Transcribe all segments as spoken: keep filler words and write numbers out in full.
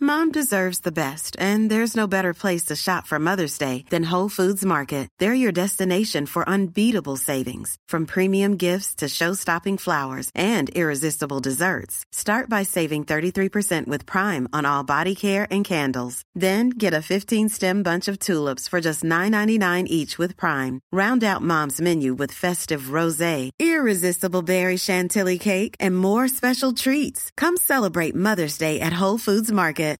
Mom deserves the best, and there's no better place to shop for Mother's Day than Whole Foods Market. They're your destination for unbeatable savings, from premium gifts to show-stopping flowers and irresistible desserts. Start by saving thirty-three percent with Prime on all body care and candles. Then get a fifteen-stem bunch of tulips for just nine ninety-nine each with Prime. Round out Mom's menu with festive rosé, irresistible berry chantilly cake, and more special treats. Come celebrate Mother's Day at Whole Foods Market.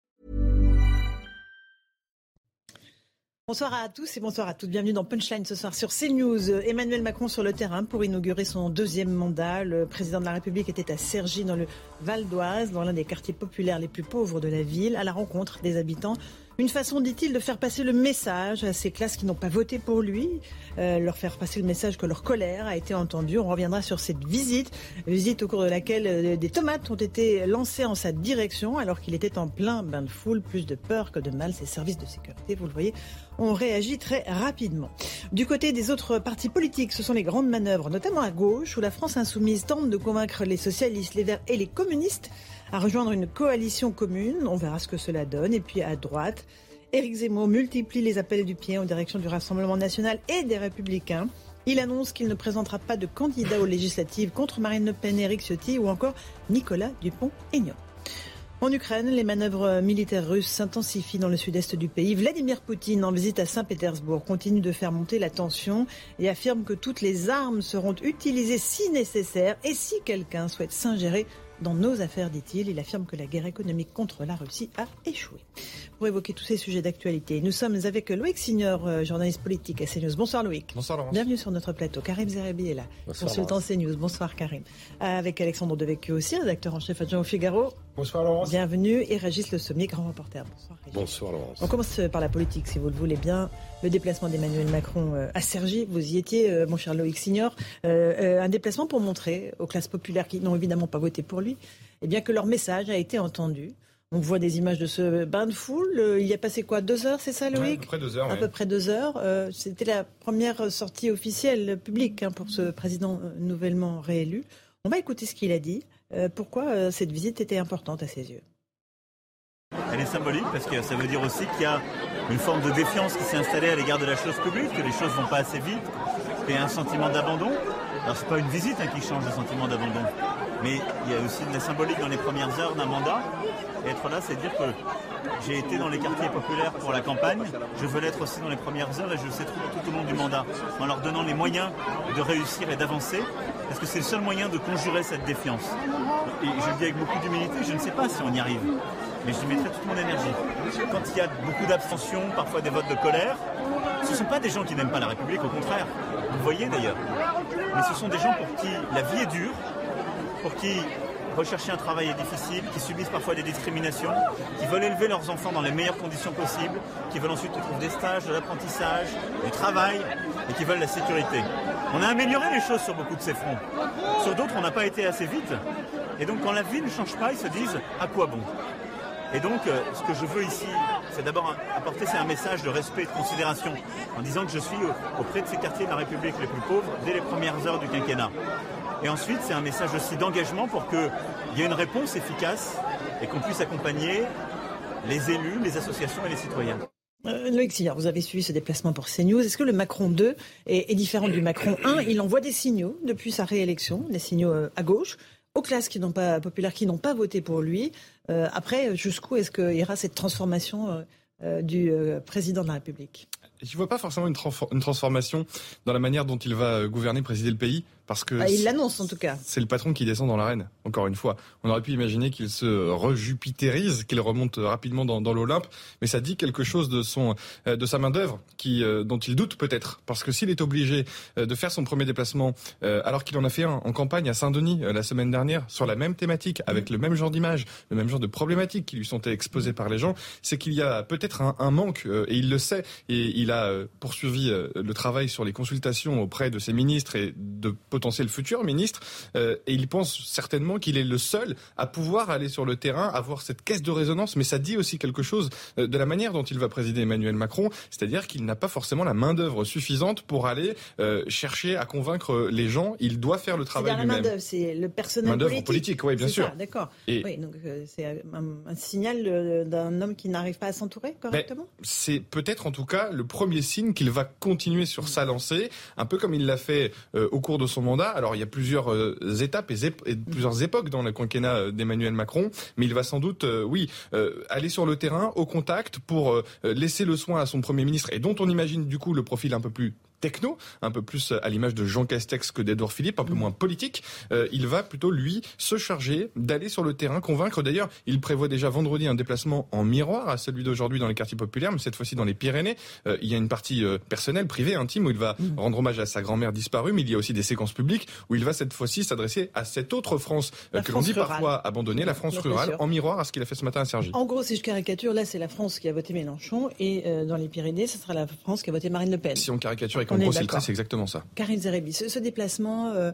Bonsoir à tous et bonsoir à toutes. Bienvenue dans Punchline ce soir sur CNews. Emmanuel Macron sur le terrain pour inaugurer son deuxième mandat. Le président de la République était à Cergy dans le Val d'Oise, dans l'un des quartiers populaires les plus pauvres de la ville, à la rencontre des habitants. Une façon, dit-il, de faire passer le message à ces classes qui n'ont pas voté pour lui, euh, leur faire passer le message que leur colère a été entendue. On reviendra sur cette visite, visite au cours de laquelle euh, des tomates ont été lancées en sa direction alors qu'il était en plein bain de foule. Plus de peur que de mal, ses services de sécurité, vous le voyez, ont réagi très rapidement. Du côté des autres partis politiques, ce sont les grandes manœuvres, notamment à gauche, où la France insoumise tente de convaincre les socialistes, les Verts et les communistes à rejoindre une coalition commune. On verra ce que cela donne. Et puis à droite, Éric Zemmour multiplie les appels du pied en direction du Rassemblement national et des Républicains. Il annonce qu'il ne présentera pas de candidat aux législatives contre Marine Le Pen, Éric Ciotti ou encore Nicolas Dupont-Aignan. En Ukraine, les manœuvres militaires russes s'intensifient dans le sud-est du pays. Vladimir Poutine, en visite à Saint-Pétersbourg, continue de faire monter la tension et affirme que toutes les armes seront utilisées si nécessaire et si quelqu'un souhaite s'ingérer dans nos affaires, dit-il. Il affirme que la guerre économique contre la Russie a échoué. Pour évoquer tous ces sujets d'actualité, nous sommes avec Loïc Signor, journaliste politique à CNews. Bonsoir Loïc. Bonsoir Laurence. Bienvenue sur notre plateau. Karim Zerebi est là, Bonsoir, consultant Laurence. CNews. Bonsoir Karim. Avec Alexandre Devecchio aussi, rédacteur en chef adjoint au Figaro. Bonsoir Laurence. Bienvenue. Et Régis Le Sommier, grand reporter. Bonsoir Régis. Bonsoir Laurence. On commence par la politique, si vous le voulez bien. Le déplacement d'Emmanuel Macron à Cergy, vous y étiez, mon cher Loïc Signor. Euh, un déplacement pour montrer aux classes populaires qui n'ont évidemment pas voté pour lui, eh bien que leur message a été entendu. On voit des images de ce bain de foule. Il y a passé quoi, deux heures, c'est ça Loïc ? Ouais, à peu près deux heures. À oui. peu près deux heures. Euh, c'était la première sortie officielle publique hein, pour ce président nouvellement réélu. On va écouter ce qu'il a dit. Euh, pourquoi euh, cette visite était importante à ses yeux ? Elle est symbolique parce que ça veut dire aussi qu'il y a une forme de défiance qui s'est installée à l'égard de la chose publique, que les choses ne vont pas assez vite, qu'il y a un sentiment d'abandon. Alors c'est pas une visite hein, qui change le sentiment d'abandon, mais il y a aussi de la symbolique dans les premières heures d'un mandat. Et être là, c'est dire que j'ai été dans les quartiers populaires pour la campagne, je veux l'être aussi dans les premières heures et je le sais tout, tout au long du mandat, en leur donnant les moyens de réussir et d'avancer, parce que c'est le seul moyen de conjurer cette défiance. Et je le dis avec beaucoup d'humilité, je ne sais pas si on y arrive, mais je mettrai toute mon énergie. Quand il y a beaucoup d'abstention, parfois des votes de colère, ce ne sont pas des gens qui n'aiment pas la République, au contraire. Vous le voyez d'ailleurs. Mais ce sont des gens pour qui la vie est dure, pour qui rechercher un travail est difficile, qui subissent parfois des discriminations, qui veulent élever leurs enfants dans les meilleures conditions possibles, qui veulent ensuite trouver des stages, de l'apprentissage, du travail, et qui veulent la sécurité. On a amélioré les choses sur beaucoup de ces fronts. Sur d'autres, on n'a pas été assez vite. Et donc quand la vie ne change pas, ils se disent « à quoi bon ?» Et donc, euh, ce que je veux ici, c'est d'abord apporter c'est un message de respect et de considération, en disant que je suis auprès de ces quartiers de la République les plus pauvres dès les premières heures du quinquennat. Et ensuite, c'est un message aussi d'engagement pour qu'il y ait une réponse efficace et qu'on puisse accompagner les élus, les associations et les citoyens. Euh, Loïc Signor, vous avez suivi ce déplacement pour CNews. Est-ce que le Macron deux est, est différent du Macron un ? Il envoie des signaux depuis sa réélection, des signaux euh, à gauche, aux classes qui n'ont pas, populaires qui n'ont pas voté pour lui. Euh, après, jusqu'où est-ce qu'il y aura cette transformation euh, euh, du euh, président de la République ? Je ne vois pas forcément une, tra- une transformation dans la manière dont il va gouverner, présider le pays. Parce que ah, il l'annonce en tout cas. C'est le patron qui descend dans l'arène, encore une fois. On aurait pu imaginer qu'il se rejupitérise, qu'il remonte rapidement dans, dans l'Olympe, mais ça dit quelque chose de, son, de sa main-d'œuvre qui, dont il doute peut-être. Parce que s'il est obligé de faire son premier déplacement, alors qu'il en a fait un en campagne à Saint-Denis la semaine dernière, sur la même thématique, avec le même genre d'image, le même genre de problématiques qui lui sont exposées par les gens, c'est qu'il y a peut-être un, un manque, et il le sait, et il a poursuivi le travail sur les consultations auprès de ses ministres et de potentiel futur ministre, euh, et il pense certainement qu'il est le seul à pouvoir aller sur le terrain, avoir cette caisse de résonance, mais ça dit aussi quelque chose de la manière dont il va présider Emmanuel Macron, c'est-à-dire qu'il n'a pas forcément la main-d'œuvre suffisante pour aller euh, chercher à convaincre les gens. Il doit faire le travail lui-même. La main-d'œuvre, c'est le personnel main-d'œuvre politique. politique, oui, bien c'est sûr. Ça, d'accord. Et oui, donc euh, c'est un, un signal euh, d'un homme qui n'arrive pas à s'entourer correctement. Ben, c'est peut-être en tout cas le premier signe qu'il va continuer sur sa lancée, un peu comme il l'a fait euh, au cours de son mandat. Alors il y a plusieurs euh, étapes et, zép- et plusieurs époques dans le quinquennat d'Emmanuel Macron, mais il va sans doute, euh, oui, euh, aller sur le terrain, au contact, pour euh, laisser le soin à son Premier ministre, et dont on imagine du coup le profil un peu plus techno, un peu plus à l'image de Jean Castex que d'Édouard Philippe, un peu moins politique. Euh, il va plutôt, lui, se charger d'aller sur le terrain, convaincre. D'ailleurs, il prévoit déjà vendredi un déplacement en miroir à celui d'aujourd'hui dans les quartiers populaires, mais cette fois-ci dans les Pyrénées. Euh, il y a une partie euh, personnelle, privée, intime, où il va mmh. rendre hommage à sa grand-mère disparue, mais il y a aussi des séquences publiques où il va cette fois-ci s'adresser à cette autre France euh, que France l'on dit rurale. parfois abandonnée, la France Bien rurale, sûr. en miroir à ce qu'il a fait ce matin à Cergy. En gros, si je caricature, là, c'est la France qui a voté Mélenchon, et euh, dans les Pyrénées, ce sera la France qui a voté Marine Le Pen. Si on caricature et qu'on grossit le trait, c'est exactement ça. Karine Zerébi, ce, ce déplacement, euh,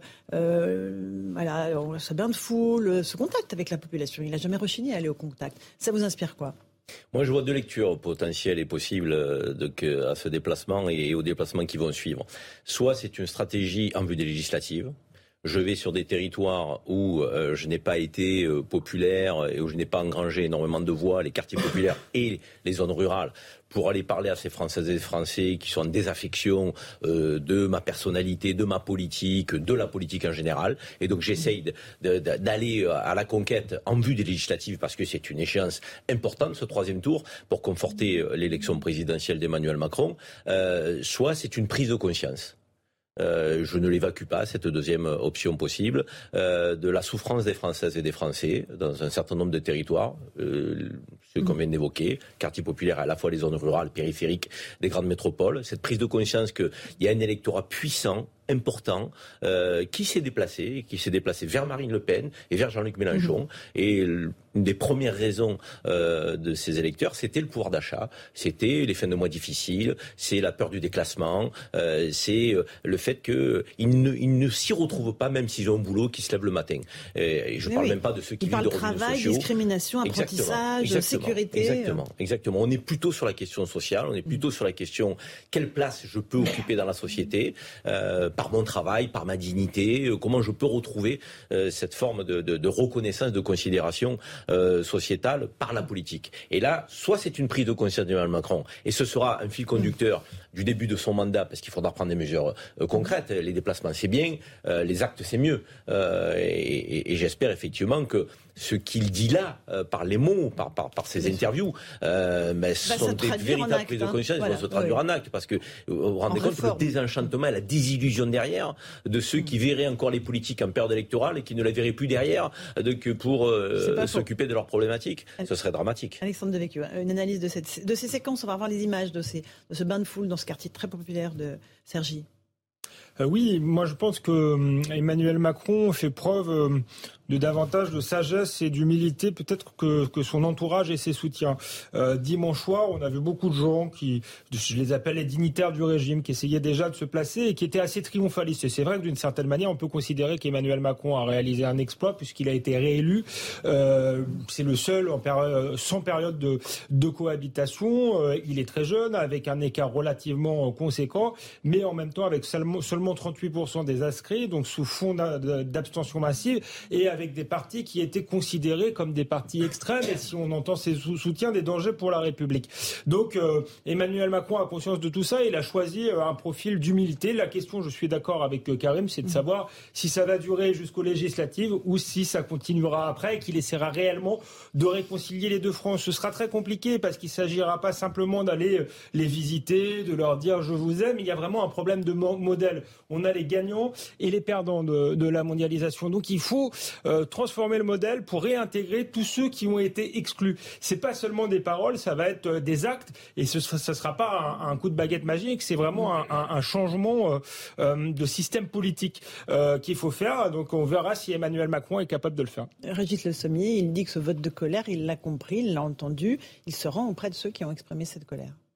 euh, voilà, ce bain de foule, ce contact avec la population, il n'a jamais rechigné à aller au contact. Ça vous inspire quoi ? Moi, je vois deux lectures potentielles et possibles de, que, à ce déplacement et aux déplacements qui vont suivre. Soit c'est une stratégie en vue des législatives. Je vais sur des territoires où euh, je n'ai pas été euh, populaire et où je n'ai pas engrangé énormément de voix, les quartiers populaires et les zones rurales, pour aller parler à ces Françaises et ces Français qui sont en désaffection euh, de ma personnalité, de ma politique, de la politique en général. Et donc j'essaye de, de, de, d'aller à la conquête en vue des législatives parce que c'est une échéance importante, ce troisième tour, pour conforter l'élection présidentielle d'Emmanuel Macron. Euh, soit c'est une prise de conscience. Euh, je ne l'évacue pas, cette deuxième option possible, euh, de la souffrance des Françaises et des Français dans un certain nombre de territoires, euh, ceux qu'on vient d'évoquer, quartiers populaires, à la fois les zones rurales, périphériques, des grandes métropoles. Cette prise de conscience qu'il y a un électorat puissant, important, euh, qui s'est déplacé, qui s'est déplacé vers Marine Le Pen et vers Jean-Luc Mélenchon. Mmh. Et une des premières raisons euh, de ces électeurs, c'était le pouvoir d'achat, c'était les fins de mois difficiles, c'est la peur du déclassement, euh, c'est le fait qu'ils ne, ils ne s'y retrouvent pas, même s'ils ont un boulot qui se lève le matin. Et, et je ne parle oui. même pas de ceux qui vivent de revenus travail, sociaux. Discrimination, apprentissage, exactement, exactement, sécurité. Exactement, exactement. On est plutôt sur la question sociale, on est plutôt mmh. sur la question quelle place je peux occuper dans la société, euh, par mon travail, par ma dignité, euh, comment je peux retrouver euh, cette forme de, de, de reconnaissance, de considération euh, sociétale par la politique. Et là, soit c'est une prise de conscience d'Emmanuel Macron, et ce sera un fil conducteur du début de son mandat, parce qu'il faudra prendre des mesures euh, concrètes. Les déplacements, c'est bien, euh, les actes, c'est mieux. Euh, et, et, et j'espère effectivement que ce qu'il dit là, euh, par les mots, par, par, par ses interviews, euh, mais bah, sont des véritables prises de conscience, hein. Voilà, vont se traduire oui. en actes, parce que vous vous rendez en compte réforme. Le désenchantement et la désillusion derrière de ceux qui verraient encore les politiques en période électorale et qui ne la verraient plus derrière de, que pour euh, s'occuper de leurs problématiques. Ce serait dramatique. Alexandre Devecchio, une analyse de, cette, de ces séquences, on va voir les images de, ces, de ce bain de foule dans ce quartier très populaire de Cergy. Euh, oui, moi je pense que euh, Emmanuel Macron fait preuve euh, de davantage de sagesse et d'humilité peut-être que, que son entourage et ses soutiens. Euh, dimanche soir, on a vu beaucoup de gens qui, je les appelle les dignitaires du régime, qui essayaient déjà de se placer et qui étaient assez triomphalistes. Et c'est vrai que d'une certaine manière, on peut considérer qu'Emmanuel Macron a réalisé un exploit puisqu'il a été réélu. Euh, c'est le seul en péri- sans période de, de cohabitation. Euh, il est très jeune, avec un écart relativement conséquent, mais en même temps avec seulement, seulement trente-huit pour cent des inscrits, donc sous fond d'abstention massive, et avec des partis qui étaient considérés comme des partis extrêmes, et si on entend ses soutiens, des dangers pour la République. Donc euh, Emmanuel Macron a conscience de tout ça, il a choisi euh, un profil d'humilité. La question, je suis d'accord avec euh, Karim, c'est de savoir si ça va durer jusqu'aux législatives ou si ça continuera après, et qu'il essaiera réellement de réconcilier les deux fronts. Ce sera très compliqué parce qu'il ne s'agira pas simplement d'aller les visiter, de leur dire je vous aime, il y a vraiment un problème de modèle. On a les gagnants et les perdants de, de la mondialisation. Donc il faut euh, transformer le modèle pour réintégrer tous ceux qui ont été exclus. C'est pas seulement des paroles, ça va être euh, des actes, et ce ne sera pas un, un coup de baguette magique, c'est vraiment un, un, un changement euh, euh, de système politique euh, qu'il faut faire. Donc on verra si Emmanuel Macron est capable de le faire. Régis Le Sommier, il dit que ce vote de colère, il l'a compris, il l'a entendu, il se rend auprès de ceux qui ont exprimé cette colère.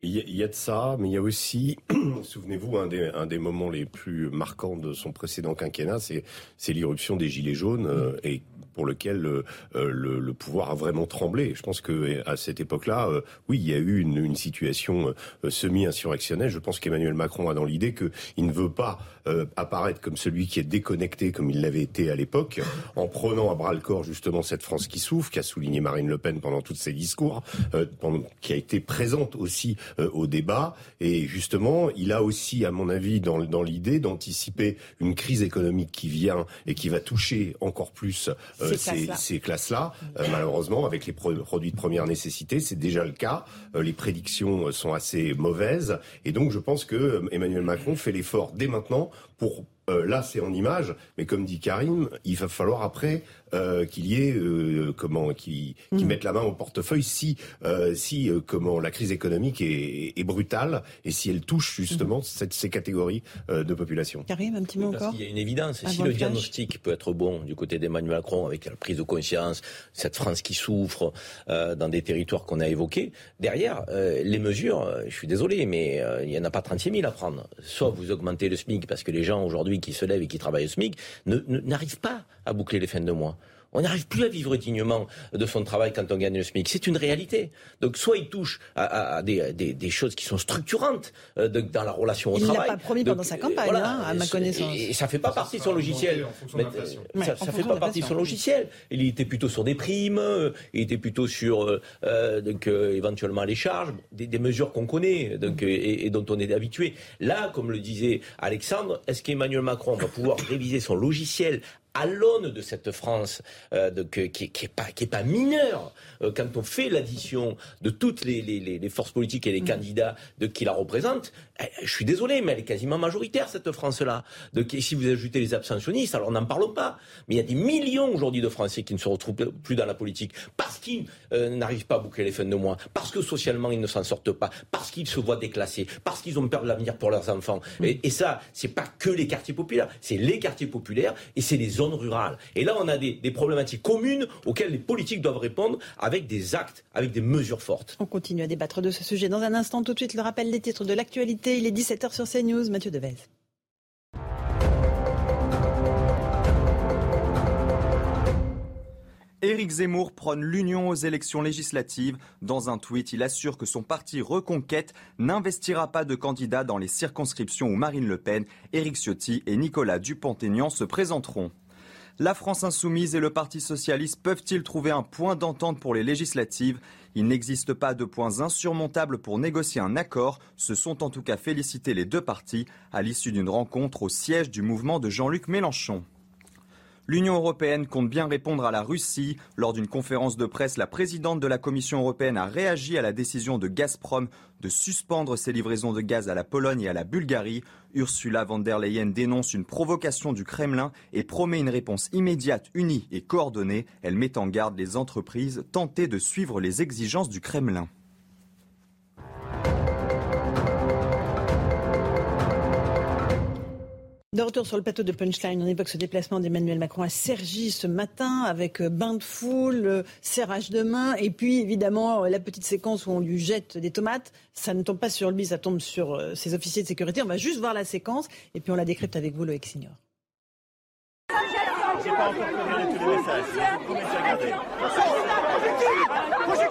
Il y, a, il y a de ça, mais il y a aussi, souvenez-vous, un des, un des moments les plus marquants de son précédent quinquennat, c'est, c'est l'irruption des Gilets jaunes, euh, et pour lequel euh, le, le pouvoir a vraiment tremblé. Je pense que à cette époque-là, euh, oui, il y a eu une, une situation euh, semi-insurrectionnelle. Je pense qu'Emmanuel Macron a dans l'idée qu'il ne veut pas euh, apparaître comme celui qui est déconnecté, comme il l'avait été à l'époque, en prenant à bras-le-corps justement cette France qui souffre, qu'a souligné Marine Le Pen pendant tous ses discours, euh, pendant, qui a été présente aussi euh, au débat. Et justement, il a aussi, à mon avis, dans, dans l'idée d'anticiper une crise économique qui vient et qui va toucher encore plus euh, ces, ces classes-là. Ces classes-là euh, malheureusement, avec les pro- produits de première nécessité, c'est déjà le cas. Euh, les prédictions sont assez mauvaises. Et donc, je pense que euh, Emmanuel Macron fait l'effort dès maintenant pour... Euh, là, c'est en image, mais comme dit Karim, il va falloir après euh, qu'il y ait euh, comment, qui, qui mmh. mette la main au portefeuille si, euh, si euh, comment la crise économique est, est brutale et si elle touche justement mmh. cette, ces catégories euh, de population. Karim, un petit mot oui, encore. Parce qu'il y a une évidence. Avant si le le diagnostic peut être bon du côté d'Emmanuel Macron, avec la prise de conscience, cette France qui souffre euh, dans des territoires qu'on a évoqués, derrière euh, les mesures, euh, je suis désolé, mais euh, il n'y en a pas trente-six mille à prendre. Soit vous augmentez le SMIC parce que les gens aujourd'hui qui se lèvent et qui travaillent au SMIC ne, ne, n'arrivent pas à boucler les fins de mois. On n'arrive plus à vivre dignement de son travail quand on gagne le SMIC. C'est une réalité. Donc, soit il touche à, à, à des, des, des choses qui sont structurantes euh, de, dans la relation au il travail. Il ne l'a pas promis Donc, pendant sa campagne, voilà, hein, à ma connaissance. Et, et ça ne fait pas ça partie de son logiciel. Mais, ouais, ça ne fait pas partie de son logiciel. Il était plutôt sur des primes, euh, il était plutôt sur euh, donc, euh, éventuellement les charges, des, des mesures qu'on connaît donc, et, et dont on est habitué. Là, comme le disait Alexandre, est-ce qu'Emmanuel Macron va pouvoir réviser son logiciel à l'aune de cette France euh, de, que, qui, qui est pas qui est pas mineure euh, quand on fait l'addition de toutes les, les, les forces politiques et les mmh. candidats de qui la représentent, eh, je suis désolé, mais elle est quasiment majoritaire cette France-là. Donc si vous ajoutez les abstentionnistes, alors n'en parlons pas. Mais il y a des millions aujourd'hui de Français qui ne se retrouvent plus dans la politique parce qu'ils euh, n'arrivent pas à boucler les fins de mois, parce que socialement ils ne s'en sortent pas, parce qu'ils se voient déclassés, parce qu'ils ont peur de l'avenir pour leurs enfants. Mmh. Et, et ça, c'est pas que les quartiers populaires, c'est les quartiers populaires et c'est les zones rurales. Et là, on a des, des problématiques communes auxquelles les politiques doivent répondre avec des actes, avec des mesures fortes. On continue à débattre de ce sujet. Dans un instant, tout de suite, le rappel des titres de l'actualité. Il est dix-sept heures sur CNews. Mathieu Devez. Éric Zemmour prône l'union aux élections législatives. Dans un tweet, il assure que son parti Reconquête n'investira pas de candidats dans les circonscriptions où Marine Le Pen, Éric Ciotti et Nicolas Dupont-Aignan se présenteront. La France insoumise et le Parti socialiste peuvent-ils trouver un point d'entente pour les législatives ? Il n'existe pas de points insurmontables pour négocier un accord. Se sont en tout cas félicités les deux partis à l'issue d'une rencontre au siège du mouvement de Jean-Luc Mélenchon. L'Union européenne compte bien répondre à la Russie. Lors d'une conférence de presse, la présidente de la Commission européenne a réagi à la décision de Gazprom de suspendre ses livraisons de gaz à la Pologne et à la Bulgarie. Ursula von der Leyen dénonce une provocation du Kremlin et promet une réponse immédiate, unie et coordonnée. Elle met en garde les entreprises tentées de suivre les exigences du Kremlin. De retour sur le plateau de Punchline, on évoque ce déplacement d'Emmanuel Macron à Cergy ce matin avec bain de foule, serrage de main et puis évidemment la petite séquence où on lui jette des tomates. Ça ne tombe pas sur lui, ça tombe sur ses officiers de sécurité. On va juste voir la séquence et puis on la décrypte avec vous, Loïc Signor. J'ai pas encore pu regarder tous les messages. Je vous promets de regarder. Projectile ! Projectile !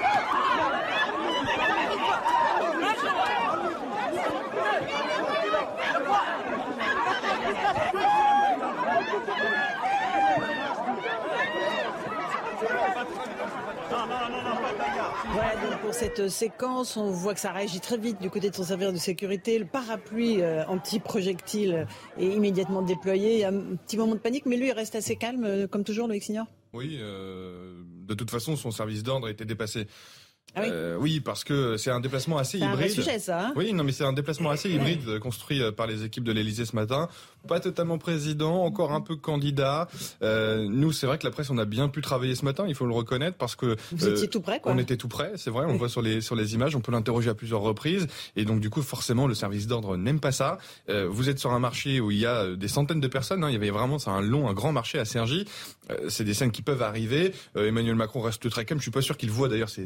Voilà donc pour cette séquence, on voit que ça réagit très vite du côté de son service de sécurité. Le parapluie euh, anti-projectile est immédiatement déployé. Il y a un petit moment de panique, mais lui il reste assez calme, euh, comme toujours, Loïc Signor. Oui, euh, de toute façon, son service d'ordre était dépassé. Ah oui. Euh, oui, parce que c'est un déplacement assez c'est hybride. C'est un vrai sujet, ça. Hein oui, non, mais c'est un déplacement assez hybride ouais. construit par les équipes de l'Élysée ce matin. Pas totalement président, encore un peu candidat. Euh, nous, c'est vrai que la presse, on a bien pu travailler ce matin, il faut le reconnaître, parce que vous euh, étiez tout près, quoi. On était tout près, c'est vrai. On le voit sur les sur les images, on peut l'interroger à plusieurs reprises, et donc du coup, forcément, le service d'ordre n'aime pas ça. Euh, vous êtes sur un marché où il y a des centaines de personnes. Hein, il y avait vraiment, c'est un long, un grand marché à Cergy. Euh, c'est des scènes qui peuvent arriver. Euh, Emmanuel Macron reste très calme. Je suis pas sûr qu'il voit d'ailleurs ces, ces tomates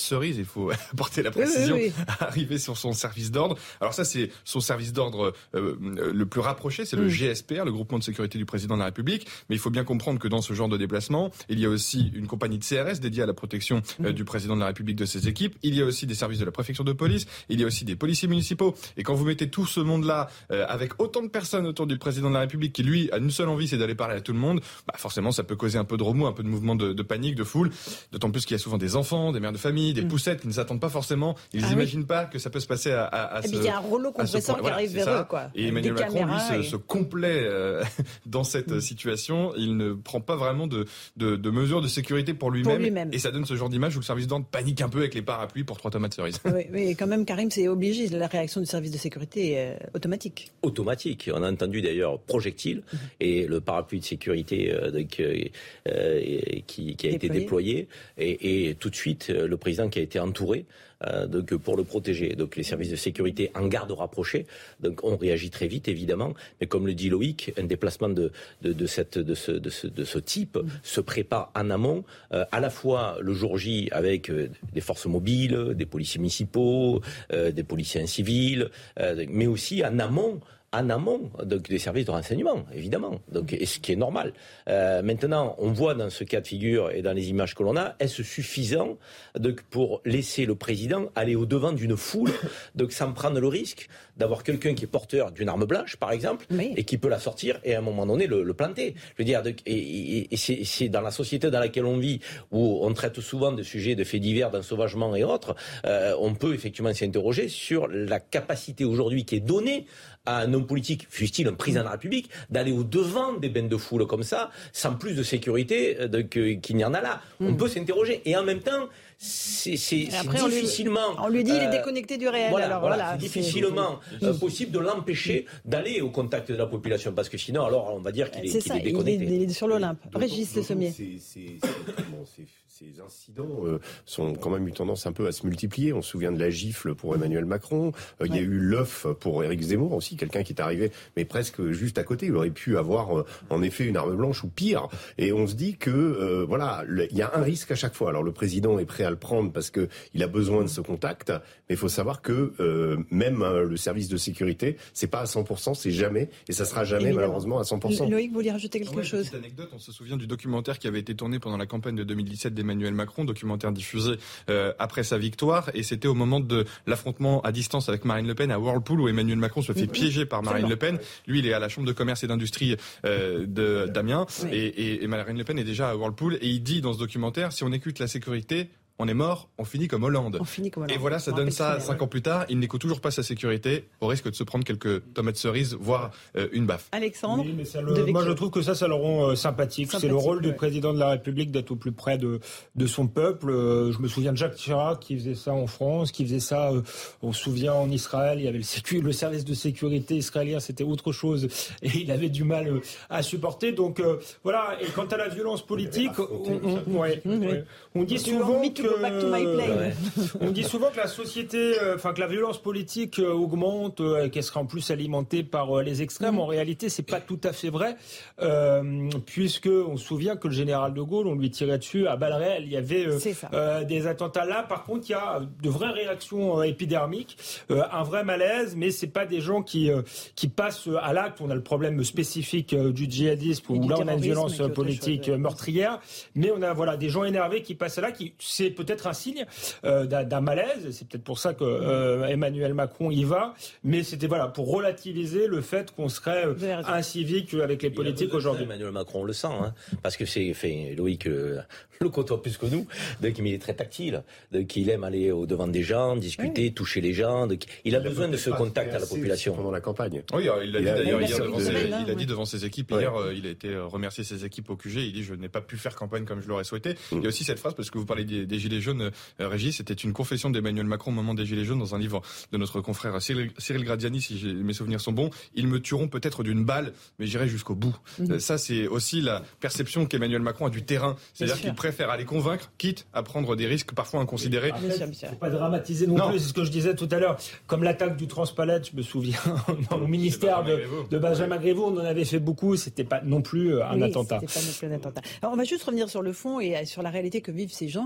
cerise, il faut apporter la précision, oui, oui, oui. arriver sur son service d'ordre. Alors ça, c'est son service d'ordre euh, le plus rapproché, c'est le mmh. G S P R, le groupement de sécurité du président de la République. Mais il faut bien comprendre que dans ce genre de déplacement, il y a aussi une compagnie de C R S dédiée à la protection euh, du président de la République, de ses équipes. Il y a aussi des services de la préfecture de police. Il y a aussi des policiers municipaux. Et quand vous mettez tout ce monde-là euh, avec autant de personnes autour du président de la République qui, lui, a une seule envie, c'est d'aller parler à tout le monde, bah forcément, ça peut causer un peu de remous, un peu de mouvement de, de panique, de foule. D'autant plus qu'il y a souvent des enfants, des mères de famille, des mmh. poussettes qui ne s'attendent pas forcément. Ils n'imaginent ah, oui. pas que ça peut se passer à, à, à ce. Et puis il y a un rouleau compresseur qui voilà, arrive vers ça. eux, quoi. Et Emmanuel Macron, lui, et... se, se complaît euh, dans cette mmh. situation. Il ne prend pas vraiment de, de, de mesures de sécurité pour lui-même. Pour lui-même. Et ça donne ce genre d'image où le service d'ordre panique un peu avec les parapluies pour trois tomates cerises. Oui, mais quand même, Karim, c'est obligé. La réaction du service de sécurité est euh, automatique. Automatique. On a entendu d'ailleurs projectile mmh. et le parapluie de sécurité euh, donc, euh, euh, qui, qui a déployé. été déployé. Et, et tout de suite, le président qui a été entouré. Euh, donc pour le protéger. Donc les services de sécurité en garde rapprochée. Donc on réagit très vite évidemment, mais comme le dit Loïc, un déplacement de de, de cette de ce de ce de ce type mmh. se prépare en amont, euh, à la fois le jour J avec euh, des forces mobiles, des policiers municipaux, euh, des policiers civils, euh, mais aussi en amont. En amont donc, des services de renseignement, évidemment, donc, et ce qui est normal. Euh, maintenant, on voit dans ce cas de figure et dans les images que l'on a, est-ce suffisant donc, pour laisser le président aller au-devant d'une foule, donc sans prendre le risque d'avoir quelqu'un qui est porteur d'une arme blanche, par exemple, oui. et qui peut la sortir et à un moment donné le, le planter. Je veux dire, donc, et, et, et c'est, c'est dans la société dans laquelle on vit, où on traite souvent de sujets de faits divers, d'ensauvagement et autres, euh, on peut effectivement s'interroger sur la capacité aujourd'hui qui est donnée à un homme politique, fût-il un président de la République, d'aller au-devant des bains de foule comme ça, sans plus de sécurité euh, de, que, qu'il n'y en a là. Mm. On peut s'interroger. Et en même temps, c'est, c'est, c'est après, difficilement... On lui, on lui dit qu'il euh, est déconnecté du réel. Voilà, alors, voilà, voilà, c'est difficilement c'est... Euh, possible de l'empêcher d'aller au contact de la population, parce que sinon, alors, on va dire qu'il est, c'est qu'il ça, est déconnecté. Il est, il est sur l'Olympe. Régis Le Sommier. C'est, c'est, c'est, bon, c'est, ces incidents euh, sont quand même eu tendance un peu à se multiplier. On se souvient de la gifle pour Emmanuel Macron. Euh, ouais. Il y a eu l'œuf pour Éric Zemmour aussi, quelqu'un qui est arrivé, mais presque juste à côté. Il aurait pu avoir, euh, en effet, une arme blanche ou pire. Et on se dit que, euh, voilà, le, il y a un risque à chaque fois. Alors le président est prêt à le prendre parce que il a besoin de ce contact. Mais il faut savoir que euh, même euh, le service de sécurité, c'est pas à cent pour cent, c'est jamais, et ça sera jamais Évidemment. malheureusement à cent pour cent. Loïc, vous voulez rajouter quelque ouais, chose? Petite anecdote, on se souvient du documentaire qui avait été tourné pendant la campagne de deux mille dix-sept d'Emmanuel Macron, documentaire diffusé euh, après sa victoire, et c'était au moment de l'affrontement à distance avec Marine Le Pen à Whirlpool, où Emmanuel Macron se fait mmh. piéger par Marine Le Pen. Lui, il est à la chambre de commerce et d'industrie euh, de d'Amiens, oui. et, et, et Marine Le Pen est déjà à Whirlpool, et il dit dans ce documentaire, si on écoute la sécurité, on est mort, on finit comme Hollande. On finit comme Hollande. Et voilà, ça donne ça cinq ans plus tard. Il n'écoute toujours pas sa sécurité, au risque de se prendre quelques tomates cerises, voire euh, une baffe. Alexandre, oui, mais ça le, moi je trouve que ça, ça le rend euh, sympathique. sympathique. C'est le rôle ouais. du président de la République d'être au plus près de de son peuple. Euh, je me souviens de Jacques Chirac qui faisait ça en France, qui faisait ça. Euh, on se souvient en Israël, il y avait le, sécu, le service de sécurité israélien, c'était autre chose, et il avait du mal euh, à supporter. Donc euh, voilà. Et quant à la violence politique, on, on, ouais, mmh, ouais. on dit souvent que Ouais. On dit souvent que la société, enfin euh, que la violence politique euh, augmente, euh, qu'elle sera en plus alimentée par euh, les extrêmes. Mmh. En réalité, c'est pas tout à fait vrai, euh, puisque on se souvient que le général de Gaulle, on lui tirait dessus à balles réelles. Il y avait euh, euh, des attentats là. Par contre, il y a de vraies réactions euh, épidermiques, euh, un vrai malaise, mais c'est pas des gens qui euh, qui passent à l'acte. On a le problème spécifique euh, du djihadisme où là on a une violence politique chose, ouais. meurtrière, mais on a voilà des gens énervés qui passent à l'acte. Qui, c'est peut-être un signe euh, d'un, d'un malaise, c'est peut-être pour ça que euh, Emmanuel Macron y va, mais c'était voilà pour relativiser le fait qu'on serait euh, incivique avec les politiques aujourd'hui. Emmanuel Macron, on le sent, hein, parce que c'est fait Loïc euh, le côtoie plus que nous, donc il est très tactile, donc il aime aller au devant des gens, discuter, oui. toucher les gens, donc il a il besoin de ce contact à la population pendant la campagne. Oui, il l'a dit d'ailleurs hier devant ses, il a dit devant ses équipes hier, ouais. il a été remercier ses équipes au Q G, il dit je n'ai pas pu faire campagne comme je l'aurais souhaité. Mm. Il y a aussi cette phrase parce que vous parlez des, des gilets jaunes. Euh, Régis, c'était une confession d'Emmanuel Macron au moment des Gilets jaunes dans un livre de notre confrère Cyril, Cyril Gradiani, si j'ai, mes souvenirs sont bons. Ils me tueront peut-être d'une balle, mais j'irai jusqu'au bout. Mmh. Euh, ça, c'est aussi la perception qu'Emmanuel Macron a du terrain. C'est-à-dire bien qu'il sûr. préfère aller convaincre, quitte à prendre des risques parfois inconsidérés. Il ne faut pas dramatiser non, non plus, c'est ce que je disais tout à l'heure. Comme l'attaque du Transpalette, je me souviens, dans le ministère de, de Benjamin Griveaux, on en avait fait beaucoup, c'était pas non plus un oui, attentat. C'était pas non plus un attentat. Alors, on va juste revenir sur le fond et sur la réalité que vivent ces gens qui sont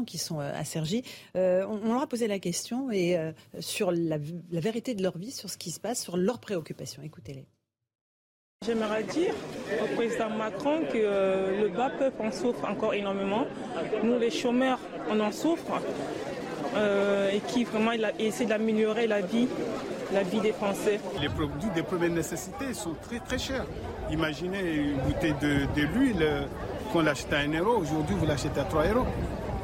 à Cergy. Euh, on, on leur a posé la question et euh, sur la, la vérité de leur vie, sur ce qui se passe, sur leurs préoccupations. Écoutez-les. J'aimerais dire au président Macron que euh, le bas peuple en souffre encore énormément. Nous, les chômeurs, on en souffre. Euh, et qui vraiment il a essayé d'améliorer la vie, la vie des Français. Les produits de première nécessité sont très très chers. Imaginez une bouteille de, de l'huile qu'on l'achetait à un euro, aujourd'hui vous l'achetez à trois euros.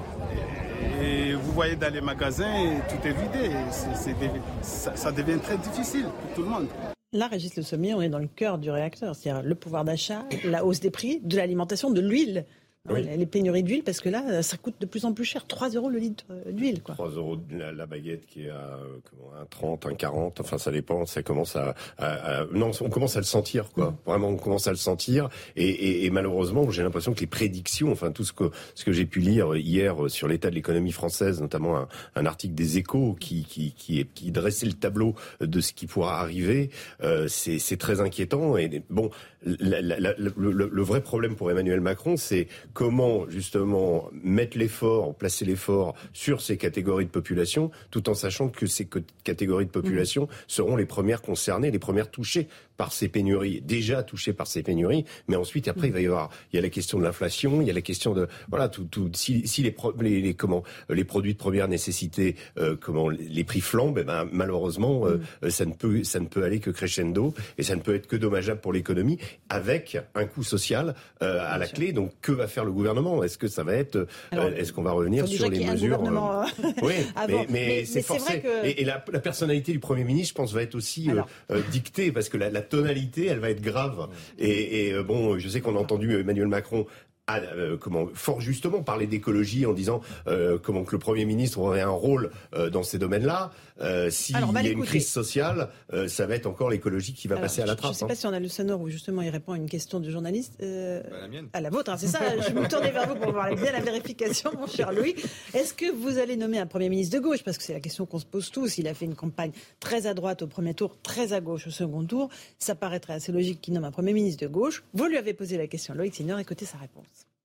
Et vous voyez dans les magasins, tout est vidé. C'est, c'est, ça, ça devient très difficile pour tout le monde. Là, Régis Le Sommier, on est dans le cœur du réacteur, c'est-à-dire le pouvoir d'achat, la hausse des prix, de l'alimentation, de l'huile. Oui. Les pénuries d'huile, parce que là, ça coûte de plus en plus cher. trois euros le litre d'huile, quoi. trois euros la, la baguette qui est à euh, comment, un trente, un quarante, enfin ça dépend, ça commence à, à, à... Non, on commence à le sentir, quoi. Mmh. Vraiment, on commence à le sentir. Et, et, et malheureusement, j'ai l'impression que les prédictions, enfin tout ce que, ce que j'ai pu lire hier sur l'état de l'économie française, notamment un, un article des Échos qui, qui, qui, est, qui dressait le tableau de ce qui pourra arriver, euh, c'est, c'est très inquiétant. Et bon, la, la, la, le, le, le vrai problème pour Emmanuel Macron, c'est comment justement mettre l'effort, placer l'effort sur ces catégories de population, tout en sachant que ces catégories de population mmh. seront les premières concernées, les premières touchées par ces pénuries, déjà touchées par ces pénuries, mais ensuite après mmh. il va y avoir, il y a la question de l'inflation, il y a la question de voilà tout, tout si, si les, pro, les, les comment les produits de première nécessité, euh, comment les prix flambent, eh ben malheureusement mmh. euh, ça ne peut ça ne peut aller que crescendo et ça ne peut être que dommageable pour l'économie, avec un coût social euh, à Bien la sûr. Clé. Donc que va faire le gouvernement? Est-ce que ça va être, Alors, euh, est-ce qu'on va revenir sur les mesures euh... Oui, mais, mais, mais c'est forcé. Que... Et, et la, la personnalité du Premier ministre, je pense, va être aussi euh, euh, dictée parce que la, la tonalité, elle va être grave. Et, et euh, bon, je sais qu'on a entendu Emmanuel Macron. À, euh, comment fort justement parler d'écologie en disant euh, comment que le Premier ministre aurait un rôle euh, dans ces domaines-là. Euh, S'il y a une crise sociale, euh, ça va être encore l'écologie qui va Alors, passer à la trappe. Je ne sais hein. pas si on a le sonore où justement il répond à une question du journaliste. Euh, bah, la mienne. À la vôtre, hein, c'est ça. Je vais me tourner vers vous pour voir bien la vérification, mon cher Louis. Est-ce que vous allez nommer un Premier ministre de gauche? Parce que c'est la question qu'on se pose tous. Il a fait une campagne très à droite au premier tour, très à gauche au second tour. Ça paraîtrait assez logique qu'il nomme un Premier ministre de gauche. Vous lui avez posé la question, Loïc Signor, écoutez sa réponse.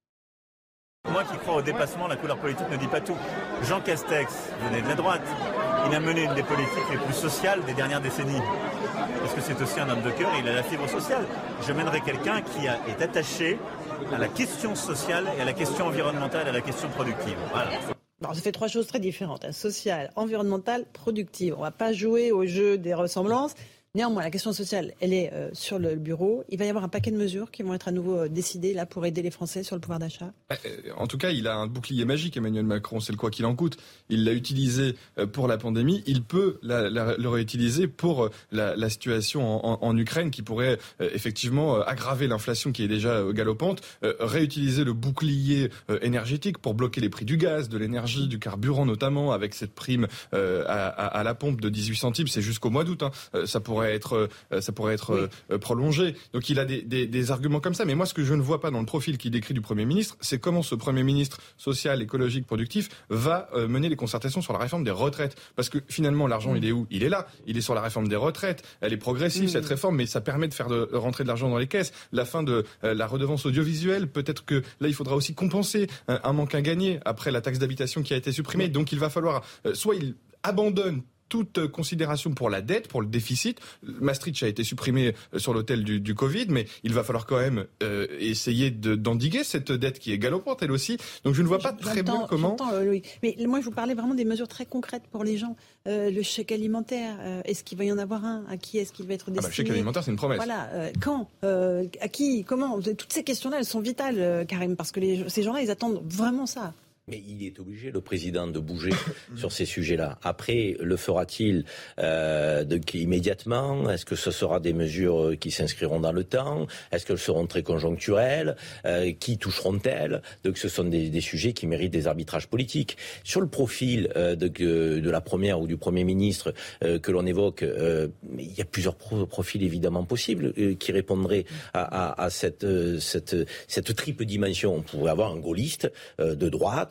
Moi qui crois au dépassement, la couleur politique ne dit pas tout. Jean Castex venait de la droite. Il a mené une des politiques les plus sociales des dernières décennies. Parce que c'est aussi un homme de cœur et il a la fibre sociale. Je mènerai quelqu'un qui a, est attaché à la question sociale et à la question environnementale et à la question productive. Voilà. Alors, ça fait trois choses très différentes. Hein. Sociale, environnementale, productive. On ne va pas jouer au jeu des ressemblances. Néanmoins, la question sociale, elle est euh, sur le bureau. Il va y avoir un paquet de mesures qui vont être à nouveau euh, décidées là pour aider les Français sur le pouvoir d'achat. En tout cas, il a un bouclier magique, Emmanuel Macron. C'est le quoi qu'il en coûte. Il l'a utilisé pour la pandémie. Il peut la, la, le réutiliser pour la, la situation en, en, en Ukraine, qui pourrait euh, effectivement euh, aggraver l'inflation qui est déjà euh, galopante. Euh, réutiliser le bouclier euh, énergétique pour bloquer les prix du gaz, de l'énergie, du carburant notamment, avec cette prime euh, à, à, à la pompe de dix-huit centimes. C'est jusqu'au mois d'août. Hein. Euh, ça pourrait être, ça pourrait être oui. prolongé. Donc il a des, des, des arguments comme ça. Mais moi, ce que je ne vois pas dans le profil qu'il décrit du Premier ministre, c'est comment ce Premier ministre social, écologique, productif va mener les concertations sur la réforme des retraites. Parce que finalement, l'argent, mmh. il est où? Il est là. Il est sur la réforme des retraites. Elle est progressive, mmh. cette réforme, mais ça permet de faire de, de rentrer de l'argent dans les caisses. La fin de euh, la redevance audiovisuelle, peut-être que là, il faudra aussi compenser un, un manque à gagner après la taxe d'habitation qui a été supprimée. Mmh. Donc il va falloir, euh, soit il abandonne toute considération pour la dette, pour le déficit. Maastricht a été supprimé sur l'autel du, du Covid, mais il va falloir quand même euh, essayer de, d'endiguer cette dette qui est galopante, elle aussi. Donc je ne vois pas je, très bien comment... Euh, Louis. Mais moi, je vous parlais vraiment des mesures très concrètes pour les gens. Euh, le chèque alimentaire, euh, est-ce qu'il va y en avoir un? À qui est-ce qu'il va être destiné? Ah bah, le chèque alimentaire, c'est une promesse. Voilà. Euh, quand euh, À qui? Comment? Toutes ces questions-là, elles sont vitales, euh, Karim, parce que les, ces gens-là, ils attendent vraiment ça. Mais il est obligé, le président, de bouger sur ces sujets-là. Après, le fera-t-il euh, de, immédiatement? Est-ce que ce sera des mesures qui s'inscriront dans le temps? Est-ce qu'elles seront très conjoncturelles? euh, Qui toucheront-elles? Donc ce sont des, des sujets qui méritent des arbitrages politiques. Sur le profil euh, de, de la première ou du Premier ministre euh, que l'on évoque, euh, il y a plusieurs pro- profils évidemment possibles euh, qui répondraient à, à, à cette, euh, cette, cette triple dimension. On pourrait avoir un gaulliste euh, de droite,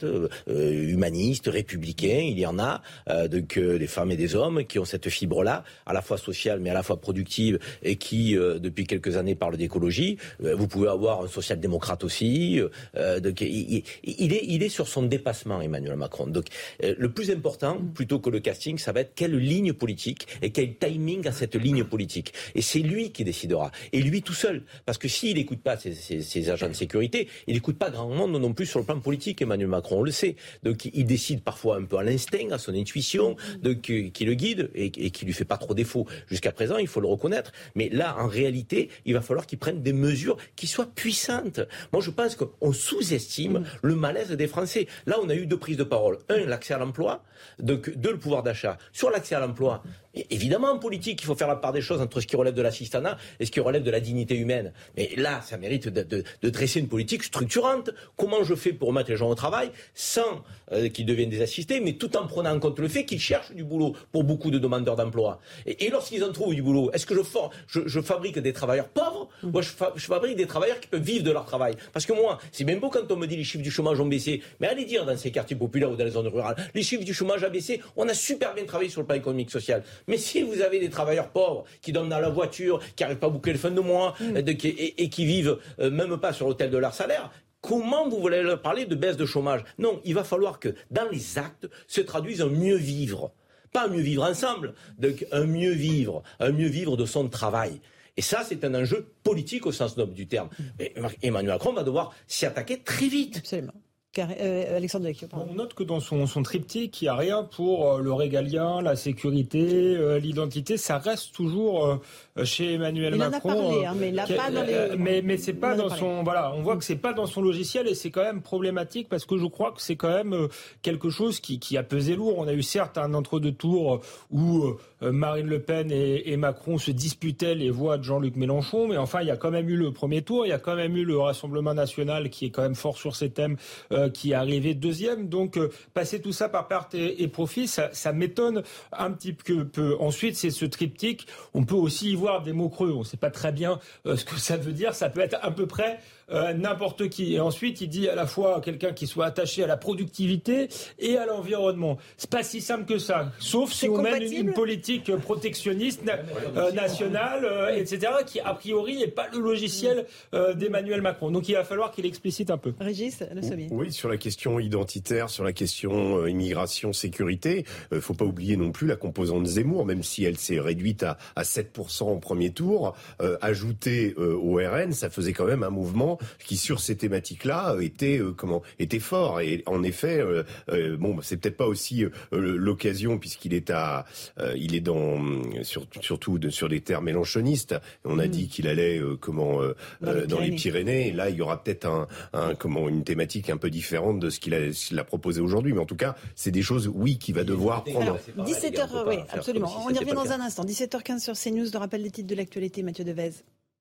droite, euh, humanistes, républicains, il y en a, euh, donc, euh, des femmes et des hommes qui ont cette fibre-là, à la fois sociale mais à la fois productive, et qui, euh, depuis quelques années, parlent d'écologie. Euh, vous pouvez avoir un social-démocrate aussi. Euh, donc, il, il, est, il est sur son dépassement, Emmanuel Macron. Donc, euh, le plus important, plutôt que le casting, ça va être quelle ligne politique et quel timing à cette ligne politique. Et c'est lui qui décidera. Et lui tout seul. Parce que s'il n'écoute pas ses, ses, ses agents de sécurité, il n'écoute pas grand monde non plus sur le plan politique, Emmanuel Macron, on le sait. Donc, il décide parfois un peu à l'instinct, à son intuition, donc, qui le guide et, et qui lui fait pas trop défaut jusqu'à présent, il faut le reconnaître. Mais là, en réalité, il va falloir qu'il prenne des mesures qui soient puissantes. Moi, je pense qu'on sous-estime mmh. le malaise des Français. Là, on a eu deux prises de parole. Un, l'accès à l'emploi. Donc, deux, le pouvoir d'achat. Sur l'accès à l'emploi, et évidemment, en politique, il faut faire la part des choses entre ce qui relève de l'assistanat et ce qui relève de la dignité humaine. Mais là, ça mérite de, de, de dresser une politique structurante. Comment je fais pour remettre les gens au travail sans euh, qu'ils deviennent des assistés, mais tout en prenant en compte le fait qu'ils cherchent du boulot pour beaucoup de demandeurs d'emploi. Et, et lorsqu'ils en trouvent du boulot, est-ce que je, for, je, je fabrique des travailleurs pauvres ou mmh. je, fa, je fabrique des travailleurs qui peuvent vivre de leur travail? Parce que moi, c'est bien beau quand on me dit les chiffres du chômage ont baissé, mais allez dire dans ces quartiers populaires ou dans les zones rurales, les chiffres du chômage ont baissé, on a super bien travaillé sur le plan économique social. Mais si vous avez des travailleurs pauvres qui dorment dans la voiture, qui n'arrivent pas à boucler le fin de mois mmh. et, et, et qui vivent euh, même pas sur l'hôtel de leur salaire, comment vous voulez leur parler de baisse de chômage? Non, il va falloir que dans les actes se traduise un mieux vivre. Pas un mieux vivre ensemble, donc un mieux vivre, un mieux vivre de son travail. Et ça, c'est un enjeu politique au sens noble du terme. Et Emmanuel Macron va devoir s'y attaquer très vite. Absolument. Car, euh, Alexandre Devecchio, pardon. On note que dans son, son triptyque, il n'y a rien pour euh, le régalien, la sécurité, euh, l'identité. Ça reste toujours euh, chez Emmanuel il Macron. Il en a parlé, hein, mais il l'a pas dans les... Euh, mais, mais c'est pas dans son... Voilà, on voit que c'est pas dans son logiciel et c'est quand même problématique parce que je crois que c'est quand même euh, quelque chose qui, qui a pesé lourd. On a eu certes un entre-deux tours où euh, Marine Le Pen et, et Macron se disputaient les voix de Jean-Luc Mélenchon, mais enfin, il y a quand même eu le premier tour, il y a quand même eu le Rassemblement National qui est quand même fort sur ces thèmes, euh, qui est arrivé deuxième. Donc, euh, passer tout ça par perte et, et profit, ça, ça m'étonne un petit peu, peu. Ensuite, c'est ce triptyque. On peut aussi y voir des mots creux. On ne sait pas très bien euh, ce que ça veut dire. Ça peut être à peu près euh, n'importe qui. Et ensuite, il dit à la fois quelqu'un qui soit attaché à la productivité et à l'environnement. C'est pas si simple que ça. Sauf si on mène une, une politique protectionniste euh, nationale, euh, et cetera, qui a priori n'est pas le logiciel euh, d'Emmanuel Macron. Donc, il va falloir qu'il explicite un peu. Régis Le Sommier. Oui, sur la question identitaire, sur la question euh, immigration, sécurité, il euh, faut pas oublier non plus la composante Zemmour, même si elle s'est réduite à, à sept pour cent au premier tour, euh, ajouté euh, au R N, ça faisait quand même un mouvement qui, sur ces thématiques-là, était euh, comment était fort. Et en effet, euh, euh, bon, c'est peut-être pas aussi euh, l'occasion puisqu'il est à, euh, il est dans sur, surtout de, sur des terres mélenchonistes. On a mmh. dit qu'il allait euh, comment euh, dans, les, dans les Pyrénées. Et là, il y aura peut-être un, un comment une thématique un peu différente de ce qu'il a, ce qu'il a proposé aujourd'hui. Mais en tout cas, c'est des choses, oui, qu'il va devoir prendre. Alors, dix-sept heures, oui, absolument. Si on y revient dans un instant. dix-sept heures quinze sur CNews, le rappel des titres de l'actualité, Mathieu Devez.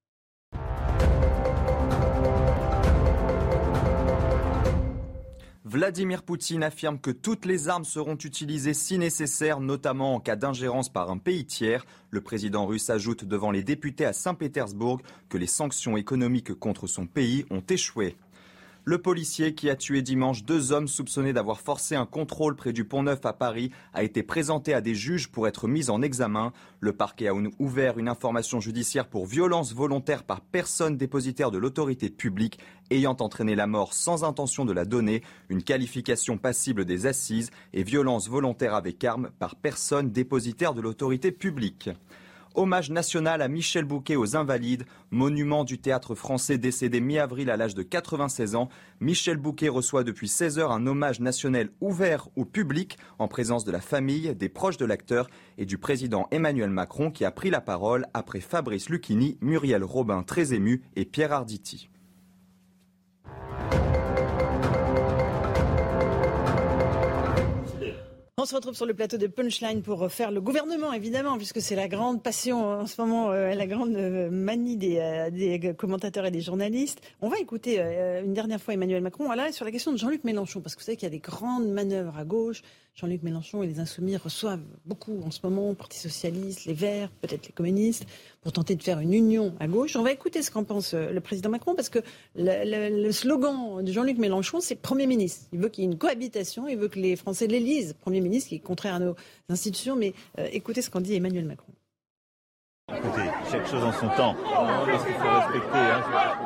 Vladimir Poutine affirme que toutes les armes seront utilisées si nécessaire, notamment en cas d'ingérence par un pays tiers. Le président russe ajoute devant les députés à Saint-Pétersbourg que les sanctions économiques contre son pays ont échoué. Le policier qui a tué dimanche deux hommes soupçonnés d'avoir forcé un contrôle près du Pont-Neuf à Paris a été présenté à des juges pour être mis en examen. Le parquet a ouvert une information judiciaire pour violence volontaire par personne dépositaire de l'autorité publique ayant entraîné la mort sans intention de la donner, une qualification passible des assises et violence volontaire avec arme par personne dépositaire de l'autorité publique. Hommage national à Michel Bouquet aux Invalides, monument du théâtre français décédé mi-avril à l'âge de quatre-vingt-seize ans. Michel Bouquet reçoit depuis seize heures un hommage national ouvert au public en présence de la famille, des proches de l'acteur et du président Emmanuel Macron qui a pris la parole après Fabrice Lucchini, Muriel Robin très ému et Pierre Arditi. On se retrouve sur le plateau de Punchline pour faire le gouvernement, évidemment, puisque c'est la grande passion en ce moment, euh, la grande manie des, euh, des commentateurs et des journalistes. On va écouter euh, une dernière fois Emmanuel Macron, là, sur la question de Jean-Luc Mélenchon, parce que vous savez qu'il y a des grandes manœuvres à gauche. Jean-Luc Mélenchon et les Insoumis reçoivent beaucoup en ce moment, le Parti Socialiste, les Verts, peut-être les communistes, pour tenter de faire une union à gauche. On va écouter ce qu'en pense le président Macron, parce que le, le, le slogan de Jean-Luc Mélenchon, c'est Premier ministre. Il veut qu'il y ait une cohabitation, il veut que les Français l'élisent Premier ministre, qui est contraire à nos institutions. Mais euh, écoutez ce qu'en dit Emmanuel Macron. Écoutez, chaque chose en son temps. Parce qu'il faut respecter. Hein,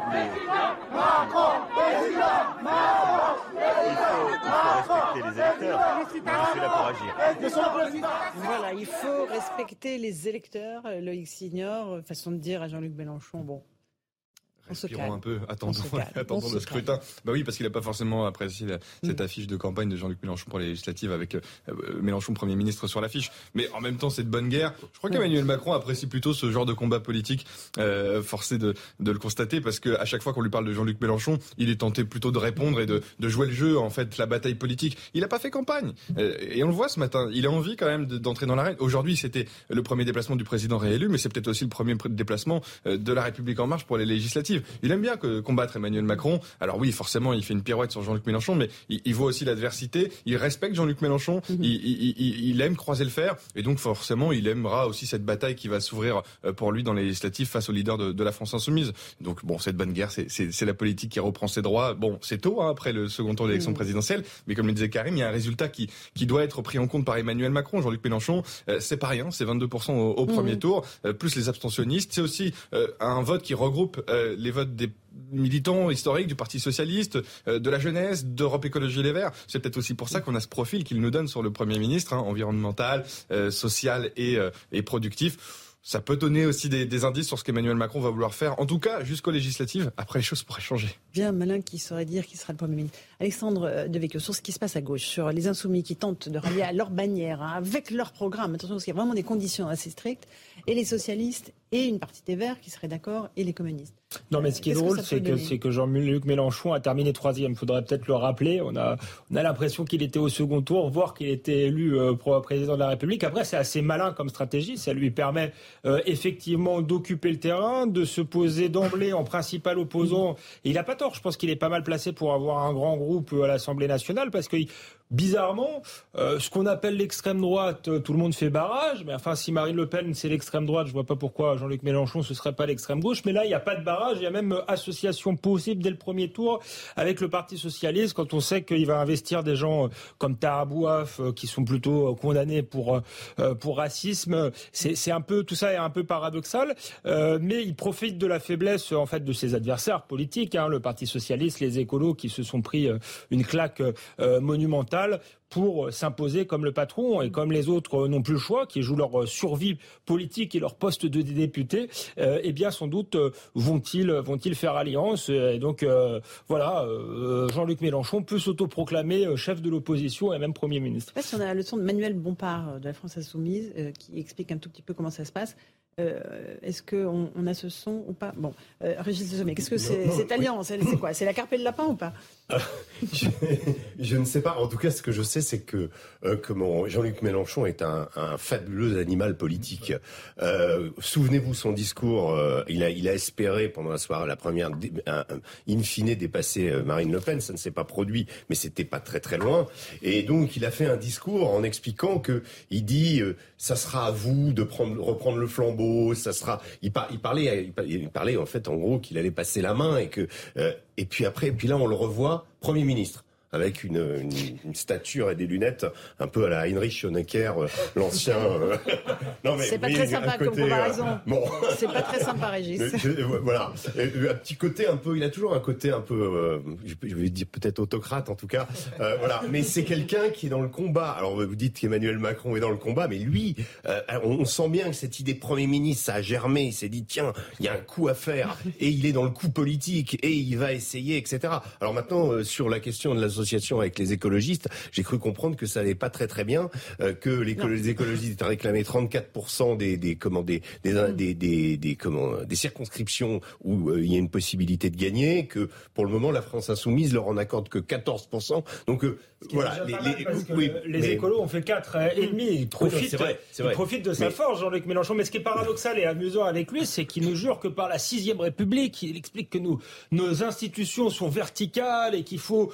Macron, président, Macron, il, faut, il faut respecter les électeurs. Je suis là pour agir. Voilà, il faut respecter les électeurs. Loïc Signor, façon de dire à Jean-Luc Mélenchon, bon. Respirons un peu, attendons, attendons le scrutin. Bah oui, parce qu'il n'a pas forcément apprécié la, cette affiche de campagne de Jean-Luc Mélenchon pour les législatives avec euh, Mélenchon Premier ministre sur l'affiche. Mais en même temps, c'est de bonne guerre. Je crois qu'Emmanuel Macron apprécie plutôt ce genre de combat politique, euh, forcé de, de le constater, parce que à chaque fois qu'on lui parle de Jean-Luc Mélenchon, il est tenté plutôt de répondre et de, de jouer le jeu, en fait, la bataille politique. Il n'a pas fait campagne. Euh, et on le voit ce matin. Il a envie quand même de, d'entrer dans l'arène. Aujourd'hui, c'était le premier déplacement du président réélu, mais c'est peut-être aussi le premier déplacement de La République En Marche pour les législatives. Il aime bien que combattre Emmanuel Macron. Alors oui, forcément, il fait une pirouette sur Jean-Luc Mélenchon, mais il, il voit aussi l'adversité. Il respecte Jean-Luc Mélenchon. Mm-hmm. Il, il, il, il aime croiser le fer. Et donc, forcément, il aimera aussi cette bataille qui va s'ouvrir pour lui dans les législatives face au leader de, de la France Insoumise. Donc, bon, cette bonne guerre, c'est, c'est, c'est la politique qui reprend ses droits. Bon, c'est tôt, hein, après le second tour de l'élection mm-hmm. présidentielle. Mais comme le disait Karim, il y a un résultat qui, qui doit être pris en compte par Emmanuel Macron. Jean-Luc Mélenchon, euh, c'est pas rien. C'est vingt-deux pour cent au, au mm-hmm. premier tour, euh, plus les abstentionnistes. C'est aussi euh, un vote qui regroupe euh, les votes des militants historiques du Parti Socialiste, euh, de la jeunesse, d'Europe Écologie Les Verts. C'est peut-être aussi pour ça qu'on a ce profil qu'il nous donne sur le Premier ministre, hein, environnemental, euh, social et, euh, et productif. Ça peut donner aussi des, des indices sur ce qu'Emmanuel Macron va vouloir faire, en tout cas jusqu'aux législatives. Après, les choses pourraient changer. Bien malin qui saurait dire qui sera le Premier ministre. Alexandre Devecchio, sur ce qui se passe à gauche, sur les Insoumis qui tentent de rallier à leur bannière, hein, avec leur programme, attention parce qu'il y a vraiment des conditions assez strictes, et les socialistes et une partie des Verts qui seraient d'accord, et les communistes. Non, mais ce qui est Qu'est-ce drôle, que c'est, que, c'est que Jean-Luc Mélenchon a terminé troisième. Il faudrait peut-être le rappeler. On a, on a l'impression qu'il était au second tour, voire qu'il était élu euh, président de la République. Après, c'est assez malin comme stratégie. Ça lui permet euh, effectivement d'occuper le terrain, de se poser d'emblée en principal opposant. Et il n'a pas tort. Je pense qu'il est pas mal placé pour avoir un grand groupe à l'Assemblée nationale, parce que bizarrement, euh, ce qu'on appelle l'extrême droite, tout le monde fait barrage. Mais enfin, si Marine Le Pen, c'est l'extrême droite, je vois pas pourquoi Jean-Luc Mélenchon, ce serait pas l'extrême gauche. Mais là, il n'y a pas de barrage. Il y a même association possible dès le premier tour avec le Parti Socialiste, quand on sait qu'il va investir des gens comme Tahar Bouaf, qui sont plutôt condamnés pour, pour racisme. C'est, c'est un peu, tout ça est un peu paradoxal. Euh, mais il profite de la faiblesse, en fait, de ses adversaires politiques, hein, le Parti Socialiste, les écolos, qui se sont pris une claque euh, monumentale pour s'imposer comme le patron, et comme les autres n'ont plus le choix, qui jouent leur survie politique et leur poste de député, euh, eh bien sans doute euh, vont-ils vont-ils faire alliance. Et donc euh, voilà, euh, Jean-Luc Mélenchon peut s'autoproclamer chef de l'opposition et même Premier ministre. Je ne sais pas si on a la leçon de Manuel Bompard de la France Insoumise euh, qui explique un tout petit peu comment ça se passe. Euh, est-ce qu'on on a ce son ou pas? Bon, euh, Régis Le Sommet, qu'est-ce que c'est, non, non, cette oui. alliance? C'est quoi? C'est la carpe et le lapin ou pas? euh, je, je ne sais pas. En tout cas, ce que je sais, c'est que euh, comment Jean-Luc Mélenchon est un, un fabuleux animal politique. Euh, souvenez-vous son discours. Euh, il a, il a espéré pendant la soirée, la première, un, un, in fine, dépasser euh, Marine Le Pen. Ça ne s'est pas produit, mais c'était pas très très loin. Et donc, il a fait un discours en expliquant que il dit, euh, ça sera à vous de prendre, reprendre le flambeau. Ça sera. Il, par, il parlait, il parlait en fait en gros qu'il allait passer la main et que. Euh, et puis après, et puis là, on le revoit Premier ministre, avec une, une, une stature et des lunettes un peu à la Heinrich Honecker, euh, l'ancien. Euh... Non, mais, c'est pas oui, très sympa côté, comme comparaison. Euh... Bon. C'est pas très sympa, Régis. Je, voilà, un petit côté un peu. Il a toujours un côté un peu. Euh, je vais dire peut-être autocrate en tout cas. Euh, voilà, mais c'est quelqu'un qui est dans le combat. Alors vous dites qu'Emmanuel Macron est dans le combat, mais lui, euh, on sent bien que cette idée de Premier ministre, ça a germé. Il s'est dit tiens, il y a un coup à faire, et il est dans le coup politique, et il va essayer, et cetera. Alors maintenant, euh, sur la question de la association avec les écologistes, j'ai cru comprendre que ça n'allait pas très très bien, euh, que les, les écologistes réclamaient trente-quatre pour cent des des comment des des des, des, des, des comment des circonscriptions où euh, il y a une possibilité de gagner, que pour le moment la France Insoumise leur en accorde que quatorze pour cent. Donc euh, voilà, les, les, oui, les mais... écolos ont fait quatre et demi. Ils profitent, oui, c'est vrai, c'est vrai. Ils profitent de sa mais... force, Jean-Luc Mélenchon. Mais ce qui est paradoxal et amusant avec lui, c'est qu'il ne jure que par la sixième République. Il explique que nous, nos institutions sont verticales et qu'il faut absolument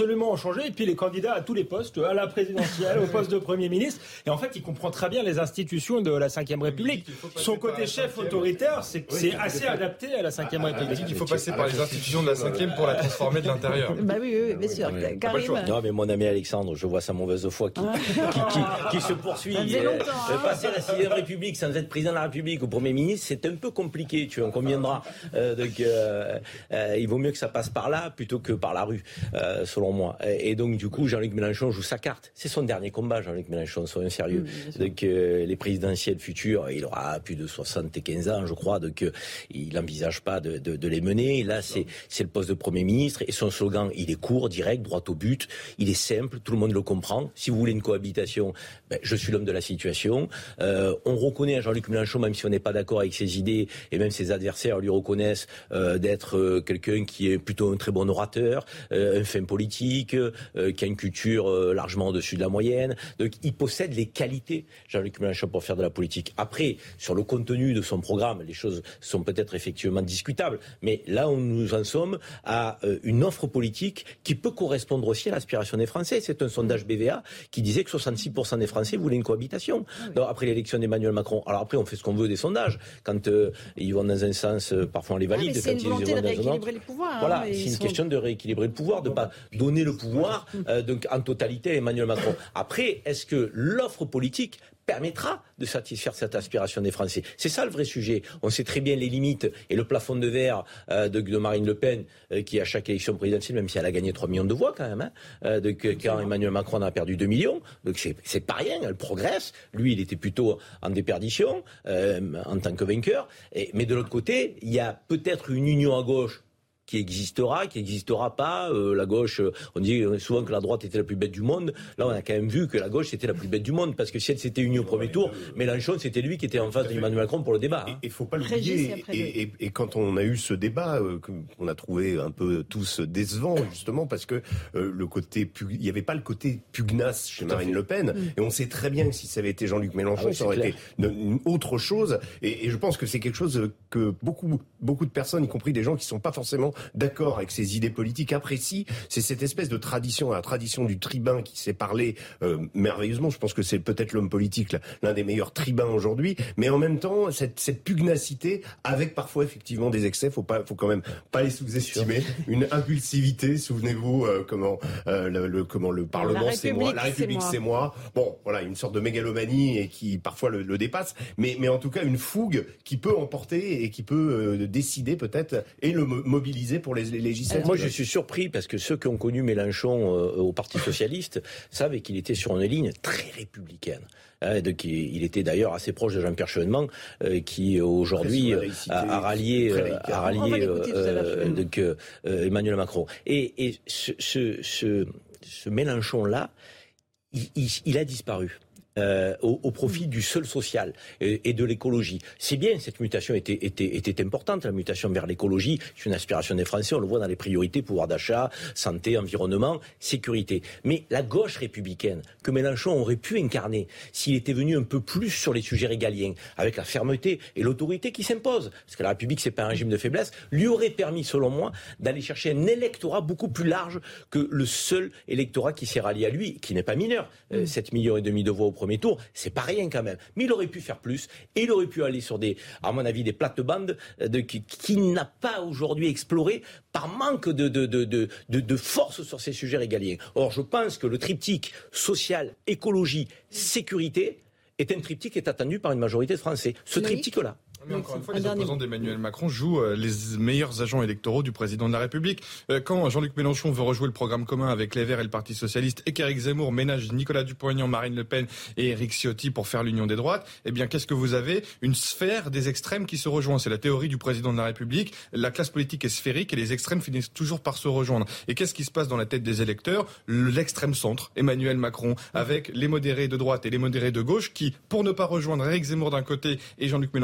absolument en changer. Et puis les candidats à tous les postes, à la présidentielle, au poste de Premier ministre. Et en fait, il comprend très bien les institutions de la cinquième République. Son côté chef autoritaire, c'est, c'est assez adapté à la cinquième République. Il dit qu'il faut passer par les institutions de la cinquième pour la transformer de l'intérieur. Bah oui, oui, bien sûr. Ouais. Karim. Non, mais mon ami Alexandre, je vois sa mauvaise foi qui, qui, qui, qui se poursuit. Euh, hein. Passer à la sixième République sans être président de la République ou Premier ministre, c'est un peu compliqué, tu en conviendras. Euh, donc, euh, euh, il vaut mieux que ça passe par là plutôt que par la rue, euh, selon moi. Et, et donc, du coup, Jean-Luc Mélenchon joue sa carte. C'est son dernier combat, Jean-Luc Mélenchon, soyons sérieux. Mmh, donc, euh, les présidentielles futures, il aura plus de soixante-quinze ans, je crois, donc euh, il n'envisage pas de, de, de les mener. Là, c'est, c'est le poste de Premier ministre et son slogan, il est court, direct, droit au but, il est simple, tout le monde le comprend. Si vous voulez une cohabitation, ben, je suis l'homme de la situation. Euh, on reconnaît à Jean-Luc Mélenchon, même si on n'est pas d'accord avec ses idées, et même ses adversaires lui reconnaissent euh, d'être euh, quelqu'un qui est plutôt un très bon orateur, euh, un fin politique, euh, qui a une culture euh, largement au-dessus de la moyenne. Donc il possède les qualités, Jean-Luc Mélenchon, pour faire de la politique. Après, sur le contenu de son programme, les choses sont peut-être effectivement discutables, mais là où nous en sommes à euh, une offre politique qui peut correspondre aussi à l'aspiration des Français. C'est un sondage B V A qui disait que soixante-six pour cent des Français voulaient une cohabitation. Donc, après l'élection d'Emmanuel Macron. Alors après, on fait ce qu'on veut des sondages. Quand euh, ils vont dans un sens, euh, parfois on les valide. Ah, mais c'est une volonté de rééquilibrer le pouvoir. Voilà, hein, c'est une sont... question de rééquilibrer le pouvoir, de ne pas donner le pouvoir euh, donc, en totalité à Emmanuel Macron. Après, est-ce que l'offre politique permettra de satisfaire cette aspiration des Français? C'est ça le vrai sujet. On sait très bien les limites et le plafond de verre euh, de, de Marine Le Pen, euh, qui à chaque élection présidentielle, même si elle a gagné trois millions de voix quand même, hein, euh, de, quand Emmanuel Macron en a perdu deux millions, donc c'est, c'est pas rien, elle progresse. Lui, il était plutôt en déperdition euh, en tant que vainqueur. Et, mais de l'autre côté, il y a peut-être une union à gauche qui existera, qui n'existera pas. Euh, la gauche, on dit souvent que la droite était la plus bête du monde. Là, on a quand même vu que la gauche était la plus bête du monde, parce que si elle s'était unie au premier tour, Mélenchon, c'était lui qui était en face d'Emmanuel Macron pour le débat. Il hein. ne faut pas l'oublier. Et, et, et quand on a eu ce débat, euh, qu'on a trouvé un peu tous décevant, justement, parce que euh, le côté, il n'y avait pas le côté pugnace chez Marine Le Pen. Mm. Et on sait très bien que si ça avait été Jean-Luc Mélenchon, ah oui, ça aurait clair. été une, une autre chose. Et, et je pense que c'est quelque chose que beaucoup, beaucoup de personnes, y compris des gens qui ne sont pas forcément d'accord avec ses idées politiques, apprécie. C'est cette espèce de tradition, la tradition du tribun qui s'est parlé euh, merveilleusement. Je pense que c'est peut-être l'homme politique l'un des meilleurs tribuns aujourd'hui. Mais en même temps, cette, cette pugnacité, avec parfois effectivement des excès, faut pas, faut quand même pas les sous-estimer. Une impulsivité. Souvenez-vous euh, comment euh, le, le comment le Parlement c'est moi, la République c'est moi. c'est moi. Bon, voilà, une sorte de mégalomanie et qui parfois le, le dépasse. Mais mais en tout cas une fougue qui peut emporter et qui peut euh, décider peut-être et le mobiliser pour les législatives. Moi, je suis surpris parce que ceux qui ont connu Mélenchon euh, au Parti socialiste savent qu'il était sur une ligne très républicaine. Hein, donc, il était d'ailleurs assez proche de Jean-Pierre Chevènement, euh, qui aujourd'hui euh, a, a rallié, euh, a rallié euh, euh, donc, euh, Emmanuel Macron. Et, et ce, ce, ce, ce Mélenchon-là, il, il, il a disparu. Euh, au, au profit du seul social et, et de l'écologie. C'est bien, cette mutation était, était, était importante, la mutation vers l'écologie, c'est une aspiration des Français, on le voit dans les priorités, pouvoir d'achat, santé, environnement, sécurité. Mais la gauche républicaine, que Mélenchon aurait pu incarner, s'il était venu un peu plus sur les sujets régaliens, avec la fermeté et l'autorité qui s'impose, parce que la République, c'est pas un régime de faiblesse, lui aurait permis, selon moi, d'aller chercher un électorat beaucoup plus large que le seul électorat qui s'est rallié à lui, qui n'est pas mineur, euh, sept millions et demi de voix au premier tour, c'est pas rien quand même. Mais il aurait pu faire plus et il aurait pu aller sur des, à mon avis, des plates-bandes de, qui, qui n'a pas aujourd'hui exploré par manque de, de, de, de, de, de force sur ces sujets régaliens. Or, je pense que le triptyque social, écologie, sécurité est un triptyque qui est attendu par une majorité de Français. Ce oui. triptyque-là. Mais encore une fois, les opposants d'Emmanuel Macron jouent les meilleurs agents électoraux du président de la République. Quand Jean-Luc Mélenchon veut rejouer le programme commun avec les Verts et le Parti Socialiste et qu'Éric Zemmour ménage Nicolas Dupont-Aignan, Marine Le Pen et Éric Ciotti pour faire l'union des droites, eh bien, qu'est-ce que vous avez? Une sphère des extrêmes qui se rejoint. C'est la théorie du président de la République. La classe politique est sphérique et les extrêmes finissent toujours par se rejoindre. Et qu'est-ce qui se passe dans la tête des électeurs? L'extrême centre, Emmanuel Macron, avec les modérés de droite et les modérés de gauche qui, pour ne pas rejoindre Éric Zemmour d'un côté et Jean-Luc Mélenchon de l'autre,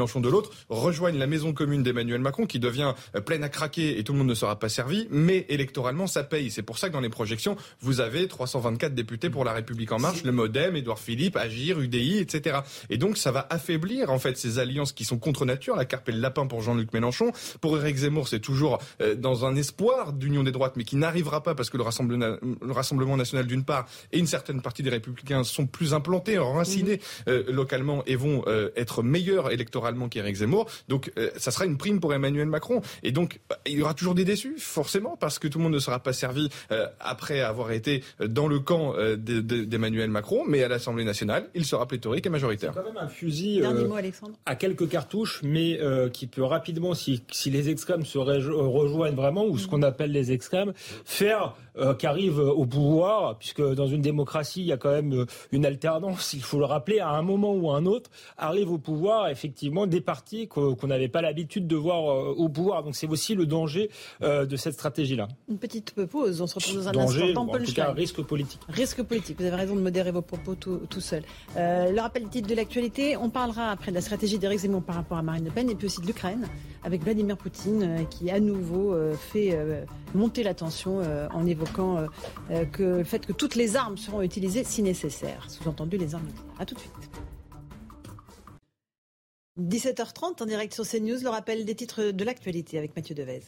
d'autres rejoignent la maison commune d'Emmanuel Macron qui devient pleine à craquer et tout le monde ne sera pas servi, mais électoralement ça paye. C'est pour ça que dans les projections, vous avez trois cent vingt-quatre députés pour La République En Marche, le Modem, Édouard Philippe, Agir, U D I, et cetera. Et donc ça va affaiblir en fait ces alliances qui sont contre nature, la carpe et le lapin pour Jean-Luc Mélenchon. Pour Éric Zemmour, c'est toujours euh, dans un espoir d'union des droites, mais qui n'arrivera pas parce que le Rassemblement, le Rassemblement national d'une part et une certaine partie des Républicains sont plus implantés, enracinés euh, localement et vont euh, être meilleurs électoralement qu'Éric Zemmour. Donc euh, ça sera une prime pour Emmanuel Macron. Et donc bah, il y aura toujours des déçus, forcément, parce que tout le monde ne sera pas servi euh, après avoir été dans le camp euh, de, de, d'Emmanuel Macron, mais à l'Assemblée nationale, il sera pléthorique et majoritaire. C'est quand même un fusil Dernier euh, mot, Alexandre. à quelques cartouches, mais euh, qui peut rapidement, si, si les extrêmes se rejo- rejoignent vraiment, ou ce qu'on appelle les extrêmes, faire euh, qu'arrive au pouvoir, puisque dans une démocratie, il y a quand même une alternance, il faut le rappeler, à un moment ou à un autre, arrive au pouvoir, effectivement, des partis qu'on n'avait pas l'habitude de voir euh, au pouvoir. Donc c'est aussi le danger euh, de cette stratégie-là. Une petite pause, on se retrouve dans un danger, instant dans en tout cas, Punchline. risque politique. Risque politique, vous avez raison de modérer vos propos tout, tout seul. Euh, le rappel titre de l'actualité, on parlera après de la stratégie d'Éric Zemmour par rapport à Marine Le Pen et puis aussi de l'Ukraine, avec Vladimir Poutine euh, qui à nouveau euh, fait euh, monter la tension euh, en évoquant euh, que le fait que toutes les armes seront utilisées si nécessaire, sous-entendu les armes nucléaires. A tout de suite. dix-sept heures trente en direct sur CNews, le rappel des titres de l'actualité avec Mathieu Devez.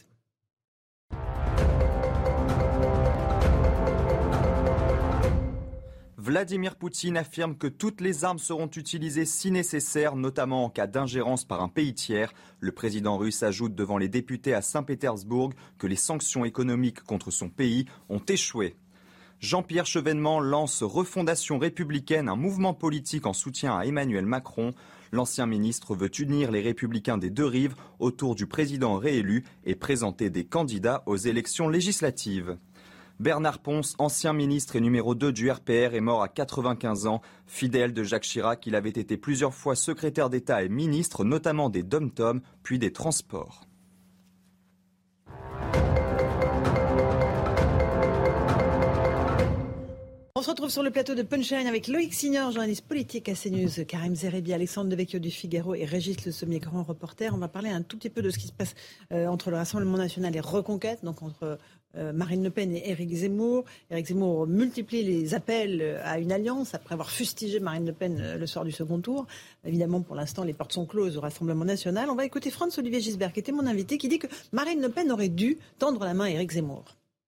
Vladimir Poutine affirme que toutes les armes seront utilisées si nécessaire, notamment en cas d'ingérence par un pays tiers. Le président russe ajoute devant les députés à Saint-Pétersbourg que les sanctions économiques contre son pays ont échoué. Jean-Pierre Chevènement lance Refondation républicaine, un mouvement politique en soutien à Emmanuel Macron. L'ancien ministre veut unir les républicains des deux rives autour du président réélu et présenter des candidats aux élections législatives. Bernard Ponce, ancien ministre et numéro deux du R P R, est mort à quatre-vingt-quinze ans. Fidèle de Jacques Chirac, il avait été plusieurs fois secrétaire d'État et ministre, notamment des D O M-T O M, puis des Transports. On se retrouve sur le plateau de Punchline avec Loïc Signor, journaliste politique à CNews, Karim Zerébi, Alexandre Devecchio du Figaro et Régis Le Sommier, grand reporter. On va parler un tout petit peu de ce qui se passe euh, entre le Rassemblement national et Reconquête, donc entre euh, Marine Le Pen et Éric Zemmour. Éric Zemmour multiplie les appels à une alliance après avoir fustigé Marine Le Pen euh, le soir du second tour. Évidemment, pour l'instant, les portes sont closes au Rassemblement national. On va écouter Franz-Olivier Gisbert, qui était mon invité, qui dit que Marine Le Pen aurait dû tendre la main à Éric Zemmour.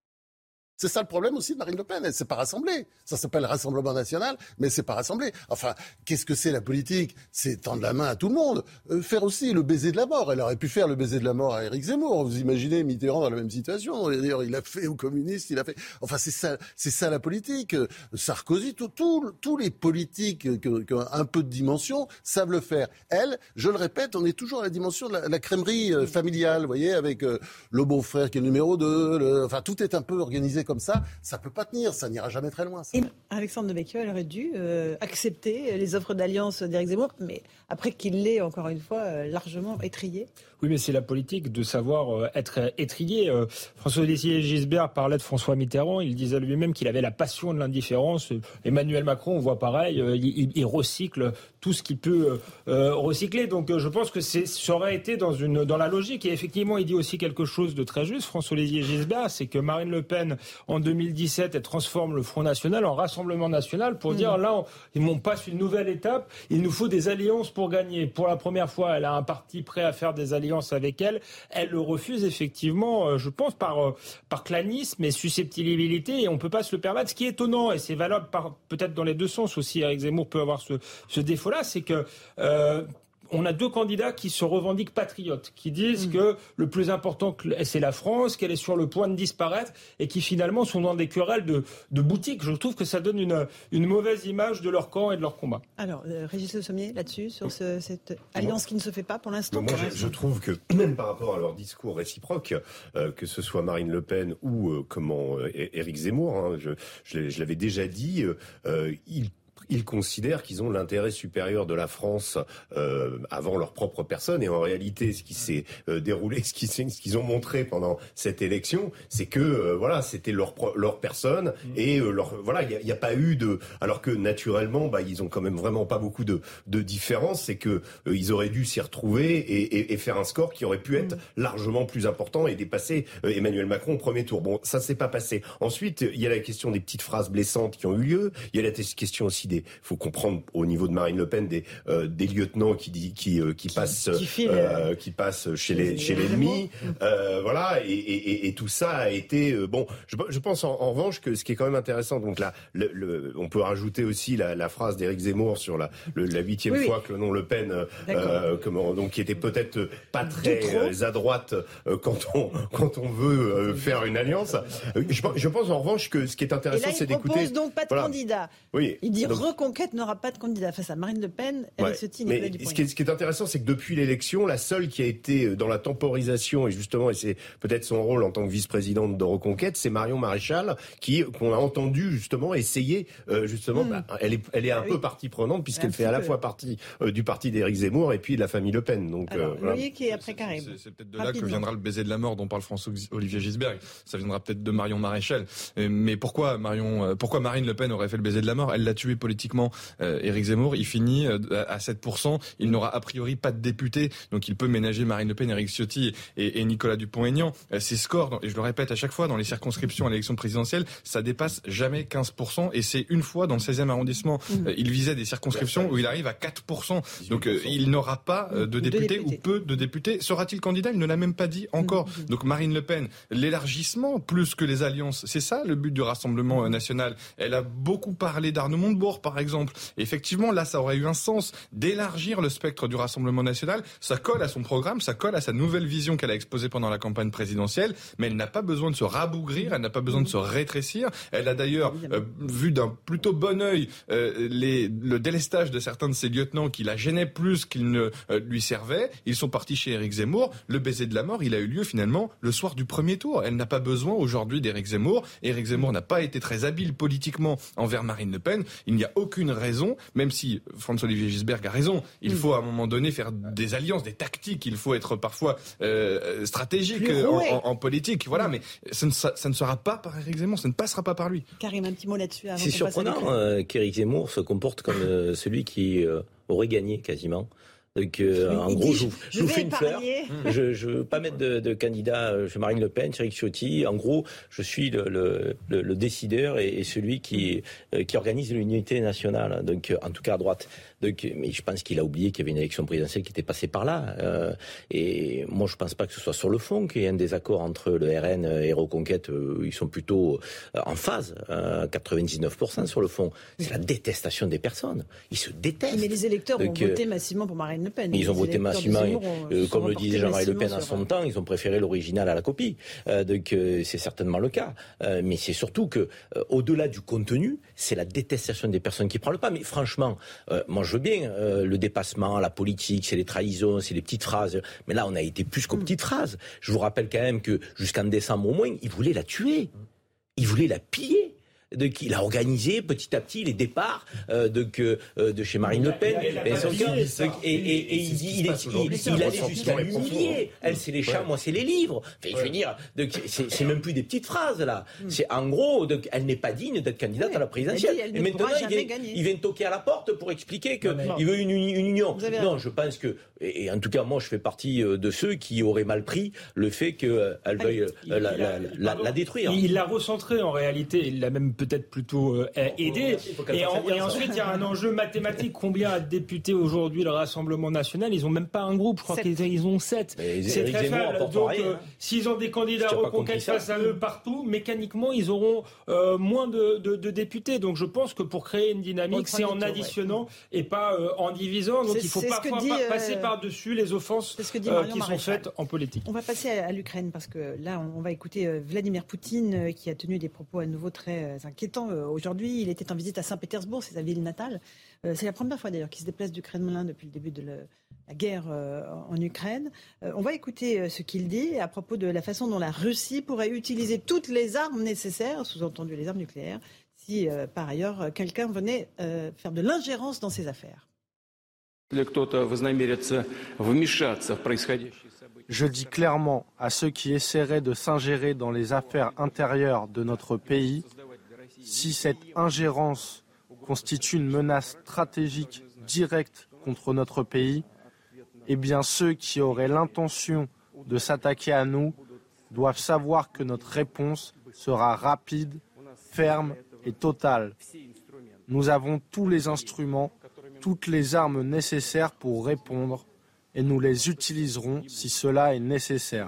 C'est ça le problème aussi de Marine Le Pen, elle ne s'est pas rassemblée. Ça s'appelle Rassemblement National, mais c'est pas rassemblé. Enfin, qu'est-ce que c'est la politique ? C'est tendre la main à tout le monde. Euh, faire aussi le baiser de la mort. Elle aurait pu faire le baiser de la mort à Éric Zemmour. Vous imaginez Mitterrand dans la même situation. D'ailleurs, il a fait aux communistes, il a fait... Enfin, c'est ça, c'est ça la politique. Sarkozy, tous les politiques qui ont un peu de dimension savent le faire. Elle, je le répète, on est toujours à la dimension de la, la crèmerie euh, familiale, vous voyez, avec euh, le beau-frère qui est le numéro deux. Le... Enfin, tout est un peu organisé comme ça, ça peut pas tenir, ça n'ira jamais très loin. Ça. Et Alexandre Devecchio, elle aurait dû euh, accepter les offres d'alliance d'Éric Zemmour, mais après qu'il l'ait, encore une fois, euh, largement étrillé. Oui, mais c'est la politique de savoir euh, être étrillé. Euh, François-Olivier Gisbert parlait de François Mitterrand, il disait lui-même qu'il avait la passion de l'indifférence. Emmanuel Macron, on voit pareil, euh, il, il recycle tout ce qu'il peut euh, recycler. Donc euh, je pense que c'est, ça aurait été dans, une, dans la logique. Et effectivement, il dit aussi quelque chose de très juste, François-Olivier Gisbert, c'est que Marine Le Pen, en deux mille dix-sept, elle transforme le Front National en Rassemblement National pour mmh. dire, là, on, on passe une nouvelle étape, il nous faut des alliances pour gagner. Pour la première fois, elle a un parti prêt à faire des alliances avec elle. Elle le refuse effectivement, je pense, par, par clanisme et susceptibilité, et on ne peut pas se le permettre. Ce qui est étonnant, et c'est valable par, peut-être dans les deux sens aussi, Éric Zemmour peut avoir ce, ce défaut-là, c'est que... Euh, on a deux candidats qui se revendiquent patriotes, qui disent mmh. que le plus important, c'est la France, qu'elle est sur le point de disparaître et qui finalement sont dans des querelles de, de boutiques. Je trouve que ça donne une, une mauvaise image de leur camp et de leur combat. Alors, euh, Régis Le Sommier, là-dessus, sur ce, cette alliance qui ne se fait pas pour l'instant. Moi, je, je trouve que même par rapport à leur discours réciproque, euh, que ce soit Marine Le Pen ou euh, comment euh, Éric Zemmour, hein, je, je l'avais déjà dit, euh, ils ils considèrent qu'ils ont l'intérêt supérieur de la France euh, avant leur propre personne. Et en réalité, ce qui s'est euh, déroulé, ce, qui, ce qu'ils ont montré pendant cette élection, c'est que euh, voilà, c'était leur leur personne et euh, leur voilà, il n'y a, a pas eu de. Alors que naturellement, bah, ils ont quand même vraiment pas beaucoup de de différence. C'est que euh, ils auraient dû s'y retrouver et, et, et faire un score qui aurait pu être largement plus important et dépasser euh, Emmanuel Macron au premier tour. Bon, ça s'est pas passé. Ensuite, il y a la question des petites phrases blessantes qui ont eu lieu. Il y a la question aussi des. Faut comprendre au niveau de Marine Le Pen des euh, des lieutenants qui dit qui euh, qui passent qui, qui, euh, qui passent chez les chez l'ennemi. Euh, voilà et, et, et tout ça a été euh, bon. Je, je pense en, en revanche que ce qui est quand même intéressant. Donc là, le, le, on peut rajouter aussi la, la phrase d'Éric Zemmour sur la le, la huitième oui, fois oui. que le nom Le Pen, euh, comment, donc qui était peut-être pas très euh, à droite euh, quand on quand on veut euh, faire une alliance. Euh, je, je pense en revanche que ce qui est intéressant, c'est d'écouter. Il propose donc pas de voilà. candidat. Oui. Il dit donc, Reconquête n'aura pas de candidat face à Marine Le Pen, Éric Ciotti, Nicolas Dupont-Aignan. Ce qui est, ce qui est intéressant, c'est que depuis l'élection, la seule qui a été dans la temporisation et justement, et c'est peut-être son rôle en tant que vice-présidente de Reconquête, c'est Marion Maréchal, qui qu'on a entendu justement essayer euh, justement. Mmh. Bah, elle est elle est un ah, peu oui. partie prenante puisqu'elle un fait à la peu. fois partie euh, du parti d'Éric Zemmour et puis de la famille Le Pen. Donc Alors, euh, voilà. Qui est après Karim. C'est, c'est peut-être de Rapidement. là que viendra le baiser de la mort dont parle François-Olivier Gisbert. Ça viendra peut-être de Marion Maréchal. Mais pourquoi Marion, pourquoi Marine Le Pen aurait fait le baiser de la mort ? Elle l'a tué politiquement. Euh, Éric Zemmour, il finit à sept pour cent. Il n'aura a priori pas de député, donc il peut ménager Marine Le Pen, Éric Ciotti et, et Nicolas Dupont-Aignan. Ces scores, et je le répète à chaque fois, dans les circonscriptions à l'élection présidentielle, ça dépasse jamais quinze pour cent. Et c'est une fois dans le seizième arrondissement, mmh. il visait des circonscriptions où il arrive à quatre pour cent. Donc euh, il n'aura pas euh, de députés ou peu de députés. Sera-t-il candidat ? Il ne l'a même pas dit encore. Mmh. Donc Marine Le Pen, l'élargissement plus que les alliances, c'est ça le but du Rassemblement national. Elle a beaucoup parlé d'Arnaud Montebourg, par exemple. Et effectivement, là, ça aurait eu un sens d'élargir le spectre du Rassemblement national. Ça colle à son programme, ça colle à sa nouvelle vision qu'elle a exposée pendant la campagne présidentielle. Mais elle n'a pas besoin de se rabougrir, elle n'a pas besoin de se rétrécir. Elle a d'ailleurs euh, vu d'un plutôt bon œil euh, les, le délestage de certains de ses lieutenants qui la gênaient plus qu'ils ne euh, lui servaient. Ils sont partis chez Éric Zemmour. Le baiser de la mort, il a eu lieu finalement le soir du premier tour. Elle n'a pas besoin aujourd'hui d'Éric Zemmour. Éric Zemmour n'a pas été très habile politiquement envers Marine Le Pen. Il n'y a aucune raison, même si François-Olivier Gisbert a raison, il faut à un moment donné faire des alliances, des tactiques. Il faut être parfois euh, stratégique en, en, en politique. Voilà, mais ça ne, ça, ça ne sera pas par Éric Zemmour, ça ne passera pas par lui. Karim, un petit mot là-dessus. Avant C'est surprenant euh, qu'Éric Zemmour se comporte comme euh, celui qui euh, aurait gagné quasiment. Donc, euh, en gros, je, je, je vous fais une fleur. Je ne veux pas mettre de, de candidat chez Marine Le Pen, chez Éric Ciotti. En gros, je suis le, le, le, le décideur et, et celui qui, euh, qui organise l'unité nationale. Donc, en tout cas à droite. Donc, mais je pense qu'il a oublié qu'il y avait une élection présidentielle qui était passée par là. Euh, et moi, je ne pense pas que ce soit sur le fond qu'il y ait un désaccord entre le R N et Reconquête. Euh, ils sont plutôt en phase, euh, quatre-vingt-dix-neuf pour cent sur le fond. C'est la détestation des personnes. Ils se détestent. Mais les électeurs Donc, ont voté massivement pour Marine Le Pen. Ils ont voté massivement, euh, comme le disait Jean-Marie Le Pen à son temps, ils ont préféré l'original à la copie. Euh, donc euh, c'est certainement le cas. Euh, mais c'est surtout que, euh, au-delà du contenu, c'est la détestation des personnes qui prend le pas. Mais franchement, euh, moi je veux bien euh, le dépassement, la politique, c'est les trahisons, c'est les petites phrases. Mais là, on a été plus qu'aux petites phrases. Je vous rappelle quand même que jusqu'en décembre au moins, ils voulaient la tuer. Ils voulaient la piller. Donc, il a organisé petit à petit les départs euh, de, que, euh, de chez Marine Le Pen. Et, son cas, donc, et, et, et il, il, il, il, il allait jusqu'à l'humilier. Elle, c'est les chats, moi, c'est les livres. Enfin, je veux dire, donc, c'est, c'est même plus des petites phrases, là. C'est en gros, donc, elle n'est pas digne d'être candidate oui, à la présidentielle. Elle dit, elle et maintenant, il vient, il vient toquer à la porte pour expliquer qu'il veut une, une union. Non, je pense que, et en tout cas, moi, je fais partie de ceux qui auraient mal pris le fait qu'elle veuille la, la, la, la, la détruire. Il l'a recentré, en réalité. Il l'a même peut-être plutôt euh, aidé. Et, en, et ensuite, il y a un enjeu mathématique. Combien de députés aujourd'hui le Rassemblement national ? Ils n'ont même pas un groupe. Je crois sept. qu'ils ils ont sept. Mais c'est très faible. Donc, euh, s'ils ont des candidats Reconquête face à eux partout, mécaniquement, ils auront euh, moins de, de, de députés. Donc, je pense que pour créer une dynamique, c'est en additionnant ouais. et pas euh, en divisant. Donc, c'est, il faut parfois dit, euh, passer par-dessus les offenses que dit euh, qui Maréchal. sont faites en politique. On va passer à, à l'Ukraine parce que là, on, on va écouter euh, Vladimir Poutine euh, qui a tenu des propos à nouveau très euh, inquiétants. Aujourd'hui, il était en visite à Saint-Pétersbourg, c'est sa ville natale. Euh, c'est la première fois d'ailleurs qu'il se déplace du Kremlin depuis le début de le, la guerre euh, en Ukraine. Euh, on va écouter euh, ce qu'il dit à propos de la façon dont la Russie pourrait utiliser toutes les armes nécessaires, sous-entendu les armes nucléaires, si euh, par ailleurs quelqu'un venait euh, faire de l'ingérence dans ses affaires. Je dis clairement à ceux qui essaieraient de s'ingérer dans les affaires intérieures de notre pays, si cette ingérence constitue une menace stratégique directe contre notre pays, eh bien ceux qui auraient l'intention de s'attaquer à nous doivent savoir que notre réponse sera rapide, ferme et totale. Nous avons tous les instruments, toutes les armes nécessaires pour répondre et nous les utiliserons si cela est nécessaire.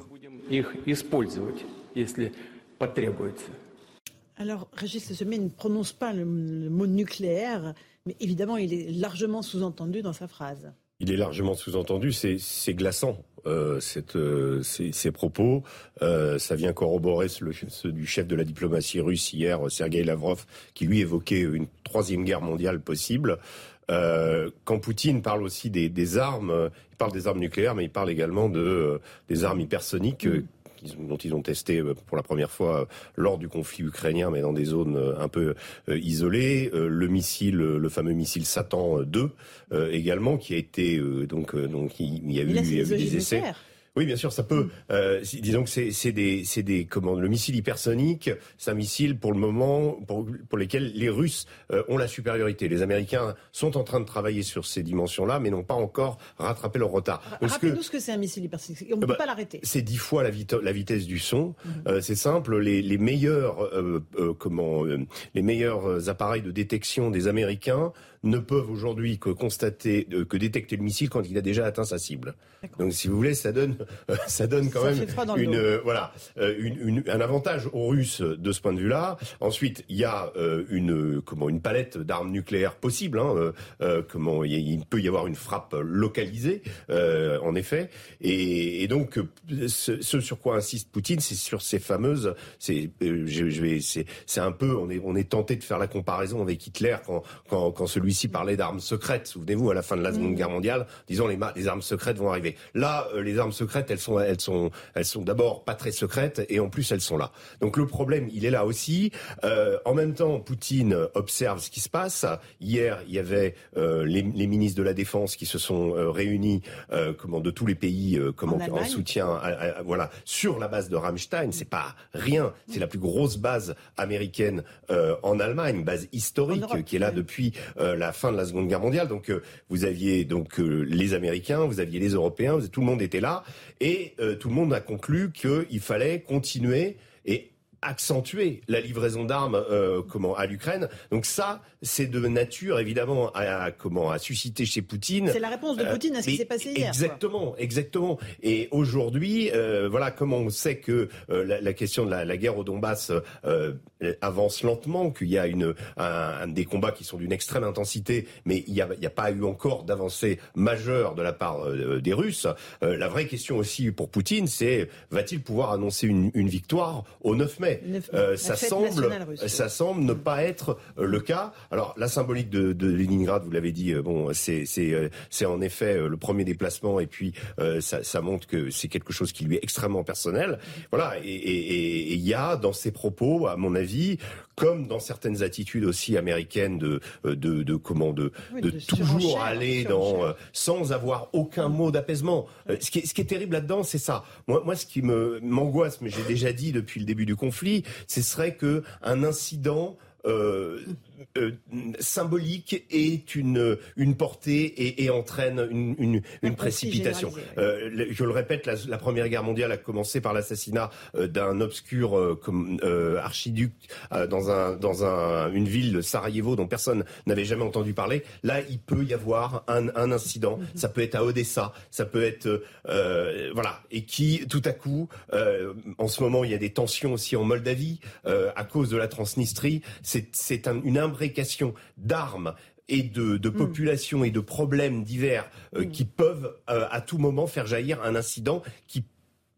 Alors, Régis Le Sommier ne prononce pas le, le mot nucléaire, mais évidemment, il est largement sous-entendu dans sa phrase. Il est largement sous-entendu, c'est, c'est glaçant, euh, cette, euh, ces, ces propos. Euh, ça vient corroborer ceux, ceux du chef de la diplomatie russe hier, Sergueï Lavrov, qui lui évoquait une troisième guerre mondiale possible. Euh, quand Poutine parle aussi des, des armes, il parle des armes nucléaires, mais il parle également de, euh, des armes hypersoniques euh, dont ils ont testé pour la première fois lors du conflit ukrainien, mais dans des zones un peu isolées. Le missile, le fameux missile Satan deux euh, également, qui a été donc donc il y a eu, là, il y a eu des essais. Nucléaire. Oui, bien sûr, ça peut. Euh, disons que c'est, c'est des, c'est des comment. Le missile hypersonique, c'est un missile pour le moment pour, pour lesquels les Russes euh, ont la supériorité. Les Américains sont en train de travailler sur ces dimensions-là, mais n'ont pas encore rattrapé leur retard. Donc, Rappelez-nous ce que, ce que c'est un missile hypersonique. On ne bah, peut pas l'arrêter. C'est dix fois la, vite, la vitesse du son. Mm-hmm. Euh, c'est simple. Les, les meilleurs euh, euh, comment euh, les meilleurs appareils de détection des Américains ne peuvent aujourd'hui que constater, euh, que détecter le missile quand il a déjà atteint sa cible. D'accord. Donc, si vous voulez, ça donne, euh, ça donne quand ça même une, euh, voilà, euh, une, une, un avantage aux Russes de ce point de vue-là. Ensuite, il y a euh, une, comment, une palette d'armes nucléaires possibles. Hein, euh, euh, comment, il, y, il peut y avoir une frappe localisée, euh, en effet. Et, et donc, ce, ce sur quoi insiste Poutine, c'est sur ces fameuses, c'est, euh, je, je vais, c'est, c'est un peu, on est, on est tenté de faire la comparaison avec Hitler quand, quand, quand celui Ici parlait d'armes secrètes. Souvenez-vous, à la fin de la Seconde mmh. Guerre mondiale, disons les, ma- les armes secrètes vont arriver. Là, euh, les armes secrètes, elles sont, elles sont, elles sont d'abord pas très secrètes et en plus elles sont là. Donc le problème, il est là aussi. Euh, en même temps, Poutine observe ce qui se passe. Hier, il y avait euh, les, les ministres de la Défense qui se sont euh, réunis, euh, comment, de tous les pays, euh, comment, en, en soutien, à, à, à, voilà, sur la base de Ramstein. C'est pas rien. C'est la plus grosse base américaine euh, en Allemagne, base historique qui est là depuis euh, la fin de la Seconde Guerre mondiale. Donc euh, vous aviez donc euh, les Américains, vous aviez les Européens, vous, tout le monde était là et euh, tout le monde a conclu qu'il fallait continuer et accentuer la livraison d'armes euh, comment à l'Ukraine. Donc ça, c'est de nature évidemment à, à comment à susciter chez Poutine. C'est la réponse de Poutine à ce euh, qui s'est passé hier. Exactement, quoi. exactement. Et aujourd'hui, euh, voilà, comme on sait que euh, la, la question de la, la guerre au Donbass euh, avance lentement, qu'il y a une un, un des combats qui sont d'une extrême intensité, mais il y a, il y a pas eu encore d'avancée majeure de la part euh, des Russes. Euh, la vraie question aussi pour Poutine, c'est va-t-il pouvoir annoncer une, une victoire au neuf mai? Euh, ça semble, ça semble ne pas être euh, le cas. Alors la symbolique de, de Leningrad, vous l'avez dit, euh, bon, c'est c'est euh, c'est en effet euh, le premier déplacement et puis euh, ça, ça montre que c'est quelque chose qui lui est extrêmement personnel. Voilà, et il y a dans ses propos, à mon avis, comme dans certaines attitudes aussi américaines de de de, de comment de oui, de, de toujours aller dans euh, sans avoir aucun mot d'apaisement. Euh, ce qui est, ce qui est terrible là-dedans, c'est ça. Moi moi ce qui me m'angoisse, mais j'ai déjà dit depuis le début du conflit, ce serait que un incident euh, euh, symbolique est une une portée et, et entraîne une une, une précipitation. Euh, le, je le répète, la, la Première Guerre mondiale a commencé par l'assassinat euh, d'un obscur euh, comme euh, archiduc euh, dans un dans un une ville, Sarajevo, dont personne n'avait jamais entendu parler. Là, il peut y avoir un un incident. Mm-hmm. Ça peut être à Odessa, ça peut être euh, voilà, et qui tout à coup, euh, en ce moment, il y a des tensions aussi en Moldavie euh, à cause de la Transnistrie. C'est, c'est un, une imbrication d'armes et de, de populations mmh. et de problèmes divers euh, mmh. qui peuvent euh, à tout moment faire jaillir un incident qui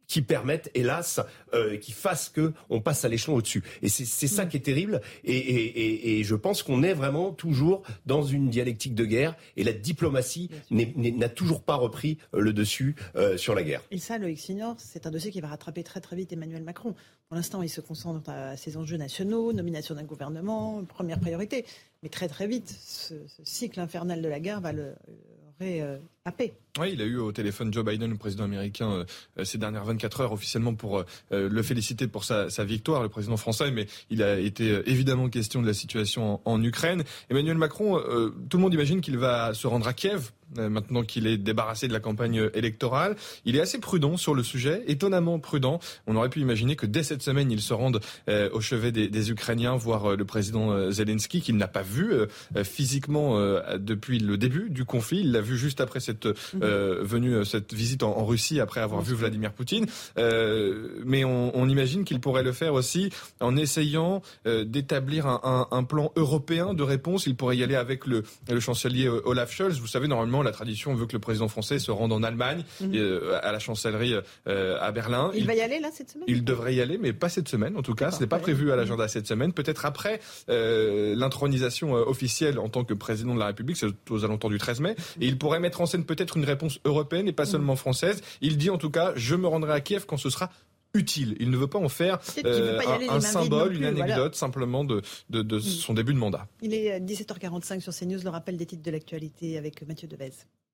qui permettent, hélas, euh, qui fassent que on passe à l'échelon au-dessus. Et c'est, c'est ça qui est terrible. Et, et, et, et je pense qu'on est vraiment toujours dans une dialectique de guerre. Et la diplomatie n'est, n'est, n'a toujours pas repris le dessus euh, sur la guerre. Et ça, Loïc Signor, c'est un dossier qui va rattraper très très vite Emmanuel Macron. Pour l'instant, il se concentre à ses enjeux nationaux, nomination d'un gouvernement, première priorité. Mais très très vite, ce, ce cycle infernal de la guerre va le réhapper. Oui, il a eu au téléphone Joe Biden, le président américain, euh, ces dernières vingt-quatre heures officiellement pour euh, le féliciter pour sa, sa victoire, le président français, mais il a été euh, évidemment question de la situation en, en Ukraine. Emmanuel Macron, euh, tout le monde imagine qu'il va se rendre à Kiev, euh, maintenant qu'il est débarrassé de la campagne électorale. Il est assez prudent sur le sujet, étonnamment prudent. On aurait pu imaginer que dès cette semaine, il se rende euh, au chevet des, des Ukrainiens, voir euh, le président euh, Zelensky, qu'il n'a pas vu euh, physiquement euh, depuis le début du conflit. Il l'a vu juste après cette... Euh, Euh, venu cette visite en, en Russie après avoir vu Vladimir Poutine. Euh, mais on, on imagine qu'il pourrait le faire aussi en essayant euh, d'établir un, un, un plan européen de réponse. Il pourrait y aller avec le, le chancelier Olaf Scholz. Vous savez, normalement, la tradition veut que le président français se rende en Allemagne, mmh. et, euh, à la chancellerie euh, à Berlin. Il, il va y aller là cette semaine ? Il devrait y aller, mais pas cette semaine en tout cas. Ce n'est pas prévu à l'agenda cette semaine. Peut-être après euh, l'intronisation euh, officielle en tant que président de la République, c'est aux alentours du treize mai. Et il pourrait mettre en scène peut-être une réponse européenne et pas seulement française. Il dit en tout cas, je me rendrai à Kiev quand ce sera utile. Il ne veut pas en faire euh, un, un symbole, plus, une anecdote voilà. simplement de, de, de son début de mandat. Il est dix-sept heures quarante-cinq sur CNews, le rappel des titres de l'actualité avec Mathieu Devez.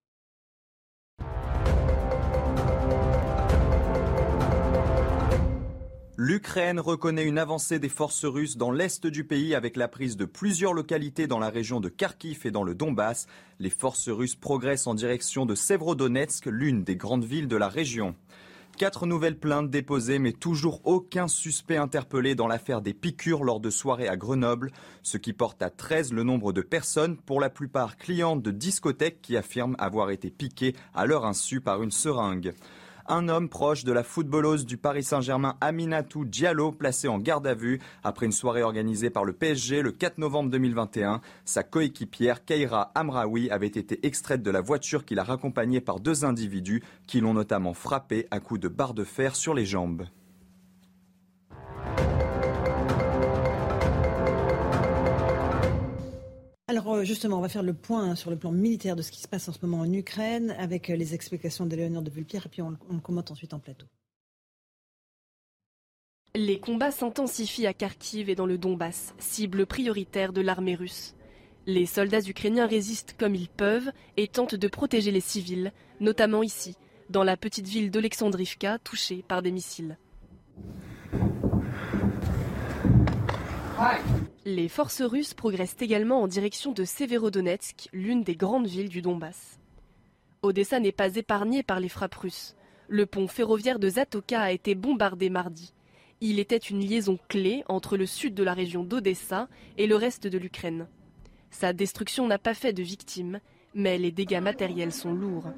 L'Ukraine reconnaît une avancée des forces russes dans l'est du pays avec la prise de plusieurs localités dans la région de Kharkiv et dans le Donbass. Les forces russes progressent en direction de Sévrodonetsk, l'une des grandes villes de la région. Quatre nouvelles plaintes déposées, mais toujours aucun suspect interpellé dans l'affaire des piqûres lors de soirées à Grenoble, ce qui porte à treize le nombre de personnes, pour la plupart clientes de discothèques, qui affirment avoir été piquées à leur insu par une seringue. Un homme proche de la footballeuse du Paris Saint-Germain Aminatou Diallo placé en garde à vue après une soirée organisée par le P S G le quatre novembre deux mille vingt et un. Sa coéquipière Keira Amraoui avait été extraite de la voiture qui l'a raccompagnée par deux individus qui l'ont notamment frappée à coups de barre de fer sur les jambes. Alors justement, on va faire le point sur le plan militaire de ce qui se passe en ce moment en Ukraine avec les explications d'Éléonore de Vulpière et puis on, on le commente ensuite en plateau. Les combats s'intensifient à Kharkiv et dans le Donbass, cible prioritaire de l'armée russe. Les soldats ukrainiens résistent comme ils peuvent et tentent de protéger les civils, notamment ici, dans la petite ville d'Olexandrivka, touchée par des missiles. Les forces russes progressent également en direction de Sévérodonetsk, l'une des grandes villes du Donbass. Odessa n'est pas épargnée par les frappes russes. Le pont ferroviaire de Zatoka a été bombardé mardi. Il était une liaison clé entre le sud de la région d'Odessa et le reste de l'Ukraine. Sa destruction n'a pas fait de victimes, mais les dégâts matériels sont lourds.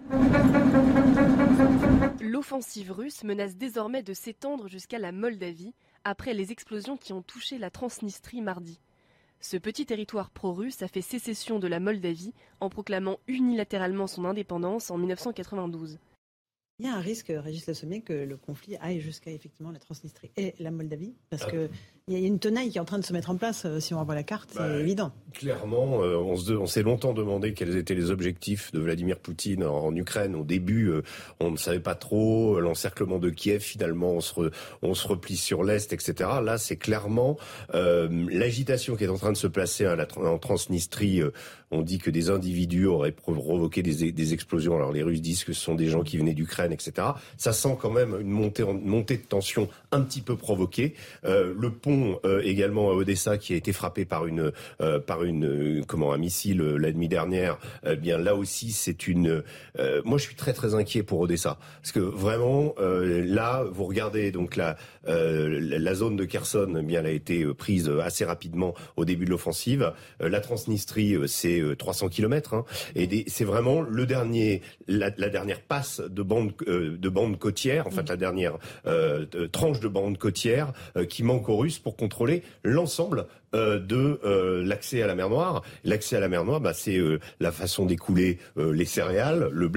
L'offensive russe menace désormais de s'étendre jusqu'à la Moldavie, après les explosions qui ont touché la Transnistrie mardi. Ce petit territoire pro-russe a fait sécession de la Moldavie en proclamant unilatéralement son indépendance en dix-neuf cent quatre-vingt-douze. Il y a un risque, Régis Le Sommier, que le conflit aille jusqu'à effectivement la Transnistrie et la Moldavie, parce qu'il y a une tenaille qui est en train de se mettre en place, si on revoit la carte, bah, c'est évident. Clairement, euh, on, se, on s'est longtemps demandé quels étaient les objectifs de Vladimir Poutine en, en Ukraine. Au début, euh, on ne savait pas trop, l'encerclement de Kiev, finalement, on se, re, on se replie sur l'Est, et cetera. Là, c'est clairement euh, l'agitation qui est en train de se placer à la, en Transnistrie. Euh, on dit que des individus auraient provoqué des, des explosions. Alors les Russes disent que ce sont des gens qui venaient d'Ukraine, et cetera. Ça sent quand même une montée, une montée de tension un petit peu provoquée. Euh, le pont euh, également à Odessa qui a été frappé par une euh, par une euh, comment un missile euh, la nuit dernière. Euh, bien là aussi c'est une. Euh, moi je suis très très inquiet pour Odessa parce que vraiment euh, là vous regardez donc la euh, la zone de Kherson eh bien elle a été prise assez rapidement au début de l'offensive. Euh, la Transnistrie euh, c'est euh, trois cents kilomètres hein, et des, c'est vraiment le dernier la, la dernière passe de bande euh, de bande côtière en fait la dernière euh, de, tranche de bande côtière euh, qui manque aux Russes pour contrôler l'ensemble euh, de euh, l'accès à la mer Noire. L'accès à la mer Noire, bah, c'est euh, la façon d'écouler euh, les céréales, le blé,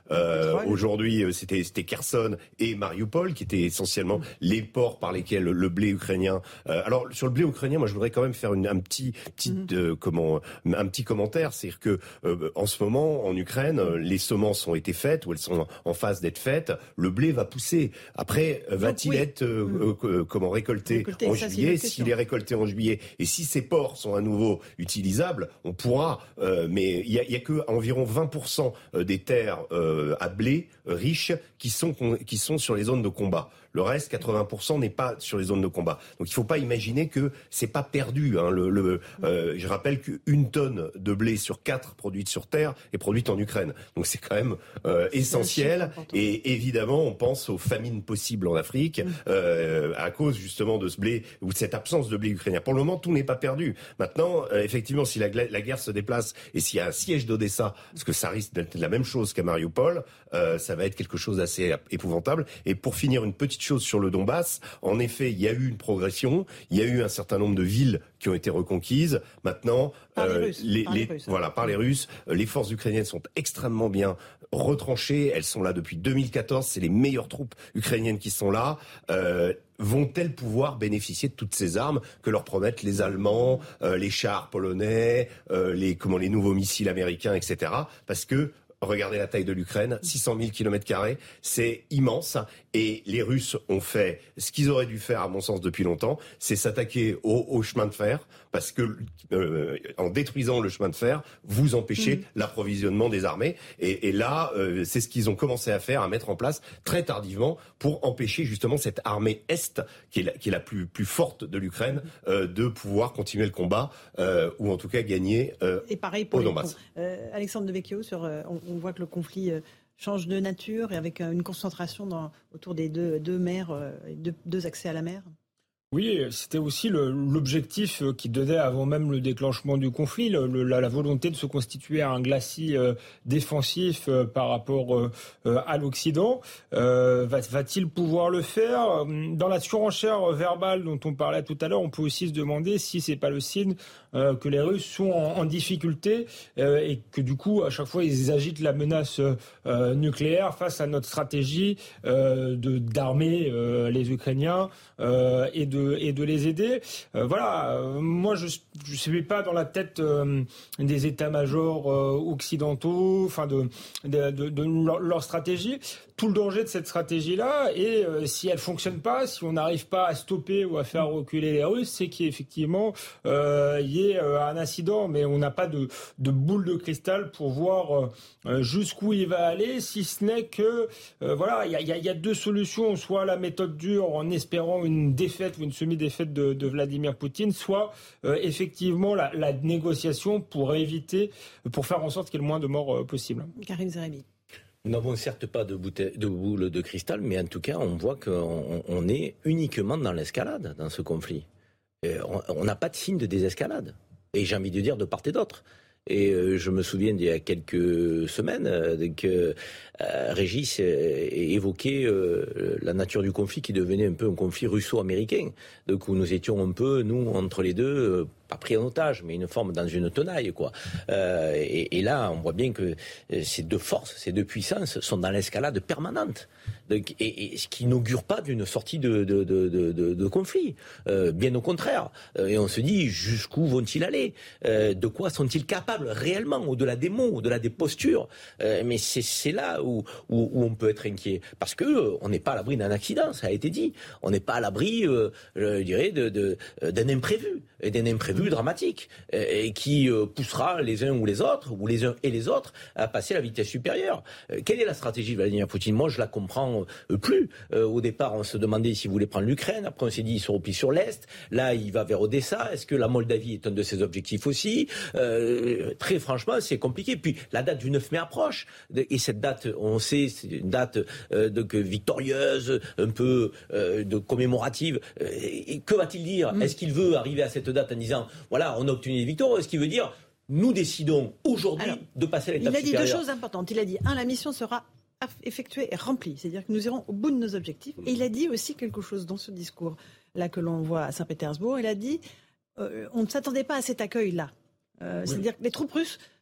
Euh, aujourd'hui, c'était, c'était Kherson et Mariupol, qui étaient essentiellement les ports par lesquels le blé ukrainien. Euh, alors sur le blé ukrainien, moi je voudrais quand même faire une, un petit, petit mm-hmm. euh, comment, un petit commentaire, c'est-à-dire que euh, en ce moment en Ukraine, les semences ont été faites ou elles sont en phase d'être faites. Le blé va pousser. Après, Donc, va-t-il oui. être euh, mm. euh, comment récolté, récolté en ça, juillet? S'il est récolté en juillet et si ces ports sont à nouveau utilisables, on pourra. Euh, mais il y a, y a que environ vingt pour cent des terres euh, à blé euh, riches qui sont qui sont sur les zones de combat. Le reste, quatre-vingts pour cent n'est pas sur les zones de combat. Donc il ne faut pas imaginer que c'est pas perdu. Hein. Le, le, euh, je rappelle qu'une tonne de blé sur quatre produite sur terre est produite en Ukraine. Donc c'est quand même euh, essentiel. Et évidemment, on pense aux famines possibles en Afrique euh, à cause justement de ce blé ou de cette absence de blé ukrainien. Pour le moment, tout n'est pas perdu. Maintenant, euh, effectivement, si la, la guerre se déplace et s'il y a un siège d'Odessa, parce que ça risque d'être la même chose qu'à Mariupol, euh, ça va être quelque chose d'assez épouvantable. Et pour finir, une petite chose sur le Donbass. En effet, il y a eu une progression, il y a eu un certain nombre de villes qui ont été reconquises. Maintenant, par les, euh, Russes, les, par les, les Russes, voilà, par les Russes, les forces ukrainiennes sont extrêmement bien retranchées. Elles sont là depuis deux mille quatorze. C'est les meilleures troupes ukrainiennes qui sont là. Euh, Vont-elles pouvoir bénéficier de toutes ces armes que leur promettent les Allemands, euh, les chars polonais, euh, les comment les nouveaux missiles américains, et cetera. Parce que regardez la taille de l'Ukraine, six cent mille kilomètres carrés, c'est immense. Et les Russes ont fait ce qu'ils auraient dû faire, à mon sens, depuis longtemps, c'est s'attaquer au, au chemin de fer, parce que euh, en détruisant le chemin de fer, vous empêchez mmh. l'approvisionnement des armées. Et, et là, euh, c'est ce qu'ils ont commencé à faire, à mettre en place très tardivement, pour empêcher justement cette armée Est, qui est la, qui est la plus, plus forte de l'Ukraine, euh, de pouvoir continuer le combat, euh, ou en tout cas gagner euh, et pareil pour au Donbass. Euh, Alexandre Devecchio, sur, euh, on, on voit que le conflit euh, change de nature et avec euh, une concentration dans, autour des deux, deux mers, euh, deux, deux accès à la mer. Oui, c'était aussi le, l'objectif qui donnait avant même le déclenchement du conflit, le, le, la, la volonté de se constituer un glacis euh, défensif euh, par rapport euh, euh, à l'Occident. Euh, va, va-t-il pouvoir le faire ? Dans la surenchère verbale dont on parlait tout à l'heure, on peut aussi se demander si c'est pas le signe euh, que les Russes sont en, en difficulté euh, et que du coup, à chaque fois, ils agitent la menace euh, nucléaire face à notre stratégie euh, de, d'armer euh, les Ukrainiens euh, et de De, et de les aider. Euh, voilà, euh, moi je ne suis pas dans la tête euh, des états-majors euh, occidentaux, enfin de, de, de, de leur, leur stratégie. Tout le danger de cette stratégie-là, et euh, si elle fonctionne pas, si on n'arrive pas à stopper ou à faire reculer les Russes, c'est qu'effectivement euh, il y ait euh, un incident, mais on n'a pas de, de boule de cristal pour voir euh, jusqu'où il va aller, si ce n'est que euh, voilà, il y a, y, a, y a deux solutions, soit la méthode dure en espérant une défaite ou une semi-défaite de, de Vladimir Poutine, soit euh, effectivement la, la négociation pour éviter, pour faire en sorte qu'il y ait le moins de morts euh, possible. Karim Zerbi. Nous n'avons certes pas de, bouteille, de boule de cristal, mais en tout cas, on voit qu'on on est uniquement dans l'escalade, dans ce conflit. Et on n'a pas de signe de désescalade. Et j'ai envie de dire de part et d'autre. Et euh, je me souviens d'il y a quelques semaines euh, que euh, Régis euh, évoquait euh, la nature du conflit qui devenait un peu un conflit russo-américain. Donc où nous étions un peu, nous, entre les deux, euh, pas pris en otage, mais une forme dans une tenaille, quoi. Euh, et, et là, on voit bien que ces deux forces, ces deux puissances sont dans l'escalade permanente. Donc, et, et ce qui n'augure pas d'une sortie de, de, de, de, de conflit. Euh, bien au contraire. Et on se dit, jusqu'où vont-ils aller ? euh, De quoi sont-ils capables réellement, au-delà des mots, au-delà des postures ? euh, Mais c'est, c'est là où, où, où on peut être inquiet. Parce que euh, on n'est pas à l'abri d'un accident, ça a été dit. On n'est pas à l'abri, euh, je dirais, de, de, d'un imprévu. Et d'un imprévu dramatique. Et, et qui euh, poussera les uns ou les autres, ou les uns et les autres, à passer à la vitesse supérieure. Euh, quelle est la stratégie de Vladimir Poutine ? Moi, je la comprends euh, plus. Euh, au départ, on se demandait s'il voulait prendre l'Ukraine. Après, on s'est dit il se replie sur l'Est. Là, il va vers Odessa. Est-ce que la Moldavie est un de ses objectifs aussi ? euh, Très franchement, c'est compliqué. Puis, la date du neuf mai approche. Et cette date, on sait, c'est une date euh, donc, victorieuse, un peu euh, de commémorative. Euh, et que va-t-il dire ? mmh. Est-ce qu'il veut arriver à cette date en disant voilà, on a obtenu des victoires ? Est-ce qu'il veut dire nous décidons aujourd'hui Alors, de passer à l'étape supérieure ? Il a dit deux choses importantes. Il a dit un, la mission sera effectuée et remplie, c'est-à-dire que nous irons au bout de nos objectifs. Et il a dit aussi quelque chose dans ce discours là que l'on voit à Saint-Pétersbourg. Il a dit euh, on ne s'attendait pas à cet accueil-là. Euh, oui. C'est-à-dire que les troupes russes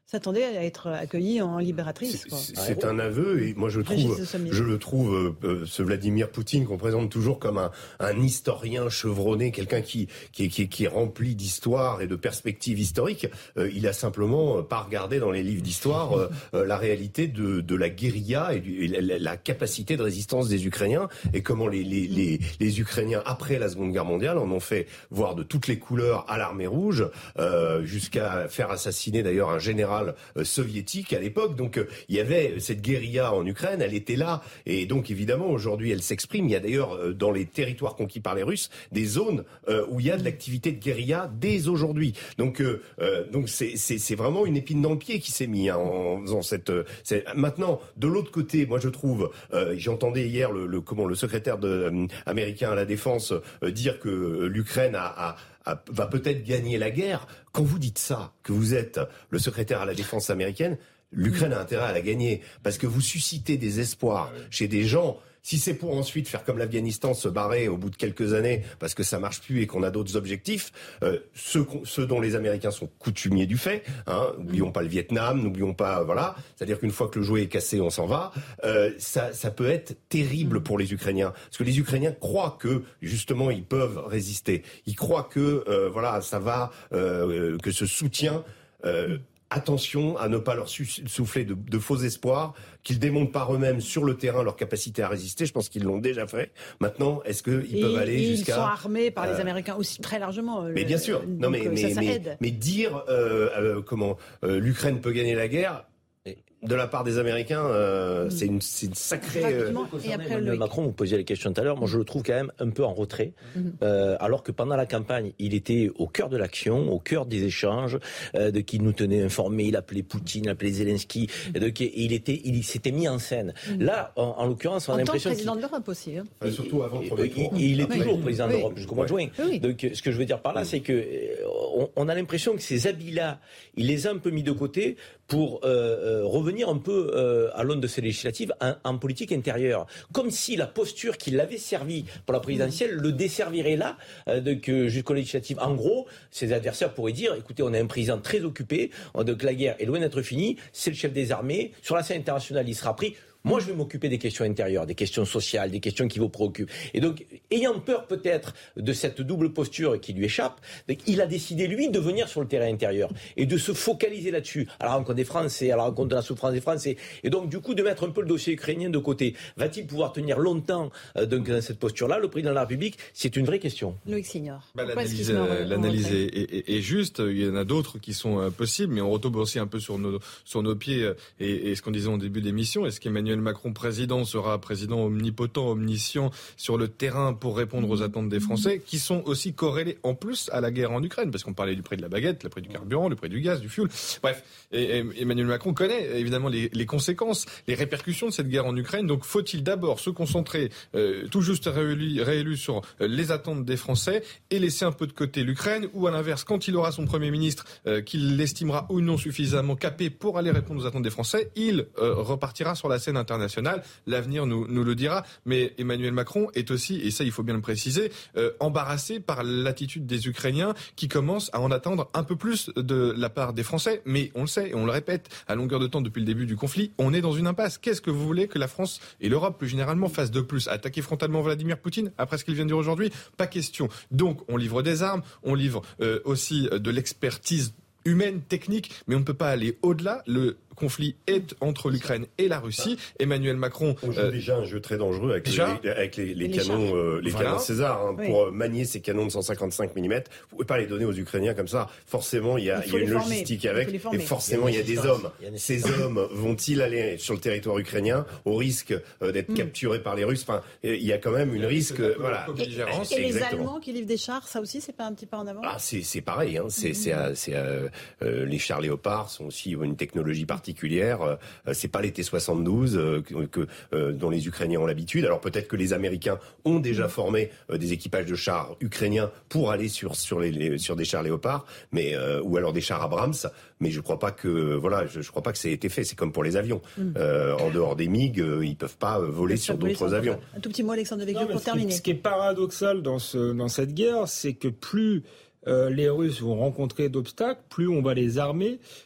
s'attendait à être accueillie en libératrice. Quoi. C'est, c'est un aveu, et moi je trouve, je le trouve, euh, ce Vladimir Poutine qu'on présente toujours comme un, un historien chevronné, quelqu'un qui, qui, qui, qui est rempli d'histoire et de perspectives historiques. Euh, il a simplement pas regardé dans les livres d'histoire euh, euh, la réalité de, de la guérilla et, du, et la, la capacité de résistance des Ukrainiens, et comment les, les, les, les Ukrainiens, après la Seconde Guerre mondiale, en ont fait voir de toutes les couleurs à l'armée rouge, euh, jusqu'à faire assassiner d'ailleurs un général soviétique à l'époque. Donc euh, il y avait cette guérilla en Ukraine, elle était là, et donc évidemment aujourd'hui elle s'exprime. Il y a d'ailleurs euh, dans les territoires conquis par les Russes des zones euh, où il y a de l'activité de guérilla dès aujourd'hui. Donc euh, euh, donc c'est, c'est c'est vraiment une épine dans le pied qui s'est mise hein, en faisant cette. Euh, cette... Maintenant de l'autre côté, moi je trouve, euh, j'entendais hier le, le comment le secrétaire de, euh, américain à la défense euh, dire que euh, l'Ukraine a, a va peut-être gagner la guerre. Quand vous dites ça, que vous êtes le secrétaire à la défense américaine, l'Ukraine a intérêt à la gagner, parce que vous suscitez des espoirs chez des gens. Si c'est pour ensuite faire comme l'Afghanistan, se barrer au bout de quelques années parce que ça marche plus et qu'on a d'autres objectifs, euh, ceux, ceux dont les Américains sont coutumiers du fait, hein, n'oublions pas le Vietnam, n'oublions pas, voilà, c'est-à-dire qu'une fois que le jouet est cassé, on s'en va, euh, ça, ça peut être terrible pour les Ukrainiens, parce que les Ukrainiens croient que, justement, ils peuvent résister, ils croient que, euh, voilà, ça va, euh, que ce soutien... Euh, Attention à ne pas leur souffler de, de faux espoirs, qu'ils démontrent par eux-mêmes sur le terrain leur capacité à résister. Je pense qu'ils l'ont déjà fait. Maintenant, est-ce qu'ils peuvent aller et jusqu'à... Ils sont armés par euh, les Américains aussi très largement. Mais le, bien sûr. Non, mais, mais, ça, ça mais, aide. mais dire euh, euh, comment euh, l'Ukraine peut gagner la guerre... De la part des Américains, euh, mmh. c'est, une, c'est une sacrée... Euh... Et après, Emmanuel Macron, vous posiez la question tout à l'heure, moi je le trouve quand même un peu en retrait, mmh. euh, alors que pendant la campagne, il était au cœur de l'action, au cœur des échanges, euh, de qui nous tenait informés, il appelait Poutine, il appelait Zelensky, mmh. et, de, et il, était, il s'était mis en scène. Mmh. Là, en, en l'occurrence, on a en l'impression... En tant que président de l'Europe aussi. Hein. Enfin, surtout avant le premier tour. Il, il est toujours oui. président oui. de l'Europe jusqu'au mois de juin. Oui. Donc ce que je veux dire par là, c'est que on, on a l'impression que ces habits-là, il les a un peu mis de côté pour euh, euh, revenir un peu... Euh, à l'aune de ces législatives en, en politique intérieure, comme si la posture qui l'avait servi pour la présidentielle le desservirait là, euh, donc, euh, jusqu'aux législatives. En gros, ses adversaires pourraient dire, écoutez, on a un président très occupé, donc la guerre est loin d'être finie, c'est le chef des armées, sur la scène internationale il sera pris. Moi, je vais m'occuper des questions intérieures, des questions sociales, des questions qui vous préoccupent. Et donc, ayant peur peut-être de cette double posture qui lui échappe, il a décidé, lui, de venir sur le terrain intérieur et de se focaliser là-dessus, à la rencontre des Français, à la rencontre de la souffrance des Français. Et donc, du coup, de mettre un peu le dossier ukrainien de côté. Va-t-il pouvoir tenir longtemps euh, donc, dans cette posture-là, le président de la République? C'est une vraie question. Loïc Signor. Bah, l'analyse euh, l'analyse est, est, est juste. Il y en a d'autres qui sont euh, possibles, mais on retombe aussi un peu sur nos, sur nos pieds euh, et, et ce qu'on disait au début de l'émission. Est-ce qu'Emmanuel Macron, président, sera président omnipotent, omniscient sur le terrain pour répondre aux attentes des Français, qui sont aussi corrélées en plus à la guerre en Ukraine, parce qu'on parlait du prix de la baguette, le prix du carburant, le prix du gaz, du fioul. Bref, et, et Emmanuel Macron connaît évidemment les, les conséquences, les répercussions de cette guerre en Ukraine. Donc faut-il d'abord se concentrer euh, tout juste réélu, réélu sur euh, les attentes des Français et laisser un peu de côté l'Ukraine, ou à l'inverse, quand il aura son Premier ministre, euh, qu'il l'estimera ou non suffisamment capé pour aller répondre aux attentes des Français, il euh, repartira sur la scène internationale. L'avenir nous, nous le dira, mais Emmanuel Macron est aussi, et ça il faut bien le préciser, euh, embarrassé par l'attitude des Ukrainiens qui commencent à en attendre un peu plus de la part des Français. Mais on le sait, et on le répète à longueur de temps depuis le début du conflit, on est dans une impasse. Qu'est-ce que vous voulez que la France et l'Europe plus généralement fassent de plus? Attaquer frontalement Vladimir Poutine après ce qu'il vient de dire aujourd'hui? Pas question. Donc on livre des armes, on livre euh, aussi de l'expertise humaine, technique, mais on ne peut pas aller au-delà. Le conflit est entre l'Ukraine et la Russie. Emmanuel Macron... On joue euh, déjà un jeu très dangereux avec déjà, les, avec les, les, les canons, euh, les voilà. canons César. Hein, oui. Pour manier ces canons de cent cinquante-cinq millimètres, vous ne pouvez pas les donner aux Ukrainiens comme ça. Forcément, il y a, il y a une former. logistique avec. Et forcément, il y a, il y a des hommes. A Ces hommes vont-ils aller sur le territoire ukrainien au risque euh, d'être mm. capturés par les Russes? Enfin, il y a quand même une risque... Euh, voilà. Et, et, et les Allemands qui livrent des chars, ça aussi, c'est pas un petit peu en avant? Ah, c'est, c'est pareil. Hein. C'est, mm. c'est, euh, c'est, euh, euh, les chars Léopard sont aussi une technologie particulière. Euh, c'est pas les T soixante-douze euh, que, euh, dont les Ukrainiens ont l'habitude. Alors peut-être que les Américains ont déjà formé euh, des équipages de chars ukrainiens pour aller sur sur les, les sur des chars Léopard, mais euh, ou alors des chars Abrams. Mais je crois pas que voilà, je, je crois pas que ça ait été fait. C'est comme pour les avions. Mm. Euh, en dehors des MiG, euh, ils peuvent pas voler sur d'autres avions. Un tout petit mot, Alexandre Devecchio, pour ce terminer. Qui, ce qui est paradoxal dans ce dans cette guerre, c'est que plus Euh, les Russes vont rencontrer d'obstacles, plus on va les armer,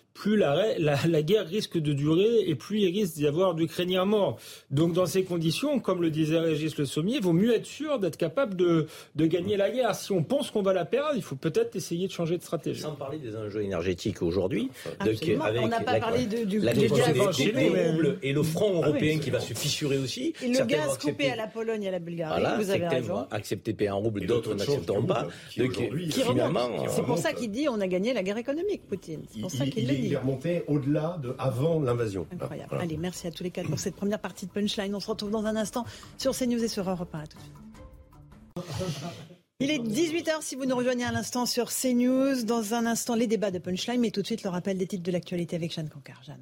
plus la, la, la guerre risque de durer et plus il risque d'y avoir d'Ukrainiens morts. Donc dans ces conditions, comme le disait Régis Le Sommier, il vaut mieux être sûr d'être capable de, de gagner la guerre. Si on pense qu'on va la perdre, il faut peut-être essayer de changer de stratégie. Sans parler des enjeux énergétiques aujourd'hui, donc, avec on n'a pas la, parlé de, du la du gaz des, des roubles et le front européen ah oui, qui va se fissurer aussi. Et le gaz coupé à la Pologne et à la Bulgarie, voilà, vous avez raison. Accepter payer en rouble, d'autres n'accepteront pas. Qui qui finalement, c'est pour ça qu'il dit on a gagné la guerre économique, Poutine. C'est pour il, ça qu'il il, le dit. Il est remonté au-delà de avant l'invasion. Incroyable. Voilà. Allez, merci à tous les quatre pour cette première partie de Punchline. On se retrouve dans un instant sur CNews et sur Europe un. À tout de suite. Il est dix-huit heures si vous nous rejoignez à l'instant sur CNews. Dans un instant, les débats de Punchline, mais tout de suite le rappel des titres de l'actualité avec Jeanne Cancard. Jeanne.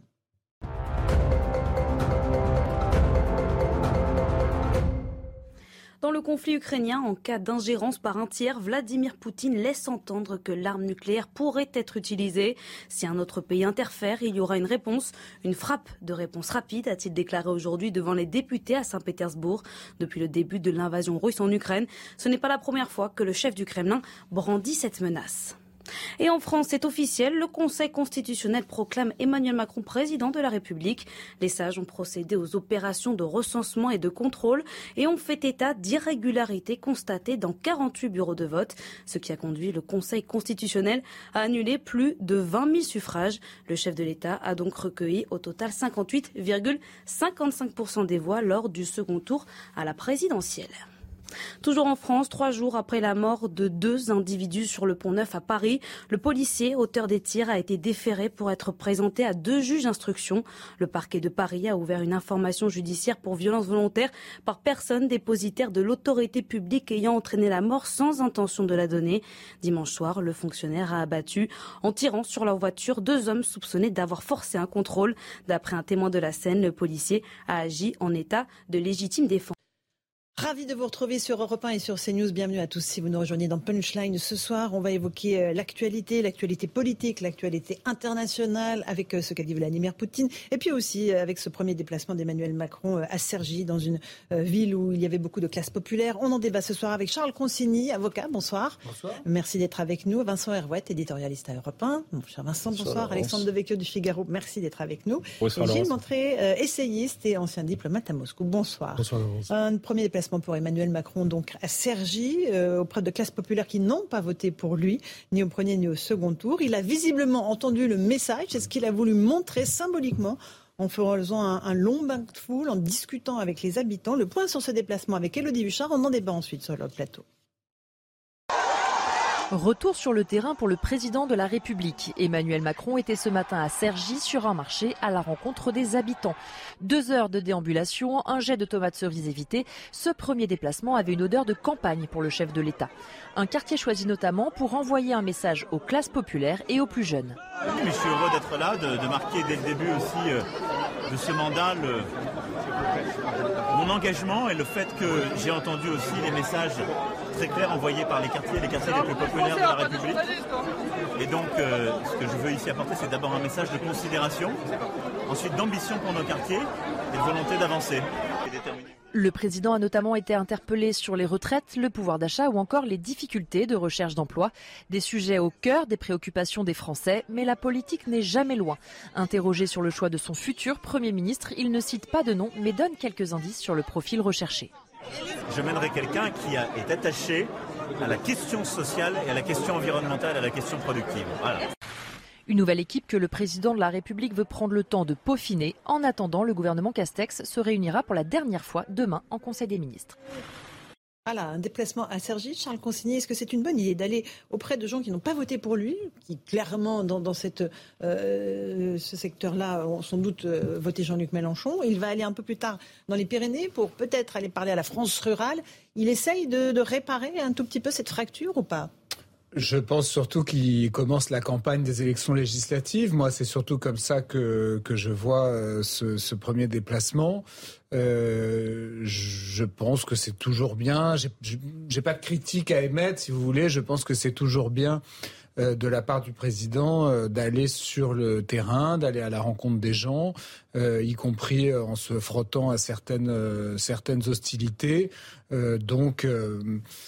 Dans le conflit ukrainien, en cas d'ingérence par un tiers, Vladimir Poutine laisse entendre que l'arme nucléaire pourrait être utilisée. Si un autre pays interfère, il y aura une réponse, une frappe de réponse rapide, a-t-il déclaré aujourd'hui devant les députés à Saint-Pétersbourg. Depuis le début de l'invasion russe en Ukraine, ce n'est pas la première fois que le chef du Kremlin brandit cette menace. Et en France, c'est officiel, le Conseil constitutionnel proclame Emmanuel Macron président de la République. Les sages ont procédé aux opérations de recensement et de contrôle et ont fait état d'irrégularités constatées dans quarante-huit bureaux de vote, ce qui a conduit le Conseil constitutionnel à annuler plus de vingt mille suffrages. Le chef de l'État a donc recueilli au total cinquante-huit virgule cinquante-cinq pour cent des voix lors du second tour à la présidentielle. Toujours en France, trois jours après la mort de deux individus sur le Pont-Neuf à Paris, le policier auteur des tirs a été déféré pour être présenté à deux juges d'instruction. Le parquet de Paris a ouvert une information judiciaire pour violence volontaire par personne dépositaire de l'autorité publique ayant entraîné la mort sans intention de la donner. Dimanche soir, le fonctionnaire a abattu en tirant sur leur voiture deux hommes soupçonnés d'avoir forcé un contrôle. D'après un témoin de la scène, le policier a agi en état de légitime défense. Ravi de vous retrouver sur Europe un et sur CNews. Bienvenue à tous si vous nous rejoignez dans Punchline. Ce soir, on va évoquer l'actualité, l'actualité politique, l'actualité internationale avec ce qu'a dit Vladimir Poutine et puis aussi avec ce premier déplacement d'Emmanuel Macron à Cergy, dans une ville où il y avait beaucoup de classes populaires. On en débat ce soir avec Charles Consigny, avocat. Bonsoir. Bonsoir. Merci d'être avec nous. Vincent Herouette, éditorialiste à Europe un. Mon cher Vincent, bonsoir. bonsoir. Alexandre Devecchio du Figaro, merci d'être avec nous. Bonsoir, et Gilles Montré, euh, essayiste et ancien diplomate à Moscou. Bonsoir. Bonsoir. Un premier déplacement pour Emmanuel Macron donc à Cergy, euh, auprès de classes populaires qui n'ont pas voté pour lui, ni au premier ni au second tour. Il a visiblement entendu le message, c'est ce qu'il a voulu montrer symboliquement en faisant un, un long bain de foule, en discutant avec les habitants. Le point sur ce déplacement avec Élodie Huchard, on en débat ensuite sur le plateau. Retour sur le terrain pour le président de la République. Emmanuel Macron était ce matin à Cergy sur un marché à la rencontre des habitants. Deux heures de déambulation, un jet de tomates cerises évité. Ce premier déplacement avait une odeur de campagne pour le chef de l'État. Un quartier choisi notamment pour envoyer un message aux classes populaires et aux plus jeunes. Oui, mais je suis heureux d'être là, de, de marquer dès le début aussi euh, de ce mandat le, mon engagement et le fait que j'ai entendu aussi les messages très clairs envoyés par les quartiers, les quartiers les plus populaires de la République. Et donc, euh, ce que je veux ici apporter, c'est d'abord un message de considération, ensuite d'ambition pour nos quartiers et de volonté d'avancer. Le président a notamment été interpellé sur les retraites, le pouvoir d'achat ou encore les difficultés de recherche d'emploi. Des sujets au cœur des préoccupations des Français, mais la politique n'est jamais loin. Interrogé sur le choix de son futur Premier ministre, il ne cite pas de nom, mais donne quelques indices sur le profil recherché. Je mènerai quelqu'un qui est attaché à la question sociale et à la question environnementale et à la question productive. Voilà. Une nouvelle équipe que le président de la République veut prendre le temps de peaufiner. En attendant, le gouvernement Castex se réunira pour la dernière fois demain en Conseil des ministres. Voilà, un déplacement à Cergy. Charles Consigny, est-ce que c'est une bonne idée d'aller auprès de gens qui n'ont pas voté pour lui, qui clairement dans, dans cette, euh, ce secteur-là ont sans doute euh, voté Jean-Luc Mélenchon. Il va aller un peu plus tard dans les Pyrénées pour peut-être aller parler à la France rurale. Il essaye de, de réparer un tout petit peu cette fracture ou pas ? Je pense surtout qu'il commence la campagne des élections législatives. Moi, c'est surtout comme ça que, que je vois ce, ce premier déplacement. Euh, je pense que c'est toujours bien. J'ai, j'ai pas de critique à émettre, si vous voulez. Je pense que c'est toujours bien euh, de la part du président euh, d'aller sur le terrain, d'aller à la rencontre des gens, euh, y compris en se frottant à certaines, euh, certaines hostilités. Euh, donc... Euh,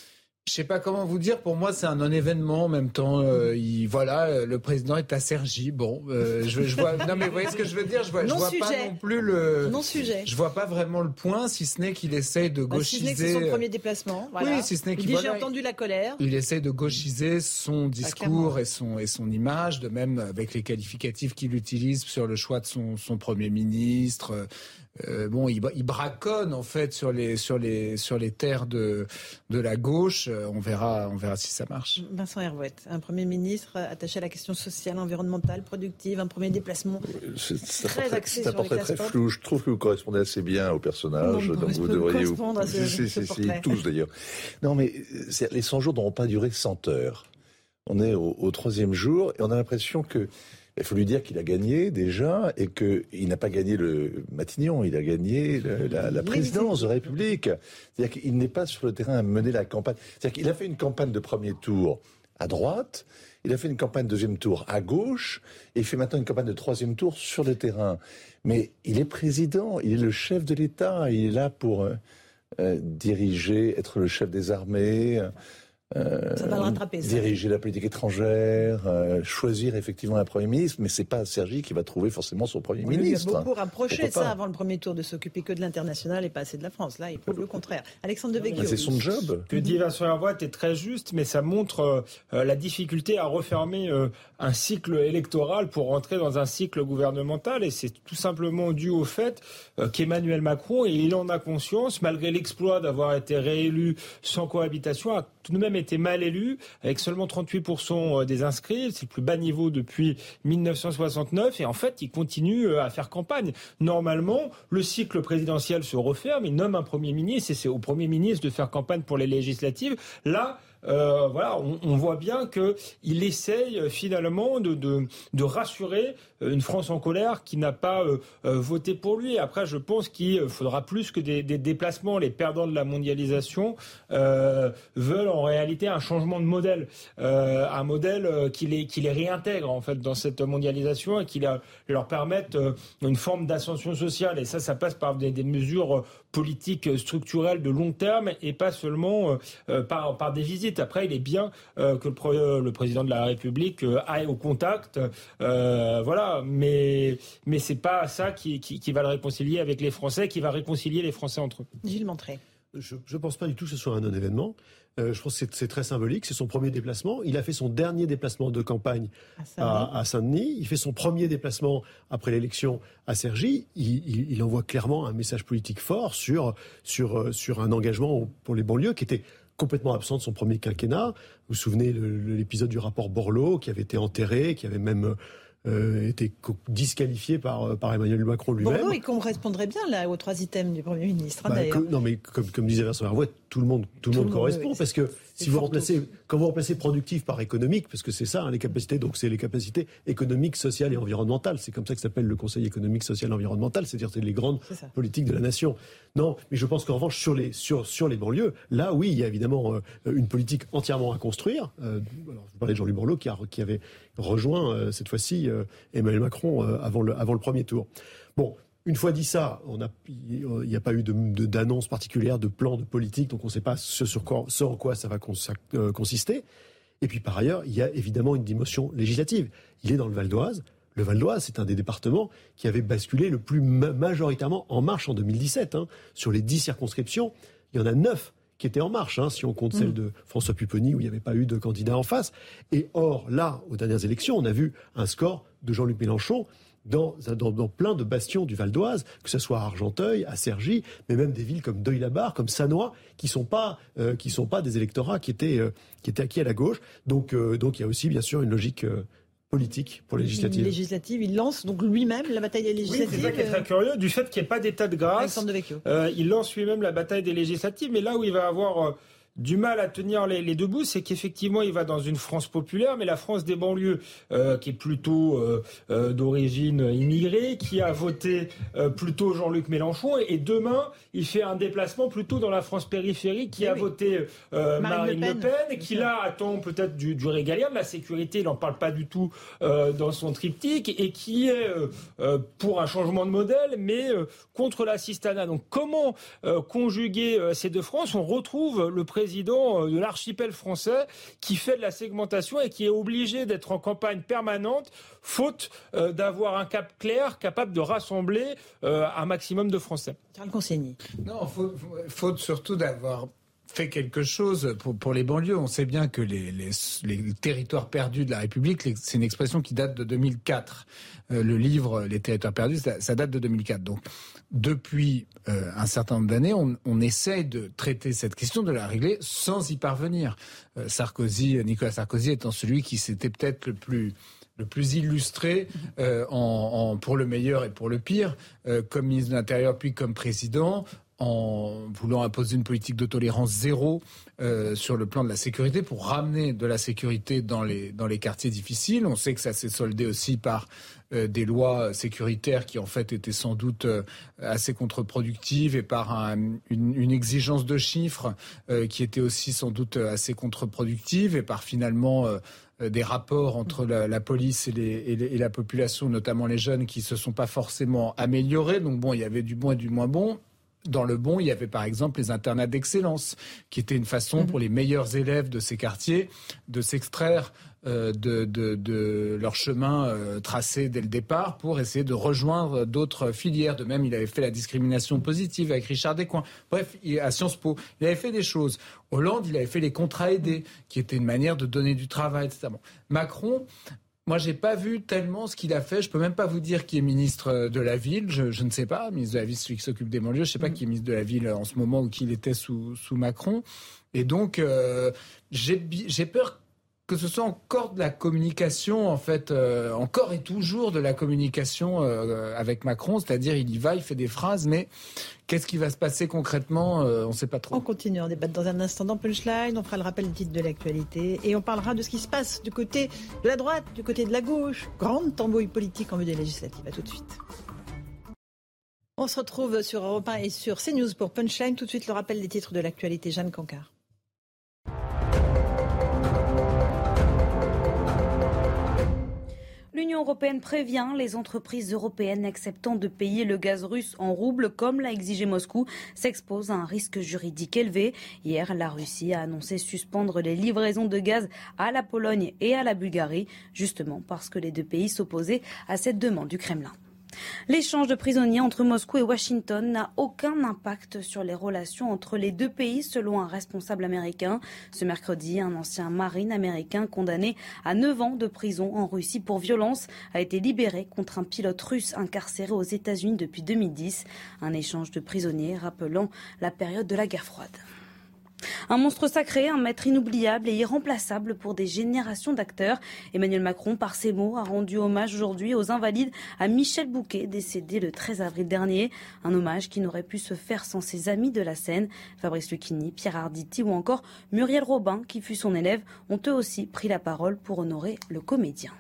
Je sais pas comment vous dire. Pour moi, c'est un non-événement. En même temps, euh, il, voilà, le président est à Cergy. Bon, euh, je, je vois. Non, mais vous voyez ce que je veux dire. Je vois, je vois pas non plus le. Non sujet. Je vois pas vraiment le point, si ce n'est qu'il essaye de gauchiser. Bah, si ce n'est que c'est son premier déplacement. Voilà. Oui, si ce n'est qu'il il dit voilà, j'ai entendu la colère. Il essaye de gauchiser son discours ah, et son et son image, de même avec les qualificatifs qu'il utilise sur le choix de son son premier ministre. Euh, bon, il, il braconne en fait sur les sur les sur les terres de de la gauche. Euh, on verra, on verra si ça marche. Vincent Herouette, un premier ministre attaché à la question sociale, environnementale, productive, un premier déplacement c'est, c'est très portrait, axé c'est sur un portrait très flou. Je trouve que vous correspondez assez bien au personnage. Non, donc vous devriez vous... à ce, c'est, ce c'est, c'est, tous d'ailleurs. Non, mais c'est, les cent jours n'auront pas duré cent heures. On est au, au troisième jour et on a l'impression que il faut lui dire qu'il a gagné déjà et qu'il n'a pas gagné le Matignon, il a gagné le, la, la présidence de la République. C'est-à-dire qu'il n'est pas sur le terrain à mener la campagne. C'est-à-dire qu'il a fait une campagne de premier tour à droite, il a fait une campagne de deuxième tour à gauche et il fait maintenant une campagne de troisième tour sur le terrain. Mais il est président, il est le chef de l'État, il est là pour euh, euh, diriger, être le chef des armées. Euh, ça va le rattraper, ça. Diriger la politique étrangère, euh, choisir effectivement un Premier ministre, mais c'est pas Cergy qui va trouver forcément son Premier oui, ministre. Il a beaucoup rapproché ça avant le premier tour, de s'occuper que de l'international et pas assez de la France. Là, il prouve le contraire. Alexandre Devecchio. C'est son job. Ce que dit Vincent Herouette est très juste, mais ça montre euh, la difficulté à refermer euh, un cycle électoral pour rentrer dans un cycle gouvernemental, et c'est tout simplement dû au fait euh, qu'Emmanuel Macron, et il en a conscience, malgré l'exploit d'avoir été réélu sans cohabitation, a tout de même été mal élu, avec seulement trente-huit pour cent des inscrits. C'est le plus bas niveau depuis dix-neuf cent soixante-neuf. Et en fait, il continue à faire campagne. Normalement, le cycle présidentiel se referme. Il nomme un Premier ministre et c'est au Premier ministre de faire campagne pour les législatives. Là, Euh, voilà, on, on voit bien qu'il essaye finalement de, de, de rassurer une France en colère qui n'a pas euh, euh, voté pour lui. Après, je pense qu'il faudra plus que des, des déplacements. Les perdants de la mondialisation euh, veulent en réalité un changement de modèle, euh, un modèle qui les, qui les réintègre en fait dans cette mondialisation et qui la, leur permette euh, une forme d'ascension sociale. Et ça, ça passe par des, des mesures politiques structurelles de long terme et pas seulement euh, par, par des visites. Après, il est bien euh, que le, pre- le président de la République euh, aille au contact, euh, voilà. Mais mais c'est pas ça qui, qui qui va le réconcilier avec les Français, qui va réconcilier les Français entre eux. Gilles Montré. Je ne pense pas du tout que ce soit un non-événement. Euh, je pense que c'est, c'est très symbolique. C'est son premier déplacement. Il a fait son dernier déplacement de campagne à Saint-Denis. À, à Saint-Denis. Il fait son premier déplacement après l'élection à Cergy. Il, il, il envoie clairement un message politique fort sur, sur, sur un engagement pour les banlieues qui était complètement absent de son premier quinquennat. Vous vous souvenez de l'épisode du rapport Borloo qui avait été enterré, qui avait même euh, été disqualifié par, par Emmanuel Macron lui-même. Borloo, il correspondrait bien là aux trois items du Premier ministre. Hein, bah, d'ailleurs. Que, non, mais comme, comme disait Vincent Herouette, tout le monde, tout le tout monde correspond, oui, parce que si vous remplacez, quand vous remplacez productif par économique, parce que c'est ça, hein, les capacités, donc c'est les capacités économiques, sociales et environnementales. C'est comme ça que s'appelle le Conseil économique, social et environnemental, c'est-à-dire c'est les grandes politiques de la nation. Non, mais je pense qu'en revanche, sur les, sur, sur les banlieues, là, oui, il y a évidemment euh, une politique entièrement à construire. Euh, alors, vous parlez de Jean-Luc Borloo qui, a, qui avait rejoint, euh, cette fois-ci, euh, Emmanuel Macron euh, avant, le, avant le premier tour. Bon. Une fois dit ça, il n'y a, a pas eu de, de, d'annonce particulière, de plan, de politique, donc on ne sait pas ce, sur quoi, ce en quoi ça va cons, euh, consister. Et puis par ailleurs, il y a évidemment une dimension législative. Il est dans le Val d'Oise. Le Val d'Oise, c'est un des départements qui avait basculé le plus ma- majoritairement en marche en deux mille dix-sept. Hein. Sur les dix circonscriptions, il y en a neuf qui étaient en marche, hein, si on compte mmh. celle de François Pupponi, où il n'y avait pas eu de candidat en face. Et or, là, aux dernières élections, on a vu un score de Jean-Luc Mélenchon Dans, dans, dans plein de bastions du Val d'Oise, que ce soit à Argenteuil, à Cergy, mais même des villes comme Deuil-la-Barre, comme Sannois, qui sont pas, euh, qui sont pas des électorats qui étaient, euh, qui étaient acquis à la gauche. Donc, euh, donc il y a aussi bien sûr une logique euh, politique pour les législatives. Législative, il lance donc lui-même la bataille des législatives. Oui, c'est ça qui est très curieux, du fait qu'il n'y ait pas d'état de grâce. Euh, il lance lui-même la bataille des législatives, mais là où il va avoir euh, du mal à tenir les, les deux bouts, c'est qu'effectivement, il va dans une France populaire, mais la France des banlieues, euh, qui est plutôt euh, euh, d'origine immigrée, qui a voté euh, plutôt Jean-Luc Mélenchon, et, et demain, il fait un déplacement plutôt dans la France périphérique, qui oui, a oui. voté euh, Marine, Marine Le Pen, Le Pen qui là attend peut-être du, du régalien, de la sécurité, il n'en parle pas du tout euh, dans son triptyque, et qui est euh, euh, pour un changement de modèle, mais euh, contre l'assistanat. Donc comment euh, conjuguer euh, ces deux France? On retrouve le président président de l'archipel français qui fait de la segmentation et qui est obligé d'être en campagne permanente, faute euh, d'avoir un cap clair, capable de rassembler euh, un maximum de Français. Charles Consigny. Non, faute, faute surtout d'avoir fait quelque chose pour, pour les banlieues. On sait bien que les, les, les territoires perdus de la République, c'est une expression qui date de deux mille quatre. Euh, le livre Les territoires perdus, ça, ça date de deux mille quatre. Donc, depuis euh, un certain nombre d'années, on, on essaye de traiter cette question, de la régler sans y parvenir. Euh, Sarkozy, Nicolas Sarkozy étant celui qui s'était peut-être le plus... le plus illustré euh, en, en, pour le meilleur et pour le pire, euh, comme ministre de l'Intérieur puis comme président, en voulant imposer une politique de tolérance zéro euh, sur le plan de la sécurité pour ramener de la sécurité dans les, dans les quartiers difficiles. On sait que ça s'est soldé aussi par euh, des lois sécuritaires qui en fait étaient sans doute euh, assez contre-productives et par un, une, une exigence de chiffres euh, qui était aussi sans doute assez contre-productive et par finalement... Euh, des rapports entre la, la police et, les, et, les, et la population, notamment les jeunes, qui se sont pas forcément améliorés. Donc bon, il y avait du bon et du moins bon. Dans le bon, il y avait par exemple les internats d'excellence, qui étaient une façon pour les meilleurs élèves de ces quartiers de s'extraire euh, de, de, de leur chemin euh, tracé dès le départ pour essayer de rejoindre d'autres filières. De même, il avait fait la discrimination positive avec Richard Descoings. Bref, il, à Sciences Po, il avait fait des choses. Hollande, il avait fait les contrats aidés, qui étaient une manière de donner du travail, et cetera. Bon. Macron... Moi, j'ai pas vu tellement ce qu'il a fait. Je peux même pas vous dire qui est ministre de la Ville. Je, je ne sais pas. Ministre de la Ville, celui qui s'occupe des banlieues. Je sais pas qui est ministre de la Ville en ce moment ou qui l'était sous, sous Macron. Et donc, euh, j'ai, j'ai peur que ce soit encore de la communication, en fait, euh, encore et toujours de la communication euh, avec Macron. C'est-à-dire, il y va, il fait des phrases, mais qu'est-ce qui va se passer concrètement euh, on ne sait pas trop. On continue, on débattre dans un instant dans Punchline. On fera le rappel des titres de l'actualité et on parlera de ce qui se passe du côté de la droite, du côté de la gauche. Grande tambouille politique en vue des législatives. À tout de suite. On se retrouve sur Europe un et sur CNews pour Punchline. Tout de suite, le rappel des titres de l'actualité. Jeanne Cancard. L'Union européenne prévient les entreprises européennes acceptant de payer le gaz russe en roubles, comme l'a exigé Moscou, s'exposent à un risque juridique élevé. Hier, la Russie a annoncé suspendre les livraisons de gaz à la Pologne et à la Bulgarie, justement parce que les deux pays s'opposaient à cette demande du Kremlin. L'échange de prisonniers entre Moscou et Washington n'a aucun impact sur les relations entre les deux pays, selon un responsable américain. Ce mercredi, un ancien marine américain condamné à neuf ans de prison en Russie pour violence a été libéré contre un pilote russe incarcéré aux États-Unis depuis deux mille dix. Un échange de prisonniers rappelant la période de la guerre froide. Un monstre sacré, un maître inoubliable et irremplaçable pour des générations d'acteurs. Emmanuel Macron, par ses mots, a rendu hommage aujourd'hui aux Invalides à Michel Bouquet, décédé le treize avril dernier. Un hommage qui n'aurait pu se faire sans ses amis de la scène. Fabrice Lucchini, Pierre Arditi ou encore Muriel Robin, qui fut son élève, ont eux aussi pris la parole pour honorer le comédien.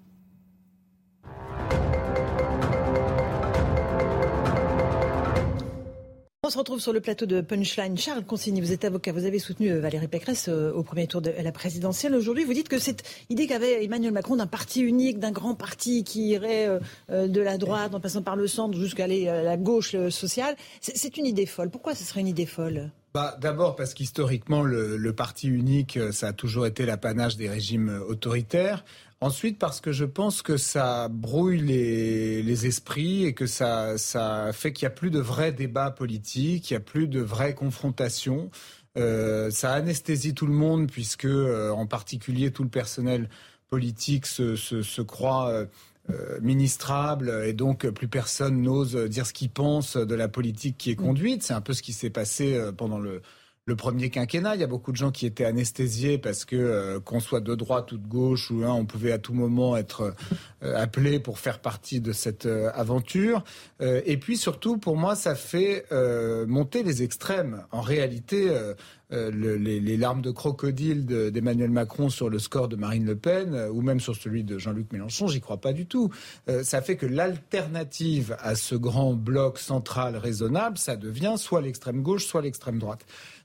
On se retrouve sur le plateau de Punchline. Charles Consigny, vous êtes avocat, vous avez soutenu Valérie Pécresse au premier tour de la présidentielle. Aujourd'hui, vous dites que cette idée qu'avait Emmanuel Macron d'un parti unique, d'un grand parti qui irait de la droite en passant par le centre jusqu'à la gauche sociale, c'est une idée folle. Pourquoi ce serait une idée folle ? Bah, d'abord parce qu'historiquement, le, le parti unique, ça a toujours été l'apanage des régimes autoritaires. Ensuite, parce que je pense que ça brouille les, les esprits et que ça, ça fait qu'il n'y a plus de vrais débats politiques, il n'y a plus de vraies confrontations. Euh, ça anesthésie tout le monde puisque, euh, en particulier, tout le personnel politique se, se, se croit euh, euh, ministrable et donc plus personne n'ose dire ce qu'il pense de la politique qui est conduite. C'est un peu ce qui s'est passé euh, pendant le... Le premier quinquennat, il y a beaucoup de gens qui étaient anesthésiés parce que euh, qu'on soit de droite ou de gauche, ou hein, on pouvait à tout moment être euh, appelé pour faire partie de cette euh, aventure. Euh, et puis surtout, pour moi, ça fait euh, monter les extrêmes. En réalité, euh, euh, le, les, les larmes de crocodile de, d'Emmanuel Macron sur le score de Marine Le Pen, euh, ou même sur celui de Jean-Luc Mélenchon, j'y crois pas du tout. Euh, ça fait que l'alternative à ce grand bloc central raisonnable, ça devient soit l'extrême gauche, soit l'extrême droite.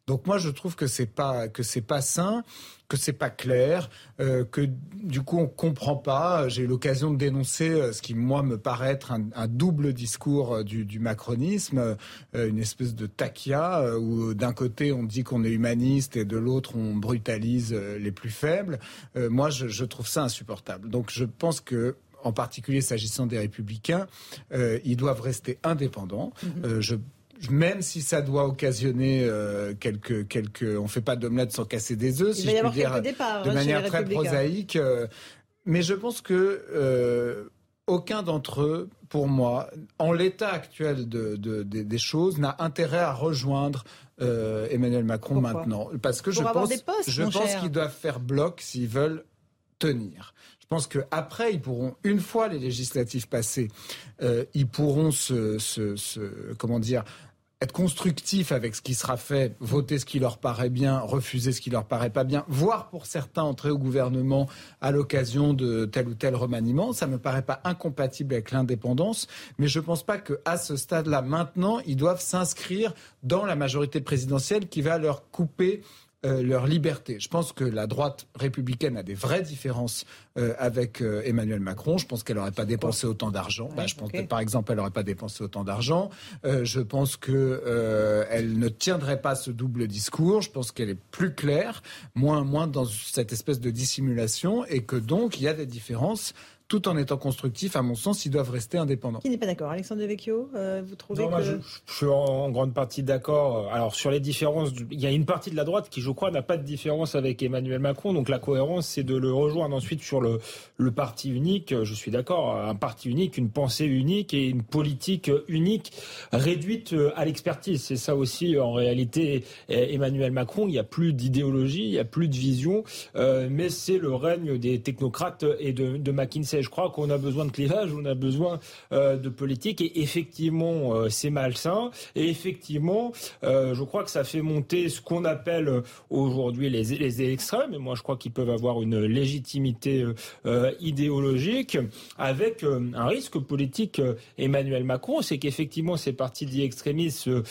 Donc moi, je trouve que c'est pas que c'est pas sain, que c'est pas clair, euh, que du coup on comprend pas. J'ai eu l'occasion de dénoncer euh, ce qui moi me paraît être un, un double discours euh, du, du macronisme, euh, une espèce de taquia euh, où d'un côté on dit qu'on est humaniste et de l'autre on brutalise euh, les plus faibles. Euh, moi, je, je trouve ça insupportable. Donc je pense que en particulier s'agissant des Républicains, euh, ils doivent rester indépendants. Mm-hmm. Euh, je Même si ça doit occasionner euh, quelques, quelques... On ne fait pas d'omelette sans casser des œufs, si je puis dire, départs, de hein, manière très prosaïque. Euh, mais je pense que euh, aucun d'entre eux, pour moi, en l'état actuel de, de, de, des choses, n'a intérêt à rejoindre euh, Emmanuel Macron Pourquoi maintenant. Parce que Pour je avoir pense, des postes, je mon pense cher. qu'ils doivent faire bloc s'ils veulent tenir. Je pense qu'après, ils pourront, une fois les législatives passées, euh, ils pourront se, se, se comment dire, être constructifs avec ce qui sera fait, voter ce qui leur paraît bien, refuser ce qui leur paraît pas bien, voire pour certains entrer au gouvernement à l'occasion de tel ou tel remaniement. Ça me paraît pas incompatible avec l'indépendance, mais je pense pas qu'à ce stade-là, maintenant, ils doivent s'inscrire dans la majorité présidentielle qui va leur couper Euh, leur liberté. Je pense que la droite républicaine a des vraies différences euh, avec euh, Emmanuel Macron. Je pense qu'elle n'aurait pas dépensé autant d'argent. Ouais, bah, je pense okay. que, par exemple, elle n'aurait pas dépensé autant d'argent. Euh, je pense que euh, elle ne tiendrait pas ce double discours. Je pense qu'elle est plus claire, moins, moins dans cette espèce de dissimulation, et que donc il y a des différences. Tout en étant constructif, à mon sens, ils doivent rester indépendants. Qui n'est pas d'accord? Alexandre Devecchio, euh, vous trouvez non, que... moi, je, je suis en grande partie d'accord. Alors, sur les différences, il y a une partie de la droite qui, je crois, n'a pas de différence avec Emmanuel Macron. Donc, la cohérence, c'est de le rejoindre ensuite sur le, le parti unique. Je suis d'accord. Un parti unique, une pensée unique et une politique unique réduite à l'expertise. C'est ça aussi, en réalité, Emmanuel Macron. Il n'y a plus d'idéologie, il n'y a plus de vision. Euh, mais c'est le règne des technocrates et de, de McKinsey. Je crois qu'on a besoin de clivage, on a besoin euh, de politique, et effectivement euh, c'est malsain, et effectivement euh, je crois que ça fait monter ce qu'on appelle aujourd'hui les, les extrêmes, et moi je crois qu'ils peuvent avoir une légitimité euh, idéologique avec euh, un risque politique. euh, Emmanuel Macron, c'est qu'effectivement ces partis dits extrémistes euh,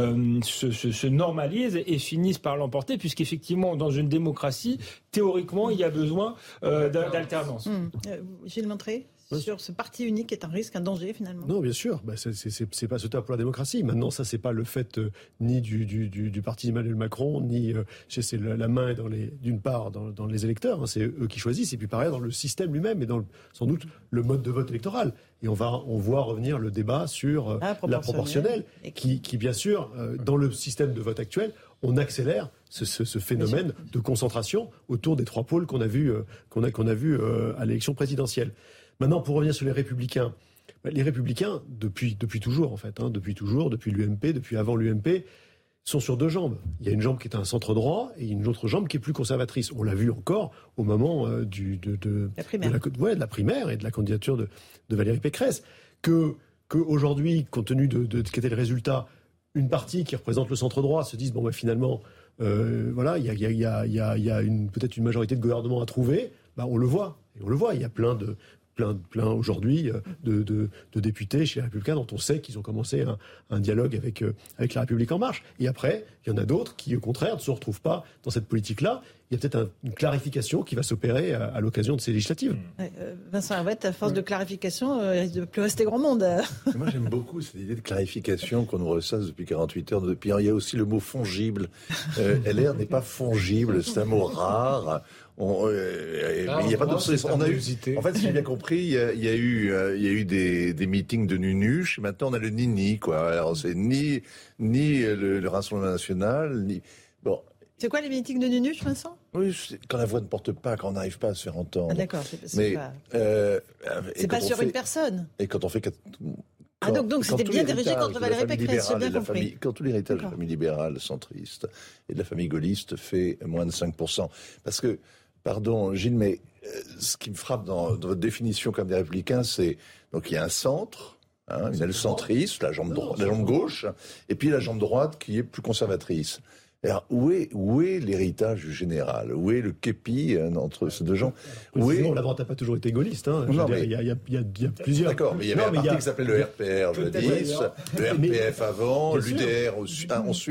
se, se, se normalisent et finissent par l'emporter, puisqu'effectivement dans une démocratie, théoriquement il y a besoin euh, d'alternance. Mmh. Euh, Gilles Montré, sur ce parti unique est un risque, un danger finalement. Non, bien sûr, bah, c'est, c'est, c'est pas souhaitable pour la démocratie. Maintenant, ça c'est pas le fait euh, ni du, du, du, du parti d'Emmanuel Macron, ni euh, c'est la, la main dans les, d'une part dans, dans les électeurs, hein, c'est eux qui choisissent, et puis pareil dans le système lui-même et dans le, sans doute le mode de vote électoral. Et on va, on voit revenir le débat sur euh, ah, proportionnel. la proportionnelle, qui, qui bien sûr, euh, dans le système de vote actuel, on accélère ce, ce, ce phénomène de concentration autour des trois pôles qu'on a vu, euh, qu'on a, qu'on a vu euh, à l'élection présidentielle. Maintenant, pour revenir sur les Républicains, les Républicains, depuis, depuis toujours en fait, hein, depuis toujours, depuis l'U M P, depuis avant l'U M P, sont sur deux jambes. Il y a une jambe qui est un centre droit et une autre jambe qui est plus conservatrice. On l'a vu encore au moment euh, du, de, de, la primaire. De, la, ouais, de la primaire et de la candidature de, de Valérie Pécresse. Que, que aujourd'hui, compte tenu de, de, de ce qu'était le résultat, une partie qui représente le centre droit se dise bon bah finalement euh, voilà il y a, y a, y a, y a, y a une, peut-être une majorité de gouvernement à trouver. Bah, on le voit et on le voit. Il y a plein de plein, plein aujourd'hui de, de, de députés chez les Républicains dont on sait qu'ils ont commencé un, un dialogue avec, euh, avec La République En Marche. Et après, il y en a d'autres qui, au contraire, ne se retrouvent pas dans cette politique-là. Il y a peut-être un, une clarification qui va s'opérer à, à l'occasion de ces législatives. Ouais, euh, Vincent Herouette, à force de clarification, euh, il risque de plus rester grand monde. Moi, j'aime beaucoup cette idée de clarification qu'on nous ressasse depuis quarante-huit heures. Puis il y a aussi le mot fongible. Euh, L R n'est pas fongible, c'est un mot rare. On, euh, ah, il n'y a pas de on a eu, en fait, si j'ai bien compris, il y a, il y a eu, euh, il y a eu des, des meetings de nunuches. Et maintenant, on a le nini, quoi. Alors, c'est ni, ni le, le Rassemblement national, ni bon. C'est quoi les meetings de nunuches, Vincent? Oui, quand la voix ne porte pas, quand on n'arrive pas à se faire entendre. Ah, d'accord, c'est, c'est Mais, pas. Euh, c'est pas sur fait, une personne. Et quand on fait. Quand, ah, donc, donc c'était bien dirigé contre Valérie Pécresse, j'ai bien compris. Famille, quand tout l'héritage de la famille libérale, centriste, et de la famille gaulliste fait moins de cinq pour cent. Parce que, pardon, Gilles, mais euh, ce qui me frappe dans, dans votre définition comme des républicains, c'est. Donc il y a un centre. Hein, il y a le centriste, la jambe, dro- la jambe gauche, et puis la jambe droite qui est plus conservatrice. Alors, où est, où est l'héritage du général? Où est le képi euh, entre ces deux gens? Où est... La droite n'a pas toujours été gaulliste. Hein. Non, mais... il, y a, il, y a, il, y a, il y a plusieurs... D'accord, mais il y avait non, un parti a... qui s'appelait le R P R, je dis, le R P F avant, l'U D R ensuite.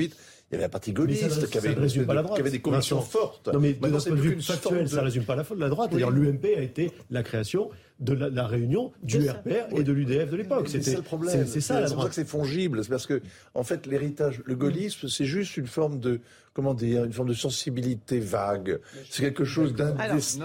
Il y avait un parti gaulliste ça, qui, avait, ça résume pas la droite. qui avait des convictions Vincent. fortes. Non, mais Maintenant, d'un c'est point de plus vue une factuel, sorte ça de... résume pas la, la droite. Oui. D'ailleurs, l'U M P a été la création de la, la réunion du R P R et de l'U D F de l'époque. C'est ça le problème. C'est, c'est ça la c'est pour ça droite. que c'est fongible. C'est parce que, en fait, l'héritage, le gaullisme, c'est juste une forme de, comment dire, une forme de sensibilité vague. C'est quelque chose d'indistinct.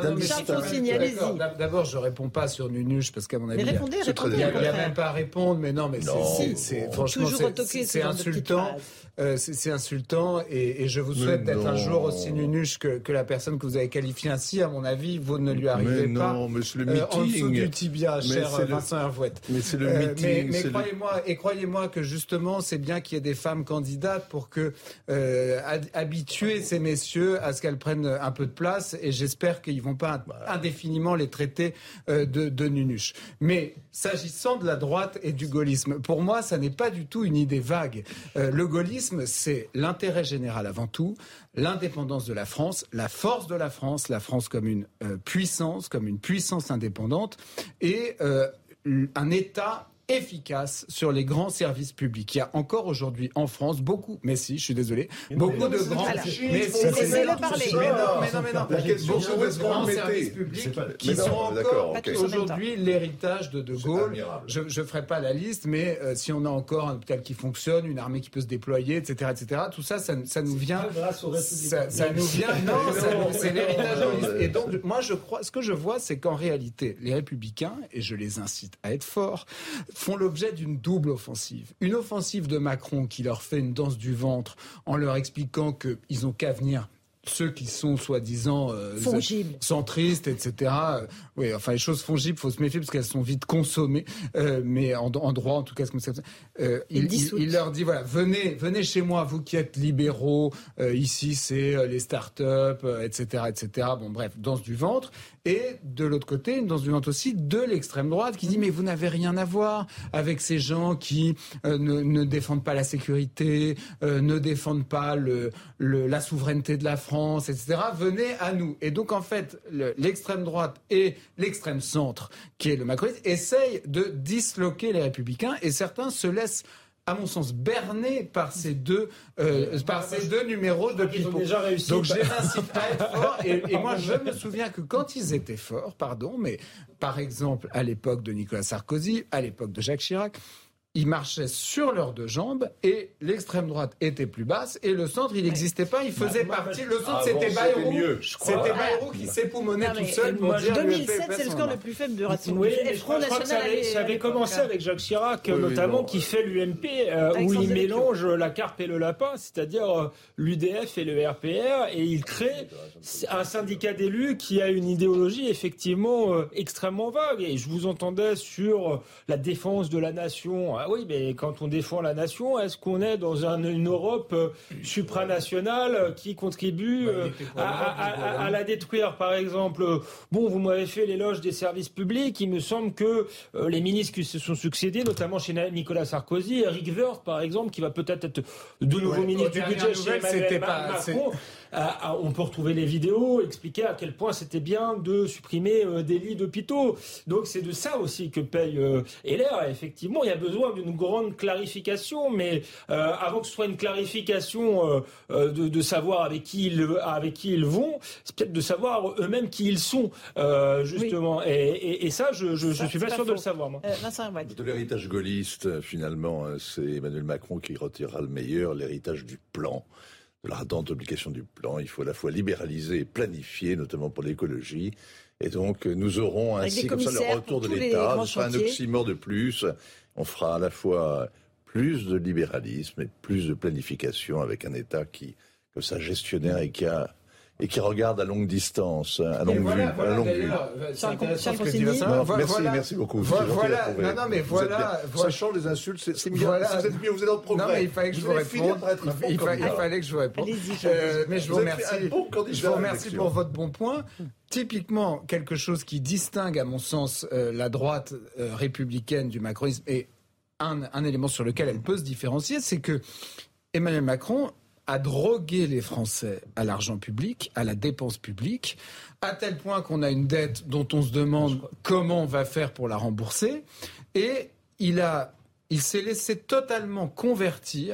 D'abord, je réponds pas sur Nunuche parce qu'à mon avis, mais répondez, il n'y a, a même pas à répondre. Mais non, mais non, c'est, c'est, franchement, c'est, c'est insultant. Euh, c'est, c'est insultant et, et je vous souhaite mais d'être non. un jour aussi nunuche que, que la personne que vous avez qualifiée ainsi. À mon avis, vous ne lui arrivez mais pas. Non, mais c'est le meeting. Euh, en dessous du tibia, mais cher le... Vincent Hervouette. Mais c'est le euh, meeting. Mais, mais c'est croyez-moi, le... et croyez-moi que justement, c'est bien qu'il y ait des femmes candidates pour que euh, habituer ces messieurs à ce qu'elles prennent un peu de place. Et j'espère qu'ils vont pas voilà. indéfiniment les traiter euh, de, de nunuche. Mais s'agissant de la droite et du gaullisme, pour moi, ça n'est pas du tout une idée vague. Euh, le gaullisme, c'est l'intérêt général avant tout, l'indépendance de la France, la force de la France, la France comme une euh, puissance, comme une puissance indépendante, et euh, un État efficace sur les grands services publics. Il y a encore aujourd'hui en France beaucoup, mais si, je suis désolé, beaucoup de grands... Mais c'est le parler. Mais non, mais non, mais non. Beaucoup de grands services publics qui sont encore aujourd'hui l'héritage de De Gaulle. Je ne ferai pas la liste, mais euh, si on a encore un hôpital qui fonctionne, une armée qui peut se déployer, et cetera, et cetera, tout ça, ça, ça nous vient... Ça, ça nous vient... Non, ça, c'est l'héritage. Et donc, moi, je crois... Ce que je vois, c'est qu'en réalité, les Républicains, et je les incite à être forts, font l'objet d'une double offensive. Une offensive de Macron qui leur fait une danse du ventre en leur expliquant qu'ils n'ont qu'à venir, ceux qui sont soi-disant euh, centristes, et cetera. Euh, oui, enfin les choses fongibles, faut se méfier parce qu'elles sont vite consommées. Euh, mais en, en droit, en tout cas, c'est comme ça. Euh, il, il, il leur dit voilà, venez, venez chez moi, vous qui êtes libéraux. Euh, ici, c'est euh, les start-up, euh, et cetera, et cetera. Bon, bref, danse du ventre. Et de l'autre côté, une danse du ventre aussi de l'extrême droite qui dit mais vous n'avez rien à voir avec ces gens qui euh, ne, ne défendent pas la sécurité, euh, ne défendent pas le, le, la souveraineté de la France, et cetera. Venez à nous. Et donc en fait, le, l'extrême droite et l'extrême centre, qui est le macronisme, essayent de disloquer les Républicains et certains se laissent, à mon sens, berné par ces deux, euh, par ces deux numéros de pipeau. Donc je les incite à être forts. Et, et moi, je me souviens que quand ils étaient forts, pardon, mais par exemple à l'époque de Nicolas Sarkozy, à l'époque de Jacques Chirac, ils marchaient sur leurs deux jambes et l'extrême droite était plus basse et le centre, il n'existait pas, il faisait bah, partie. Le centre, ah, c'était bon, Bayrou. Mieux, c'était Bayrou qui s'époumonnait tout seul pour dire deux mille sept, c'est le score le plus faible de Rassemblement. Oui, mais je crois que ça avait, ça avait commencé avec Jacques Chirac, oui, notamment, oui, qui fait l'U M P, euh, où il mélange la carpe et le lapin, c'est-à-dire euh, l'U D F et le R P R, et il crée un syndicat d'élus qui a une idéologie effectivement euh, extrêmement vague. Et je vous entendais sur euh, la défense de la nation. Ah oui, mais quand on défend la nation, est-ce qu'on est dans un, une Europe euh, supranationale qui contribue euh, à, à, à, à la détruire, par exemple? Bon, vous m'avez fait l'éloge des services publics. Il me semble que euh, les ministres qui se sont succédés, notamment chez Nicolas Sarkozy, Eric Woerth, par exemple, qui va peut-être être de nouveau ouais, ministre du budget chez Emmanuel pas, Macron, euh, on peut retrouver les vidéos, expliquer à quel point c'était bien de supprimer euh, des lits d'hôpitaux. Donc c'est de ça aussi que paye euh, L R. Effectivement, il y a besoin d'une grande clarification, mais euh, avant que ce soit une clarification euh, euh, de, de savoir avec qui ils, avec qui ils vont, c'est peut-être de savoir eux-mêmes qui ils sont, euh, justement. Oui. Et, et, et ça, je, je, ça, je suis pas sûr pas de le savoir, moi. Euh, Vincent, ouais. De l'héritage gaulliste, finalement, c'est Emmanuel Macron qui retirera le meilleur, l'héritage du plan, de l'ardente obligation du plan. Il faut à la fois libéraliser et planifier, notamment pour l'écologie. Et donc, nous aurons ainsi, comme ça, le retour de l'État. Ce sera un oxymore de plus. On fera à la fois plus de libéralisme et plus de planification avec un État qui, comme ça, gestionnaire et qui a et qui regarde à longue distance, à longue voilà, vue, voilà, à longue vue. C'est intéressant ce que tu dis. Non, voilà, merci, merci beaucoup. Voilà, voilà non, non, mais voilà, voilà. Sachant les insultes, c'est, c'est bien. Voilà. Vous êtes mieux, vous êtes dans le progrès. Non, mais il fallait que je vous réponde. Il, il, fa- il fallait que je vous réponde. Euh, mais je vous remercie. Bon je vous remercie pour votre bon point. Typiquement, quelque chose qui distingue, à mon sens, euh, la droite euh, républicaine du macronisme et un, un élément sur lequel elle peut se différencier, c'est que Emmanuel Macron à droguer les Français à l'argent public, à la dépense publique, à tel point qu'on a une dette dont on se demande comment on va faire pour la rembourser. Et il a, il s'est laissé totalement convertir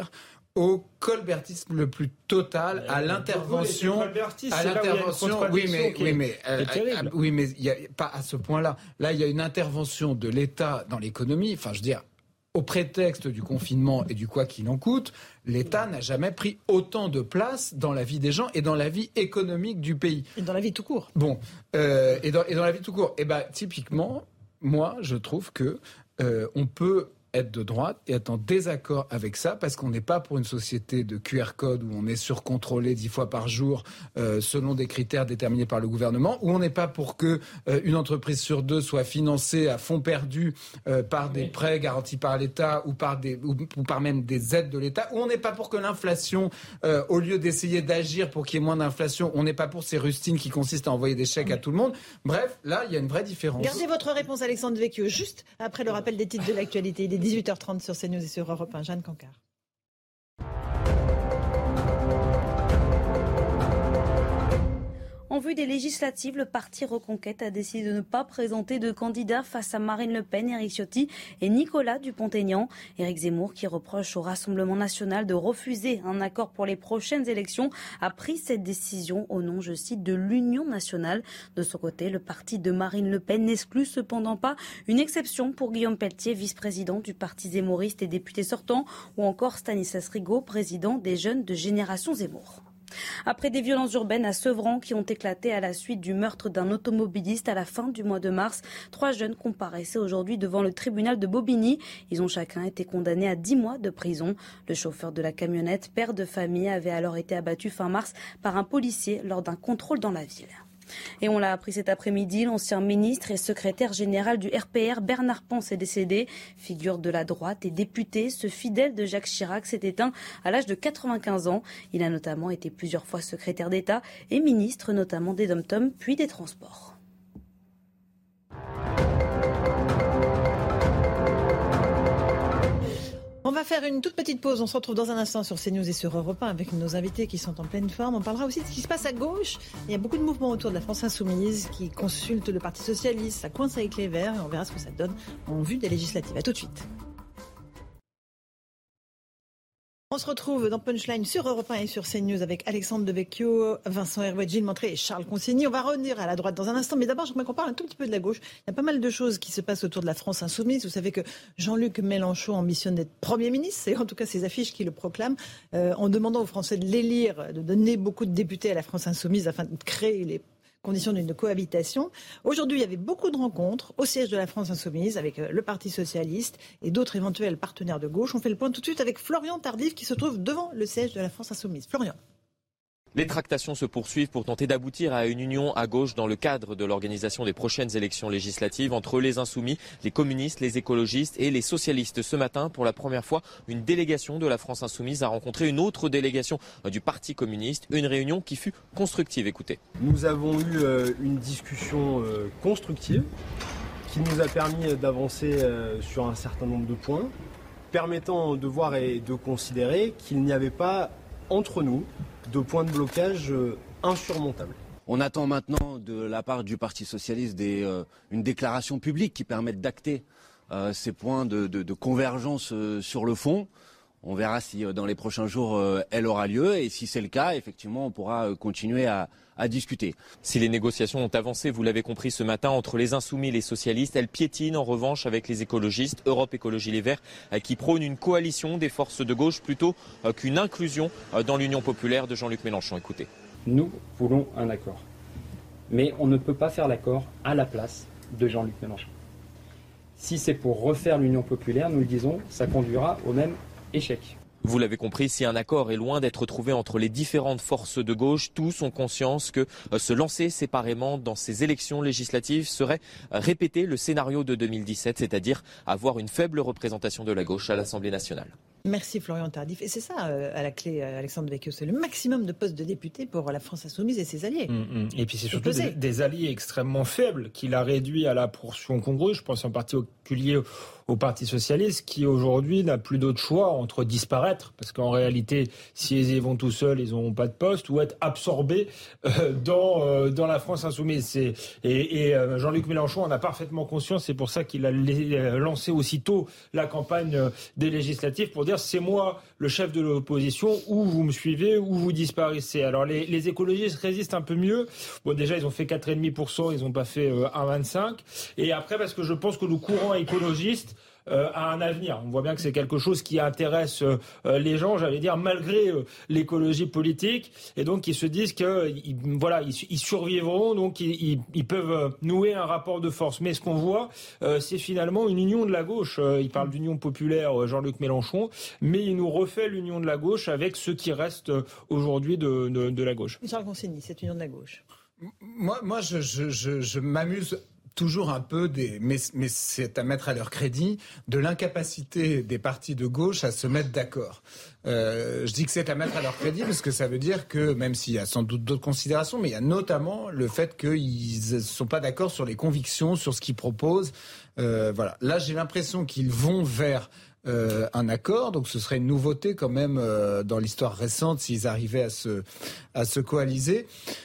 au colbertisme le plus total, à l'intervention, à l'intervention. Oui, mais oui, mais euh, euh, oui, mais il y a pas à ce point-là. Là, il y a une intervention de l'État dans l'économie. Enfin, je veux dire, au prétexte du confinement et du quoi qu'il en coûte, l'État n'a jamais pris autant de place dans la vie des gens et dans la vie économique du pays. Et dans la vie tout court. Bon, euh, et dans et dans la vie tout court. Et ben, typiquement, moi, je trouve que euh, on peut être de droite et être en désaccord avec ça parce qu'on n'est pas pour une société de Q R code où on est surcontrôlé dix fois par jour euh, selon des critères déterminés par le gouvernement, où on n'est pas pour que euh, une entreprise sur deux soit financée à fonds perdus euh, par des prêts garantis par l'État ou par des ou, ou par même des aides de l'État, où on n'est pas pour que l'inflation, euh, au lieu d'essayer d'agir pour qu'il y ait moins d'inflation, on n'est pas pour ces rustines qui consistent à envoyer des chèques à tout le monde. Bref, là, il y a une vraie différence. Gardez votre réponse, Alexandre Devecchio, juste après le rappel des titres de l'actualité. Il est dix-huit heures trente sur CNews et sur Europe un. Jeanne Cancard. En vue des législatives, le parti Reconquête a décidé de ne pas présenter de candidats face à Marine Le Pen, Éric Ciotti et Nicolas Dupont-Aignan. Éric Zemmour, qui reproche au Rassemblement national de refuser un accord pour les prochaines élections, a pris cette décision au nom, je cite, de l'Union nationale. De son côté, le parti de Marine Le Pen n'exclut cependant pas une exception pour Guillaume Pelletier, vice-président du parti zémouriste et député sortant, ou encore Stanislas Rigaud, président des Jeunes de Génération Zemmour. Après des violences urbaines à Sevran qui ont éclaté à la suite du meurtre d'un automobiliste à la fin du mois de mars, trois jeunes comparaissaient aujourd'hui devant le tribunal de Bobigny. Ils ont chacun été condamnés à dix mois de prison. Le chauffeur de la camionnette, père de famille, avait alors été abattu fin mars par un policier lors d'un contrôle dans la ville. Et on l'a appris cet après-midi, l'ancien ministre et secrétaire général du R P R, Bernard Pons, est décédé. Figure de la droite et député, ce fidèle de Jacques Chirac s'est éteint à l'âge de quatre-vingt-quinze ans. Il a notamment été plusieurs fois secrétaire d'État et ministre notamment des Dom-Tom puis des Transports. On va faire une toute petite pause. On se retrouve dans un instant sur CNews et sur Europe un avec nos invités qui sont en pleine forme. On parlera aussi de ce qui se passe à gauche. Il y a beaucoup de mouvements autour de la France Insoumise qui consultent le Parti Socialiste. Ça coince avec les Verts et on verra ce que ça donne en vue des législatives. À tout de suite. On se retrouve dans Punchline sur Europe un et sur CNews avec Alexandre Devecchio, Vincent Herouet, Gilles Montré et Charles Consigny. On va revenir à la droite dans un instant, mais d'abord j'aimerais qu'on parle un tout petit peu de la gauche. Il y a pas mal de choses qui se passent autour de la France Insoumise. Vous savez que Jean-Luc Mélenchon ambitionne d'être Premier ministre, c'est en tout cas ses affiches qui le proclament, euh, en demandant aux Français de l'élire, de donner beaucoup de députés à la France Insoumise afin de créer les conditions d'une cohabitation. Aujourd'hui, il y avait beaucoup de rencontres au siège de la France Insoumise avec le Parti Socialiste et d'autres éventuels partenaires de gauche. On fait le point tout de suite avec Florian Tardif qui se trouve devant le siège de la France Insoumise. Florian. Les tractations se poursuivent pour tenter d'aboutir à une union à gauche dans le cadre de l'organisation des prochaines élections législatives entre les Insoumis, les communistes, les écologistes et les socialistes. Ce matin, pour la première fois, une délégation de la France Insoumise a rencontré une autre délégation du Parti communiste, une réunion qui fut constructive. Écoutez. Nous avons eu euh, une discussion euh, constructive qui nous a permis d'avancer euh, sur un certain nombre de points, permettant de voir et de considérer qu'il n'y avait pas entre nous de points de blocage euh, insurmontables. On attend maintenant de la part du Parti socialiste des, euh, une déclaration publique qui permette d'acter euh, ces points de, de, de convergence euh, sur le fond. On verra si euh, dans les prochains jours euh, elle aura lieu et si c'est le cas, effectivement, on pourra euh, continuer à, à discuter. Si les négociations ont avancé, vous l'avez compris ce matin, entre les Insoumis et les socialistes, elles piétinent en revanche avec les écologistes, Europe Écologie Les Verts, euh, qui prônent une coalition des forces de gauche plutôt euh, qu'une inclusion euh, dans l'Union populaire de Jean-Luc Mélenchon. Écoutez. Nous voulons un accord. Mais on ne peut pas faire l'accord à la place de Jean-Luc Mélenchon. Si c'est pour refaire l'Union populaire, nous le disons, ça conduira au même échec. Vous l'avez compris, si un accord est loin d'être trouvé entre les différentes forces de gauche, tous ont conscience que euh, se lancer séparément dans ces élections législatives serait euh, répéter le scénario de deux mille dix-sept, c'est-à-dire avoir une faible représentation de la gauche à l'Assemblée nationale. Merci Florian Tardif. Et c'est ça, euh, à la clé, Alexandre Devecchio, c'est le maximum de postes de députés pour la France Insoumise et ses alliés. Mmh, mmh. Et puis c'est surtout des, des alliés extrêmement faibles qu'il a réduits à la portion congrue. Je pense en particulier au, au Parti Socialiste qui aujourd'hui n'a plus d'autre choix entre disparaître, parce qu'en réalité, s'ils y vont tout seuls, ils n'auront pas de poste, ou être absorbés euh, dans, euh, dans la France Insoumise. C'est, et et euh, Jean-Luc Mélenchon en a parfaitement conscience, c'est pour ça qu'il a lancé aussitôt la campagne des législatives pour dire c'est moi le chef de l'opposition, ou vous me suivez, ou vous disparaissez. Alors les, les écologistes résistent un peu mieux. Bon, déjà, ils ont fait quatre virgule cinq pour cent, ils n'ont pas fait euh, un virgule vingt-cinq. Et après, parce que je pense que le courant écologiste euh, a un avenir. On voit bien que c'est quelque chose qui intéresse euh, les gens, j'allais dire, malgré euh, l'écologie politique. Et donc, ils se disent que ils, voilà, ils, ils survivront, donc ils, ils, ils peuvent nouer un rapport de force. Mais ce qu'on voit, euh, c'est finalement une union de la gauche. Euh, il parle d'union populaire, Jean-Luc Mélenchon, mais il nous refait l'union de la gauche avec ceux qui restent aujourd'hui de, de, de la gauche. Michel Consigny, cette union de la gauche. Moi, moi je, je, je, je m'amuse toujours un peu, des, mais, mais c'est à mettre à leur crédit, de l'incapacité des partis de gauche à se mettre d'accord. Euh, je dis que c'est à mettre à leur crédit parce que ça veut dire que, même s'il y a sans doute d'autres considérations, mais il y a notamment le fait qu'ils ne sont pas d'accord sur les convictions, sur ce qu'ils proposent. Euh, voilà. Là, j'ai l'impression qu'ils vont vers Euh, un accord, donc ce serait une nouveauté quand même euh, dans l'histoire récente s'ils arrivaient à se, à se coaliser.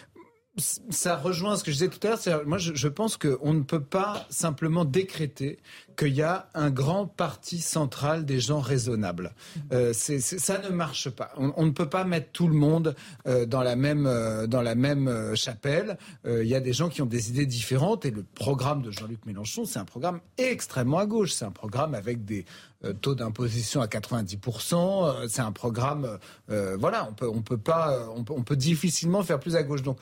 Ça rejoint ce que je disais tout à l'heure. C'est, moi, je, je pense qu'on ne peut pas simplement décréter qu'il y a un grand parti central des gens raisonnables. Euh, c'est, c'est, ça ne marche pas. On, on ne peut pas mettre tout le monde euh, dans la même euh, dans la même euh, chapelle. Euh, il y a des gens qui ont des idées différentes et le programme de Jean-Luc Mélenchon, c'est un programme extrêmement à gauche. C'est un programme avec des euh, taux d'imposition à quatre-vingt-dix pour cent. Euh, c'est un programme, euh, voilà, on peut on peut pas, on peut, on peut difficilement faire plus à gauche. Donc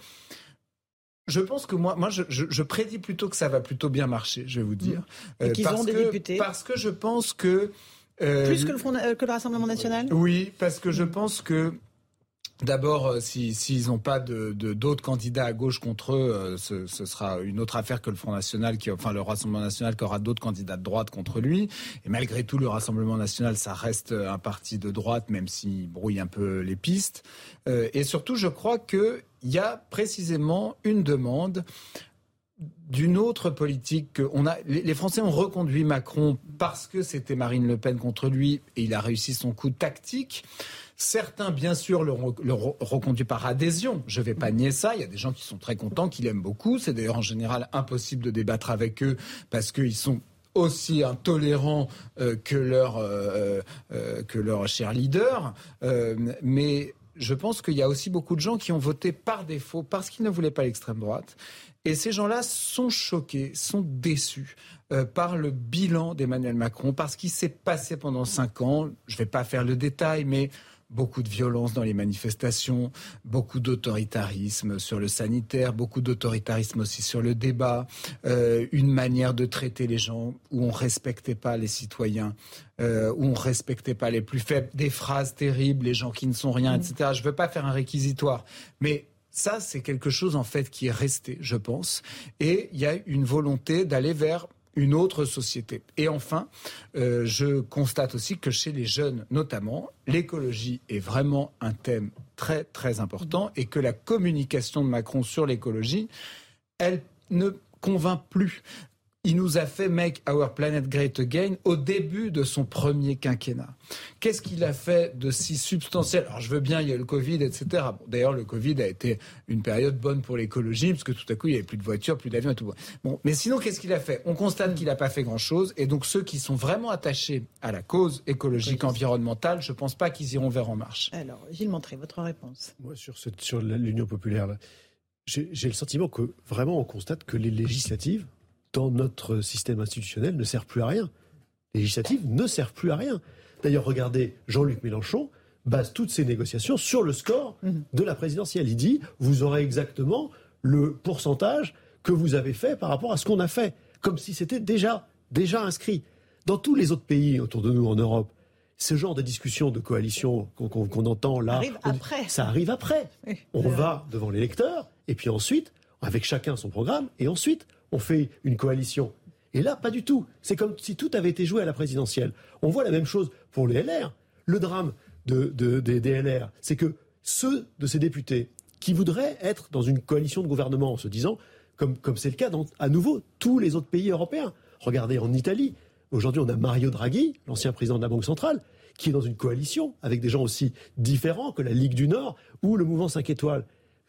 je pense que moi, moi je, je, je prédis plutôt que ça va plutôt bien marcher, je vais vous dire. Et euh, qu'ils parce ont des que, députés. Parce que je pense que... Euh, Plus que le, Front, euh, que le Rassemblement national ? Oui, parce que je pense que... D'abord, s'ils si, si n'ont pas de, de, d'autres candidats à gauche contre eux, euh, ce, ce sera une autre affaire que le Front National, qui, enfin le Rassemblement National qui aura d'autres candidats de droite contre lui. Et malgré tout, le Rassemblement National, ça reste un parti de droite, même s'il brouille un peu les pistes. Euh, et surtout, je crois qu'il y a précisément une demande d'une autre politique. Que on a, les Français ont reconduit Macron parce que c'était Marine Le Pen contre lui et il a réussi son coup tactique. Certains, bien sûr, le, le reconduit par adhésion. Je ne vais pas nier ça. Il y a des gens qui sont très contents, qui l'aiment beaucoup. C'est d'ailleurs en général impossible de débattre avec eux parce qu'ils sont aussi intolérants euh, que leur euh, euh, que leur cher leader. Euh, mais je pense qu'il y a aussi beaucoup de gens qui ont voté par défaut parce qu'ils ne voulaient pas l'extrême droite. Et ces gens-là sont choqués, sont déçus euh, par le bilan d'Emmanuel Macron, par ce qui s'est passé pendant cinq ans. Je ne vais pas faire le détail, mais beaucoup de violence dans les manifestations, beaucoup d'autoritarisme sur le sanitaire, beaucoup d'autoritarisme aussi sur le débat, euh, une manière de traiter les gens où on ne respectait pas les citoyens, euh, où on ne respectait pas les plus faibles, des phrases terribles, les gens qui ne sont rien, et cetera. Je ne veux pas faire un réquisitoire, mais ça, c'est quelque chose en fait qui est resté, je pense. Et il y a une volonté d'aller vers une autre société. Et enfin, euh, je constate aussi que chez les jeunes, notamment, l'écologie est vraiment un thème très, très important et que la communication de Macron sur l'écologie, elle ne convainc plus. Il nous a fait « Make our planet great again » au début de son premier quinquennat. Qu'est-ce qu'il a fait de si substantiel ? Alors je veux bien, il y a le Covid, et cetera. Bon, d'ailleurs, le Covid a été une période bonne pour l'écologie, parce que tout à coup, il n'y avait plus de voitures, plus d'avions et tout. Bon, mais sinon, qu'est-ce qu'il a fait ? On constate qu'il n'a pas fait grand-chose, et donc ceux qui sont vraiment attachés à la cause écologique, environnementale, je ne pense pas qu'ils iront vers En Marche. Alors, Gilles Montré, votre réponse ? Moi, sur, ce, sur l'Union populaire, là, j'ai, j'ai le sentiment que vraiment, on constate que les législatives, dans notre système institutionnel, ne sert plus à rien. Les législatives ne servent plus à rien. D'ailleurs, regardez, Jean-Luc Mélenchon base toutes ses négociations sur le score de la présidentielle. Il dit, vous aurez exactement le pourcentage que vous avez fait par rapport à ce qu'on a fait, comme si c'était déjà, déjà inscrit. Dans tous les autres pays autour de nous en Europe, ce genre de discussion de coalition qu'on, qu'on, qu'on entend là, arrive on, après. ça arrive après. Oui. On va devant l'électeur, et puis ensuite, avec chacun son programme, et ensuite, on fait une coalition. Et là, pas du tout. C'est comme si tout avait été joué à la présidentielle. On voit la même chose pour les L R. Le drame de, de, des, des L R, c'est que ceux de ces députés qui voudraient être dans une coalition de gouvernement en se disant, comme, comme c'est le cas dans, à nouveau, tous les autres pays européens. Regardez en Italie. Aujourd'hui, on a Mario Draghi, l'ancien président de la Banque centrale, qui est dans une coalition avec des gens aussi différents que la Ligue du Nord ou le mouvement cinq étoiles.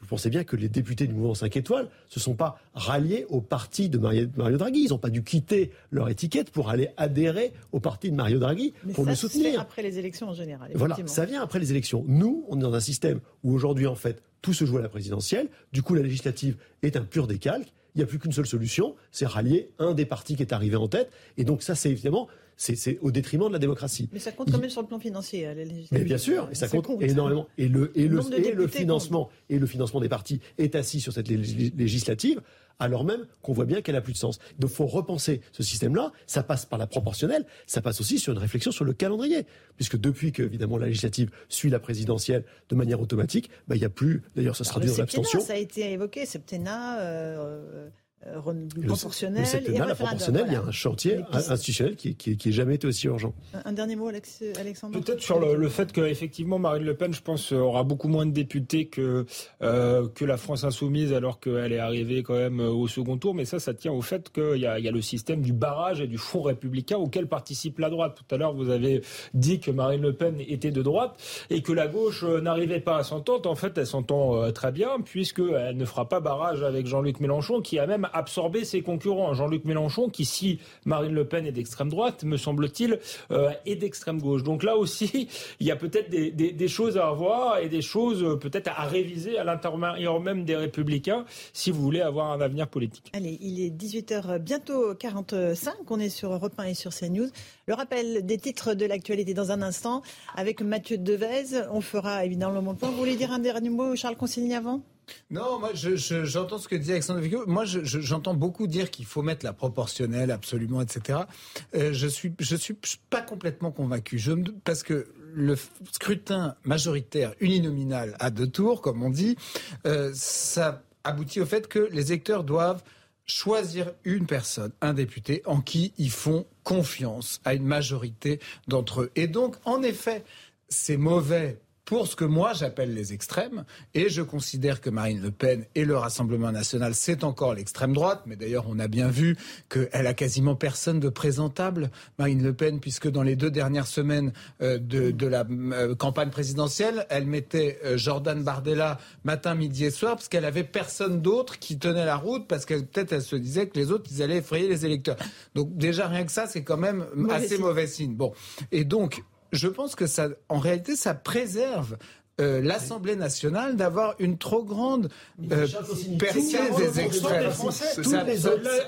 vous pensez bien que les députés du mouvement cinq étoiles se sont pas ralliés au parti de Mario, Mario Draghi. Ils n'ont pas dû quitter leur étiquette pour aller adhérer au parti de Mario Draghi Mais pour ça le se soutenir. fait après les élections en général. Voilà, ça vient après les élections. Nous, on est dans un système où aujourd'hui, en fait, tout se joue à la présidentielle. Du coup, la législative est un pur décalque. Il n'y a plus qu'une seule solution, c'est rallier un des partis qui est arrivé en tête. Et donc ça, c'est évidemment, c'est, c'est au détriment de la démocratie. Mais ça compte quand même sur le plan financier, la législative. Mais bien sûr, et ça, ça compte, compte énormément. Et le, et le, le et le financement, et le financement des partis est assis sur cette lég- législative, alors même qu'on voit bien qu'elle a plus de sens. Donc, il faut repenser ce système-là. Ça passe par la proportionnelle. Ça passe aussi sur une réflexion sur le calendrier, puisque depuis que évidemment la législative suit la présidentielle de manière automatique, bah, il y a plus. D'ailleurs, ça se traduit dans l'abstention. Ça a été évoqué, septennat. Euh, Euh, le, proportionnel le septennat, et la proportionnelle, voilà. Il y a un chantier institutionnel qui, qui, qui est jamais été aussi urgent. Un, un dernier mot, Alex, Alexandre. Peut-être sur le, le fait qu'effectivement Marine Le Pen, je pense, aura beaucoup moins de députés que euh, que la France insoumise, alors qu'elle est arrivée quand même au second tour. Mais ça, ça tient au fait qu'il y a, il y a le système du barrage et du front républicain auquel participe la droite. Tout à l'heure, vous avez dit que Marine Le Pen était de droite et que la gauche n'arrivait pas à s'entendre. En fait, elle s'entend très bien puisqu'elle ne fera pas barrage avec Jean-Luc Mélenchon, qui a même absorber ses concurrents. Jean-Luc Mélenchon, qui, si Marine Le Pen est d'extrême droite, me semble-t-il, euh, est d'extrême gauche. Donc là aussi, il y a peut-être des, des, des choses à revoir et des choses euh, peut-être à réviser à l'intérieur même des Républicains, si vous voulez avoir un avenir politique. Allez, il est dix-huit heures, bientôt quarante-cinq. On est sur Europe un et sur CNews. Le rappel des titres de l'actualité dans un instant avec Mathieu Devez. On fera évidemment le bon point. Vous voulez dire un dernier mot, Charles Consigny, avant ? Non, moi je, je, j'entends ce que dit Alexandre Devecchio. Moi je, je, j'entends beaucoup dire qu'il faut mettre la proportionnelle absolument, et cetera. Euh, je suis je suis pas complètement convaincu. Je me, parce que le scrutin majoritaire uninominal à deux tours, comme on dit, euh, ça aboutit au fait que les électeurs doivent choisir une personne, un député, en qui ils font confiance à une majorité d'entre eux. Et donc, en effet, c'est mauvais pour ce que moi j'appelle les extrêmes, et je considère que Marine Le Pen et le Rassemblement national, c'est encore l'extrême droite, mais d'ailleurs on a bien vu qu'elle a quasiment personne de présentable, Marine Le Pen, puisque dans les deux dernières semaines euh, de, de la euh, campagne présidentielle, elle mettait euh, Jordan Bardella matin, midi et soir, parce qu'elle avait personne d'autre qui tenait la route, parce que peut-être elle se disait que les autres, ils allaient effrayer les électeurs. Donc déjà rien que ça, c'est quand même mauvais assez signe. mauvais signe. Bon, et donc je pense que ça, en réalité, ça préserve euh, l'Assemblée nationale d'avoir une trop grande euh, percée des extrêmes. Tous les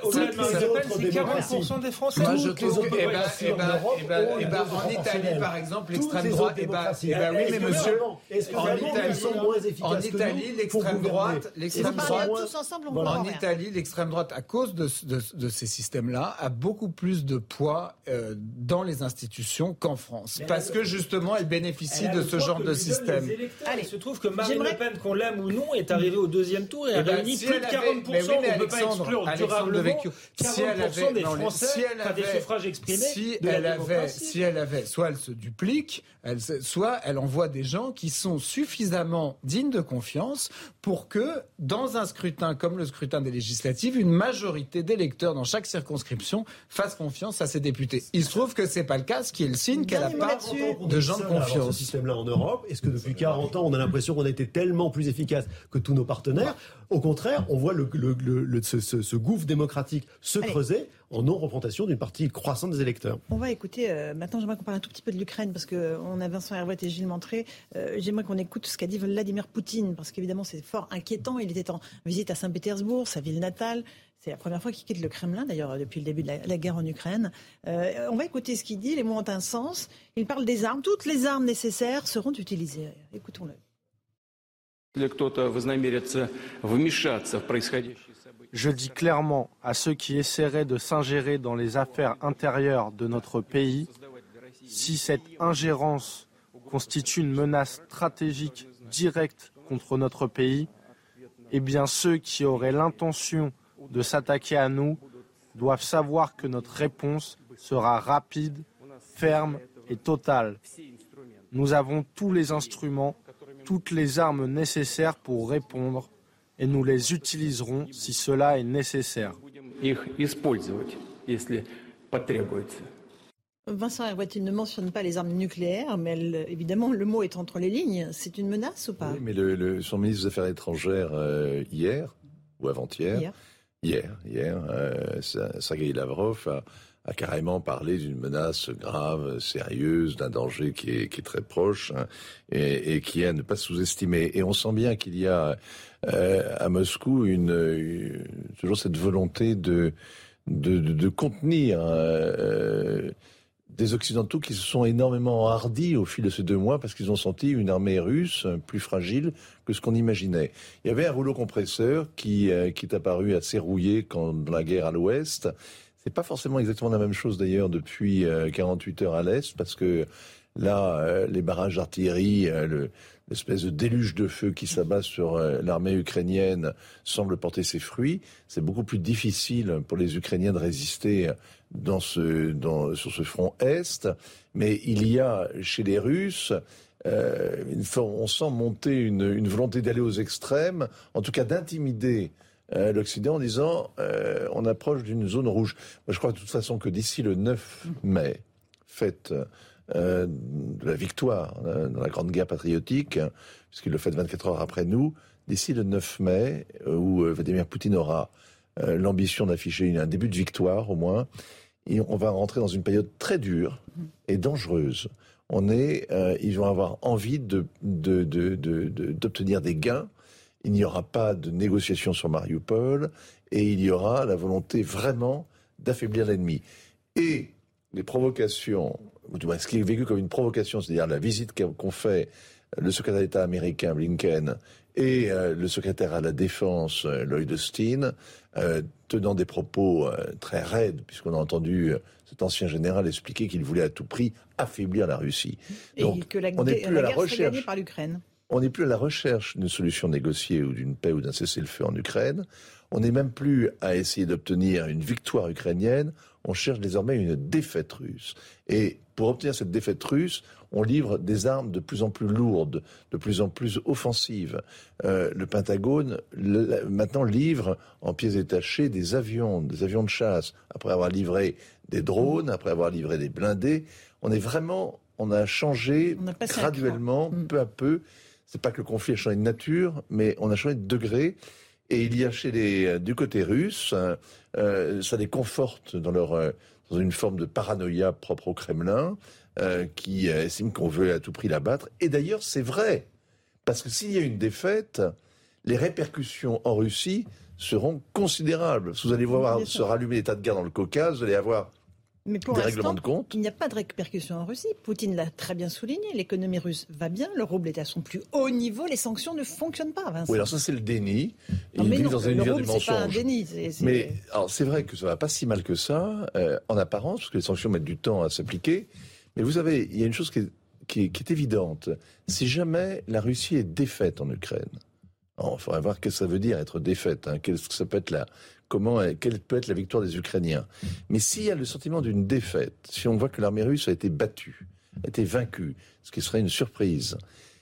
autres, c'est quarante pour cent des Français. Moi, je trouve que, eh ben, eh ben, eh ben, eh ben, en Italie, par exemple, l'extrême droite, eh ben, eh ben, oui, mais monsieur, en Italie, en Italie, l'extrême droite, l'extrême droite, en Italie, l'extrême droite, à cause de, de, de ces systèmes-là, a beaucoup plus de poids euh, dans les institutions qu'en France, parce que justement, elle bénéficie de ce genre de système. Allez, il se trouve que Marine Le Pen, qu'on l'aime ou non, est arrivée au deuxième tour et a réuni plus de quarante pour cent. On ne peut pas exclure durablement quarante pour cent des Français qui ont des suffrages exprimés. Si elle avait, si elle avait, soit elle se duplique, elle, soit elle envoie des gens qui sont suffisamment dignes de confiance pour que, dans un scrutin comme le scrutin des législatives, une majorité d'électeurs dans chaque circonscription fasse confiance à ses députés. Il se trouve que c'est pas le cas, ce qui est le signe qu'elle n'a pas de gens de confiance. Ce système-là en Europe, est-ce que depuis quarante ans, on a l'impression qu'on a été tellement plus efficace que tous nos partenaires? Au contraire, on voit le, le, le, le, ce, ce, ce gouffre démocratique se Allez. creuser en non-représentation d'une partie croissante des électeurs. On va écouter, euh, maintenant j'aimerais qu'on parle un tout petit peu de l'Ukraine, parce qu'on a Vincent Hervouet et Gilles Montré. Euh, j'aimerais qu'on écoute ce qu'a dit Vladimir Poutine, parce qu'évidemment c'est fort inquiétant. Il était en visite à Saint-Pétersbourg, sa ville natale. C'est la première fois qu'il quitte le Kremlin, d'ailleurs, depuis le début de la, la guerre en Ukraine. Euh, on va écouter ce qu'il dit, les mots ont un sens. Il parle des armes. Toutes les armes nécessaires seront utilisées. Écoutons-le. Je dis clairement à ceux qui essaieraient de s'ingérer dans les affaires intérieures de notre pays, si cette ingérence constitue une menace stratégique directe contre notre pays, eh bien ceux qui auraient l'intention de s'attaquer à nous doivent savoir que notre réponse sera rapide, ferme et totale. Nous avons tous les instruments, toutes les armes nécessaires pour répondre et nous les utiliserons si cela est nécessaire. Vincent Herouet, il ne mentionne pas les armes nucléaires, mais elle, évidemment, le mot est entre les lignes. C'est une menace ou pas? Oui, mais le, le, son ministre des Affaires étrangères, euh, hier, ou avant-hier, hier, hier, hier euh, Sergueï Lavrov a, a carrément parlé d'une menace grave, sérieuse, d'un danger qui est, qui est très proche, hein, et, et qui est à ne pas sous-estimer. Et on sent bien qu'il y a euh, à Moscou une, une, toujours cette volonté de, de, de, de contenir euh, des Occidentaux qui se sont énormément enhardis au fil de ces deux mois parce qu'ils ont senti une armée russe plus fragile que ce qu'on imaginait. Il y avait un rouleau compresseur qui, euh, qui est apparu assez rouillé quand, dans la guerre à l'ouest. C'est pas forcément exactement la même chose d'ailleurs depuis euh, quarante-huit heures à l'est, parce que là, euh, les barrages d'artillerie, euh, le, l'espèce de déluge de feu qui s'abat sur euh, l'armée ukrainienne semble porter ses fruits. C'est beaucoup plus difficile pour les Ukrainiens de résister dans ce, dans, sur ce front Est. Mais il y a chez les Russes, euh, une, on sent monter une, une volonté d'aller aux extrêmes, en tout cas d'intimider euh, l'Occident en disant euh, on approche d'une zone rouge. Moi, je crois de toute façon que d'ici le neuf mai, fête Euh, de la victoire euh, dans la grande guerre patriotique, hein, puisqu'il le fait vingt-quatre heures après nous, d'ici le neuf mai, euh, où euh, Vladimir Poutine aura euh, l'ambition d'afficher une, un début de victoire au moins, et on va rentrer dans une période très dure et dangereuse. On est, euh, ils vont avoir envie de, de, de, de, de, d'obtenir des gains. Il n'y aura pas de négociation sur Mariupol, et il y aura la volonté vraiment d'affaiblir l'ennemi. Et les provocations, ou du moins ce qui est vécu comme une provocation, c'est-à-dire la visite qu'ont fait le secrétaire d'État américain Blinken et euh, le secrétaire à la Défense euh, Lloyd Austin, euh, tenant des propos euh, très raides, puisqu'on a entendu euh, cet ancien général expliquer qu'il voulait à tout prix affaiblir la Russie. Et Donc, que la, on n'est plus la à la guerre serait gagnée recherche. par l'Ukraine. On n'est plus à la recherche d'une solution négociée ou d'une paix ou d'un cessez-le-feu en Ukraine. On n'est même plus à essayer d'obtenir une victoire ukrainienne. On cherche désormais une défaite russe. Et pour obtenir cette défaite russe, on livre des armes de plus en plus lourdes, de plus en plus offensives. Euh, le Pentagone, le, maintenant, livre en pièces détachées des avions, des avions de chasse. Après avoir livré des drones, après avoir livré des blindés, on est vraiment, on a changé on a graduellement, peu à peu. C'est pas que le conflit a changé de nature, mais on a changé de degré. Et il y a chez les, du côté russe, euh, ça les conforte dans leur, euh, dans une forme de paranoïa propre au Kremlin, euh, qui euh, estime qu'on veut à tout prix l'abattre. Et d'ailleurs, c'est vrai, parce que s'il y a une défaite, les répercussions en Russie seront considérables. Vous allez voir se rallumer l'état de guerre dans le Caucase, vous allez avoir Mais pour des règlements de compte. Il n'y a pas de répercussions en Russie. Poutine l'a très bien souligné. L'économie russe va bien. Le rouble est à son plus haut niveau. Les sanctions ne fonctionnent pas, Vincent. Oui, alors ça, c'est le déni. Non, Ils mais vivent non, dans une le vie rouble, des c'est mensonges. pas un déni. C'est, c'est... Mais alors, c'est vrai que ça va pas si mal que ça, euh, en apparence, parce que les sanctions mettent du temps à s'appliquer. Mais vous savez, il y a une chose qui est, qui est, qui est évidente. Si jamais la Russie est défaite en Ukraine, il faudrait voir ce que ça veut dire être défaite. Hein, qu'est-ce que ça peut être là Comment, quelle peut être la victoire des Ukrainiens? Mais s'il y a le sentiment d'une défaite, si on voit que l'armée russe a été battue, a été vaincue, ce qui serait une surprise,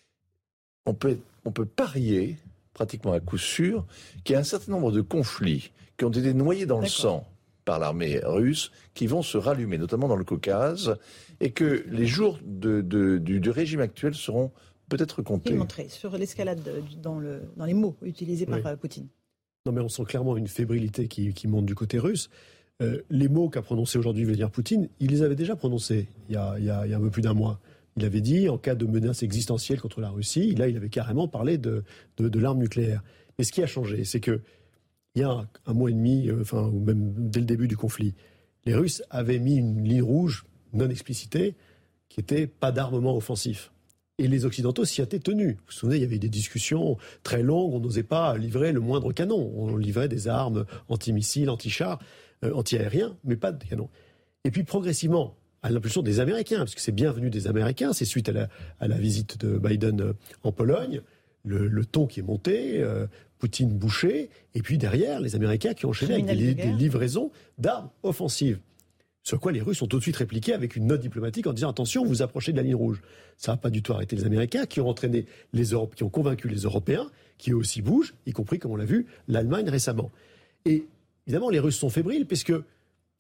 on peut, on peut parier, pratiquement à coup sûr, qu'il y a un certain nombre de conflits qui ont été noyés dans le sang par l'armée russe, qui vont se rallumer, notamment dans le Caucase, et que les jours de, de, du, du régime actuel seront peut-être comptés. Il montrait sur l'escalade dans, le, dans les mots utilisés par Oui. Poutine. Non, mais on sent clairement une fébrilité qui, qui monte du côté russe. Euh, les mots qu'a prononcés aujourd'hui Vladimir Poutine, il les avait déjà prononcés il y a, il y a, il y a un peu plus d'un mois. Il avait dit, en cas de menace existentielle contre la Russie, là, il avait carrément parlé de, de, de l'arme nucléaire. Mais ce qui a changé, c'est que il y a un, un mois et demi, euh, enfin, ou même dès le début du conflit, les Russes avaient mis une ligne rouge non explicitée qui était pas d'armement offensif. Et les Occidentaux s'y étaient tenus. Vous vous souvenez, il y avait des discussions très longues, on n'osait pas livrer le moindre canon. On livrait des armes anti-missiles, anti-chars, euh, anti-aériens, mais pas de canons. Et puis progressivement, à l'impulsion des Américains, parce que c'est bienvenu des Américains, c'est suite à la, à la visite de Biden euh, en Pologne, le, le ton qui est monté, euh, Poutine bouché, et puis derrière, les Américains qui ont enchaîné avec des, des livraisons d'armes offensives. Sur quoi les Russes ont tout de suite répliqué avec une note diplomatique en disant « Attention, vous approchez de la ligne rouge ». Ça n'a pas du tout arrêté les Américains, qui ont entraîné les Européens, qui ont convaincu les Européens, qui eux aussi bougent, y compris, comme on l'a vu, l'Allemagne récemment. Et évidemment, les Russes sont fébriles, puisque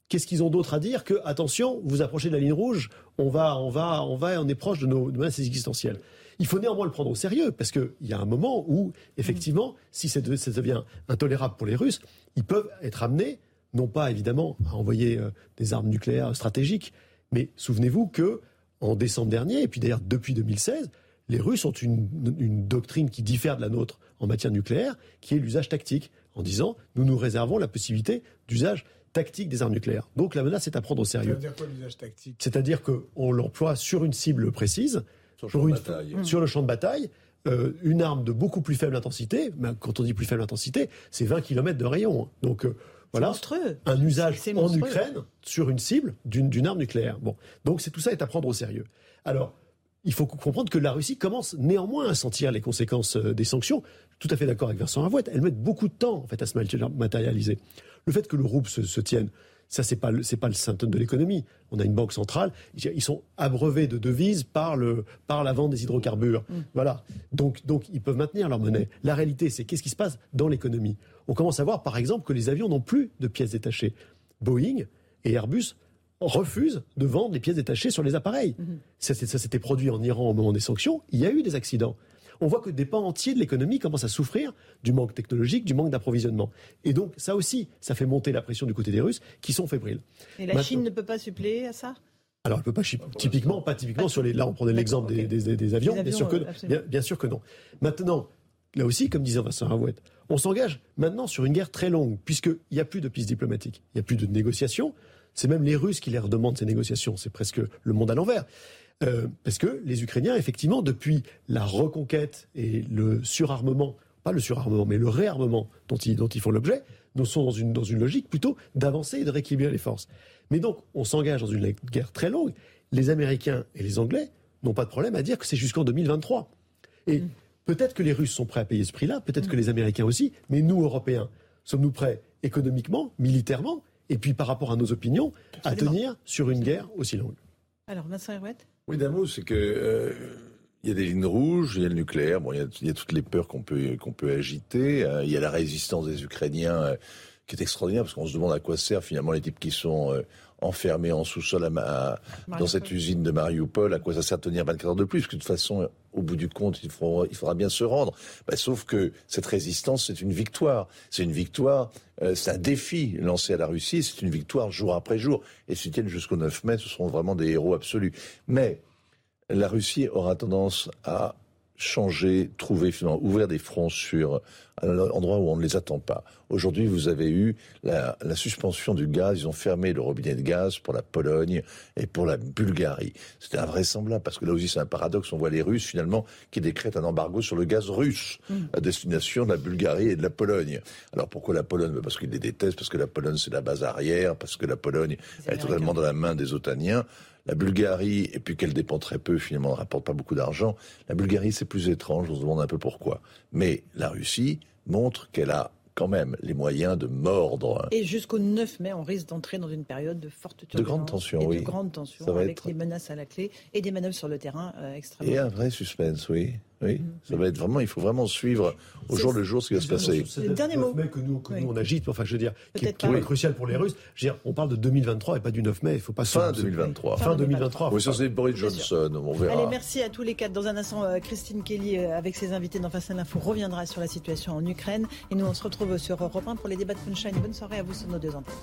Qu'est-ce qu'ils ont d'autre à dire que, attention, vous approchez de la ligne rouge, on va, on va, on va, on est proche de nos de menaces existentielles. Il faut néanmoins le prendre au sérieux, parce qu'il y a un moment où, effectivement, si ça devient intolérable pour les Russes, ils peuvent être amenés, non pas évidemment à envoyer euh, des armes nucléaires stratégiques, mais souvenez-vous que en décembre dernier, et puis d'ailleurs depuis deux mille seize, les Russes ont une, une doctrine qui diffère de la nôtre en matière nucléaire, qui est l'usage tactique, en disant nous nous réservons la possibilité d'usage tactique des armes nucléaires. Donc la menace est à prendre au sérieux. Ça veut dire quoi l'usage tactique ? C'est-à-dire qu'on l'emploie sur une cible précise, sur le, sur champ, une, de bataille. sur le champ de bataille, euh, une arme de beaucoup plus faible intensité. Mais quand on dit plus faible intensité, c'est vingt kilomètres de rayon. Donc euh, voilà, un usage en Ukraine sur une cible d'une, d'une arme nucléaire. Bon, donc c'est, tout ça est à prendre au sérieux. Alors, il faut comprendre que la Russie commence néanmoins à sentir les conséquences des sanctions. Tout à fait d'accord avec Vincent Ravouette. Elles mettent beaucoup de temps en fait à se matérialiser. Le fait que le rouble se, se tienne, ça c'est pas c'est pas le symptôme de l'économie. On a une banque centrale, ils sont abreuvés de devises par le par la vente des hydrocarbures. Mmh. Voilà. Donc donc ils peuvent maintenir leur monnaie. La réalité, c'est qu'est-ce qui se passe dans l'économie. On commence à voir par exemple que les avions n'ont plus de pièces détachées. Boeing et Airbus refusent de vendre les pièces détachées sur les appareils. Mmh. Ça, ça s'était produit en Iran au moment des sanctions. Il y a eu des accidents. On voit que des pans entiers de l'économie commencent à souffrir du manque technologique, du manque d'approvisionnement. Et donc, ça aussi, ça fait monter la pression du côté des Russes, qui sont fébriles. Et la Maintenant, Chine ne peut pas suppléer à ça ? Alors, elle ne peut pas, typiquement, pas typiquement sur les... Là, on prenait l'exemple okay. des, des, des avions, avions, bien sûr, que, euh, bien, bien sûr que non. Maintenant, là aussi, comme disait Vincent Ravouette, on s'engage maintenant sur une guerre très longue, puisqu'il n'y a plus de piste diplomatique, il n'y a plus de négociations. C'est même les Russes qui les redemandent ces négociations. C'est presque le monde à l'envers. Euh, parce que les Ukrainiens, effectivement, depuis la reconquête et le surarmement, pas le surarmement, mais le réarmement dont ils, dont ils font l'objet, nous sont dans une, dans une logique plutôt d'avancer et de rééquilibrer les forces. Mais donc, on s'engage dans une guerre très longue. Les Américains et les Anglais n'ont pas de problème à dire que c'est jusqu'en deux mille vingt-trois. Et mmh. peut-être que les Russes sont prêts à payer ce prix-là, peut-être mmh. que les Américains aussi, mais nous, Européens, sommes-nous prêts économiquement, militairement, et puis par rapport à nos opinions, Absolument. à tenir sur une guerre aussi longue? Alors, Vincent Herouette ? Oui, d'un mot, c'est que euh, il y a des lignes rouges, il y a le nucléaire, bon, il y a, il y a toutes les peurs qu'on peut qu'on peut agiter. Euh, il y a la résistance des Ukrainiens euh, qui est extraordinaire parce qu'on se demande à quoi servent finalement les types qui sont euh, enfermés en sous-sol à, à, dans cette usine de Mariupol. À quoi ça sert de tenir vingt-quatre heures de plus? Parce que de toute façon, au bout du compte, il faudra, il faudra bien se rendre. Bah, sauf que cette résistance, c'est une victoire. C'est une victoire, euh, c'est un défi lancé à la Russie. C'est une victoire jour après jour. Et s'ils tiennent jusqu'au neuf mai, ce seront vraiment des héros absolus. Mais la Russie aura tendance à changer, trouver, finalement, ouvrir des fronts sur un endroit où on ne les attend pas. Aujourd'hui, vous avez eu la, la suspension du gaz. Ils ont fermé le robinet de gaz pour la Pologne et pour la Bulgarie. C'était invraisemblable parce que là aussi, c'est un paradoxe. On voit les Russes, finalement, qui décrètent un embargo sur le gaz russe mmh. à destination de la Bulgarie et de la Pologne. Alors pourquoi la Pologne? Parce qu'ils les détestent, parce que la Pologne, c'est la base arrière, parce que la Pologne est totalement dans la main des Otaniens. La Bulgarie, et puis qu'elle dépend très peu, finalement, ne rapporte pas beaucoup d'argent. La Bulgarie, c'est plus étrange, on se demande un peu pourquoi. Mais la Russie montre qu'elle a quand même les moyens de mordre. Et jusqu'au neuf mai, on risque d'entrer dans une période de forte turbulence. De grande tension, et oui. De grande tension, avec être... des menaces à la clé et des manœuvres sur le terrain euh, extrêmement... Et un vrai suspense, oui. Oui, mmh. ça va être vraiment, il faut vraiment suivre au jour le jour ce qui va se passer. C'est le dernier mot. Que nous, que oui. nous on agite, enfin je veux dire, qui, qui est crucial pour les Russes. Je veux dire, on parle de deux mille vingt-trois et pas du neuf mai, il faut pas fin deux mille vingt-trois. Fin deux mille vingt-trois. Oui, ça c'est Boris Johnson, on verra. Allez, merci à tous les quatre. Dans un instant, euh, Christine Kelly, euh, avec ses invités dans Face à l'info, reviendra sur la situation en Ukraine. Et nous, on se retrouve sur Europe un pour les débats de Punchline. Bonne soirée à vous sur nos deux antennes.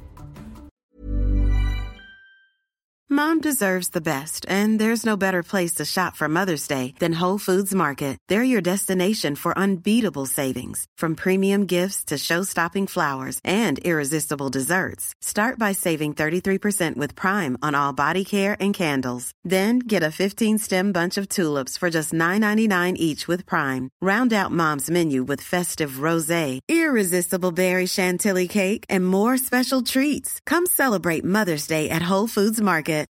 Mom deserves the best, and there's no better place to shop for Mother's Day than Whole Foods Market. They're your destination for unbeatable savings, from premium gifts to show-stopping flowers and irresistible desserts. Start by saving thirty-three percent with Prime on all body care and candles. Then get a fifteen-stem bunch of tulips for just nine ninety-nine each with Prime. Round out Mom's menu with festive rosé, irresistible berry chantilly cake, and more special treats. Come celebrate Mother's Day at Whole Foods Market.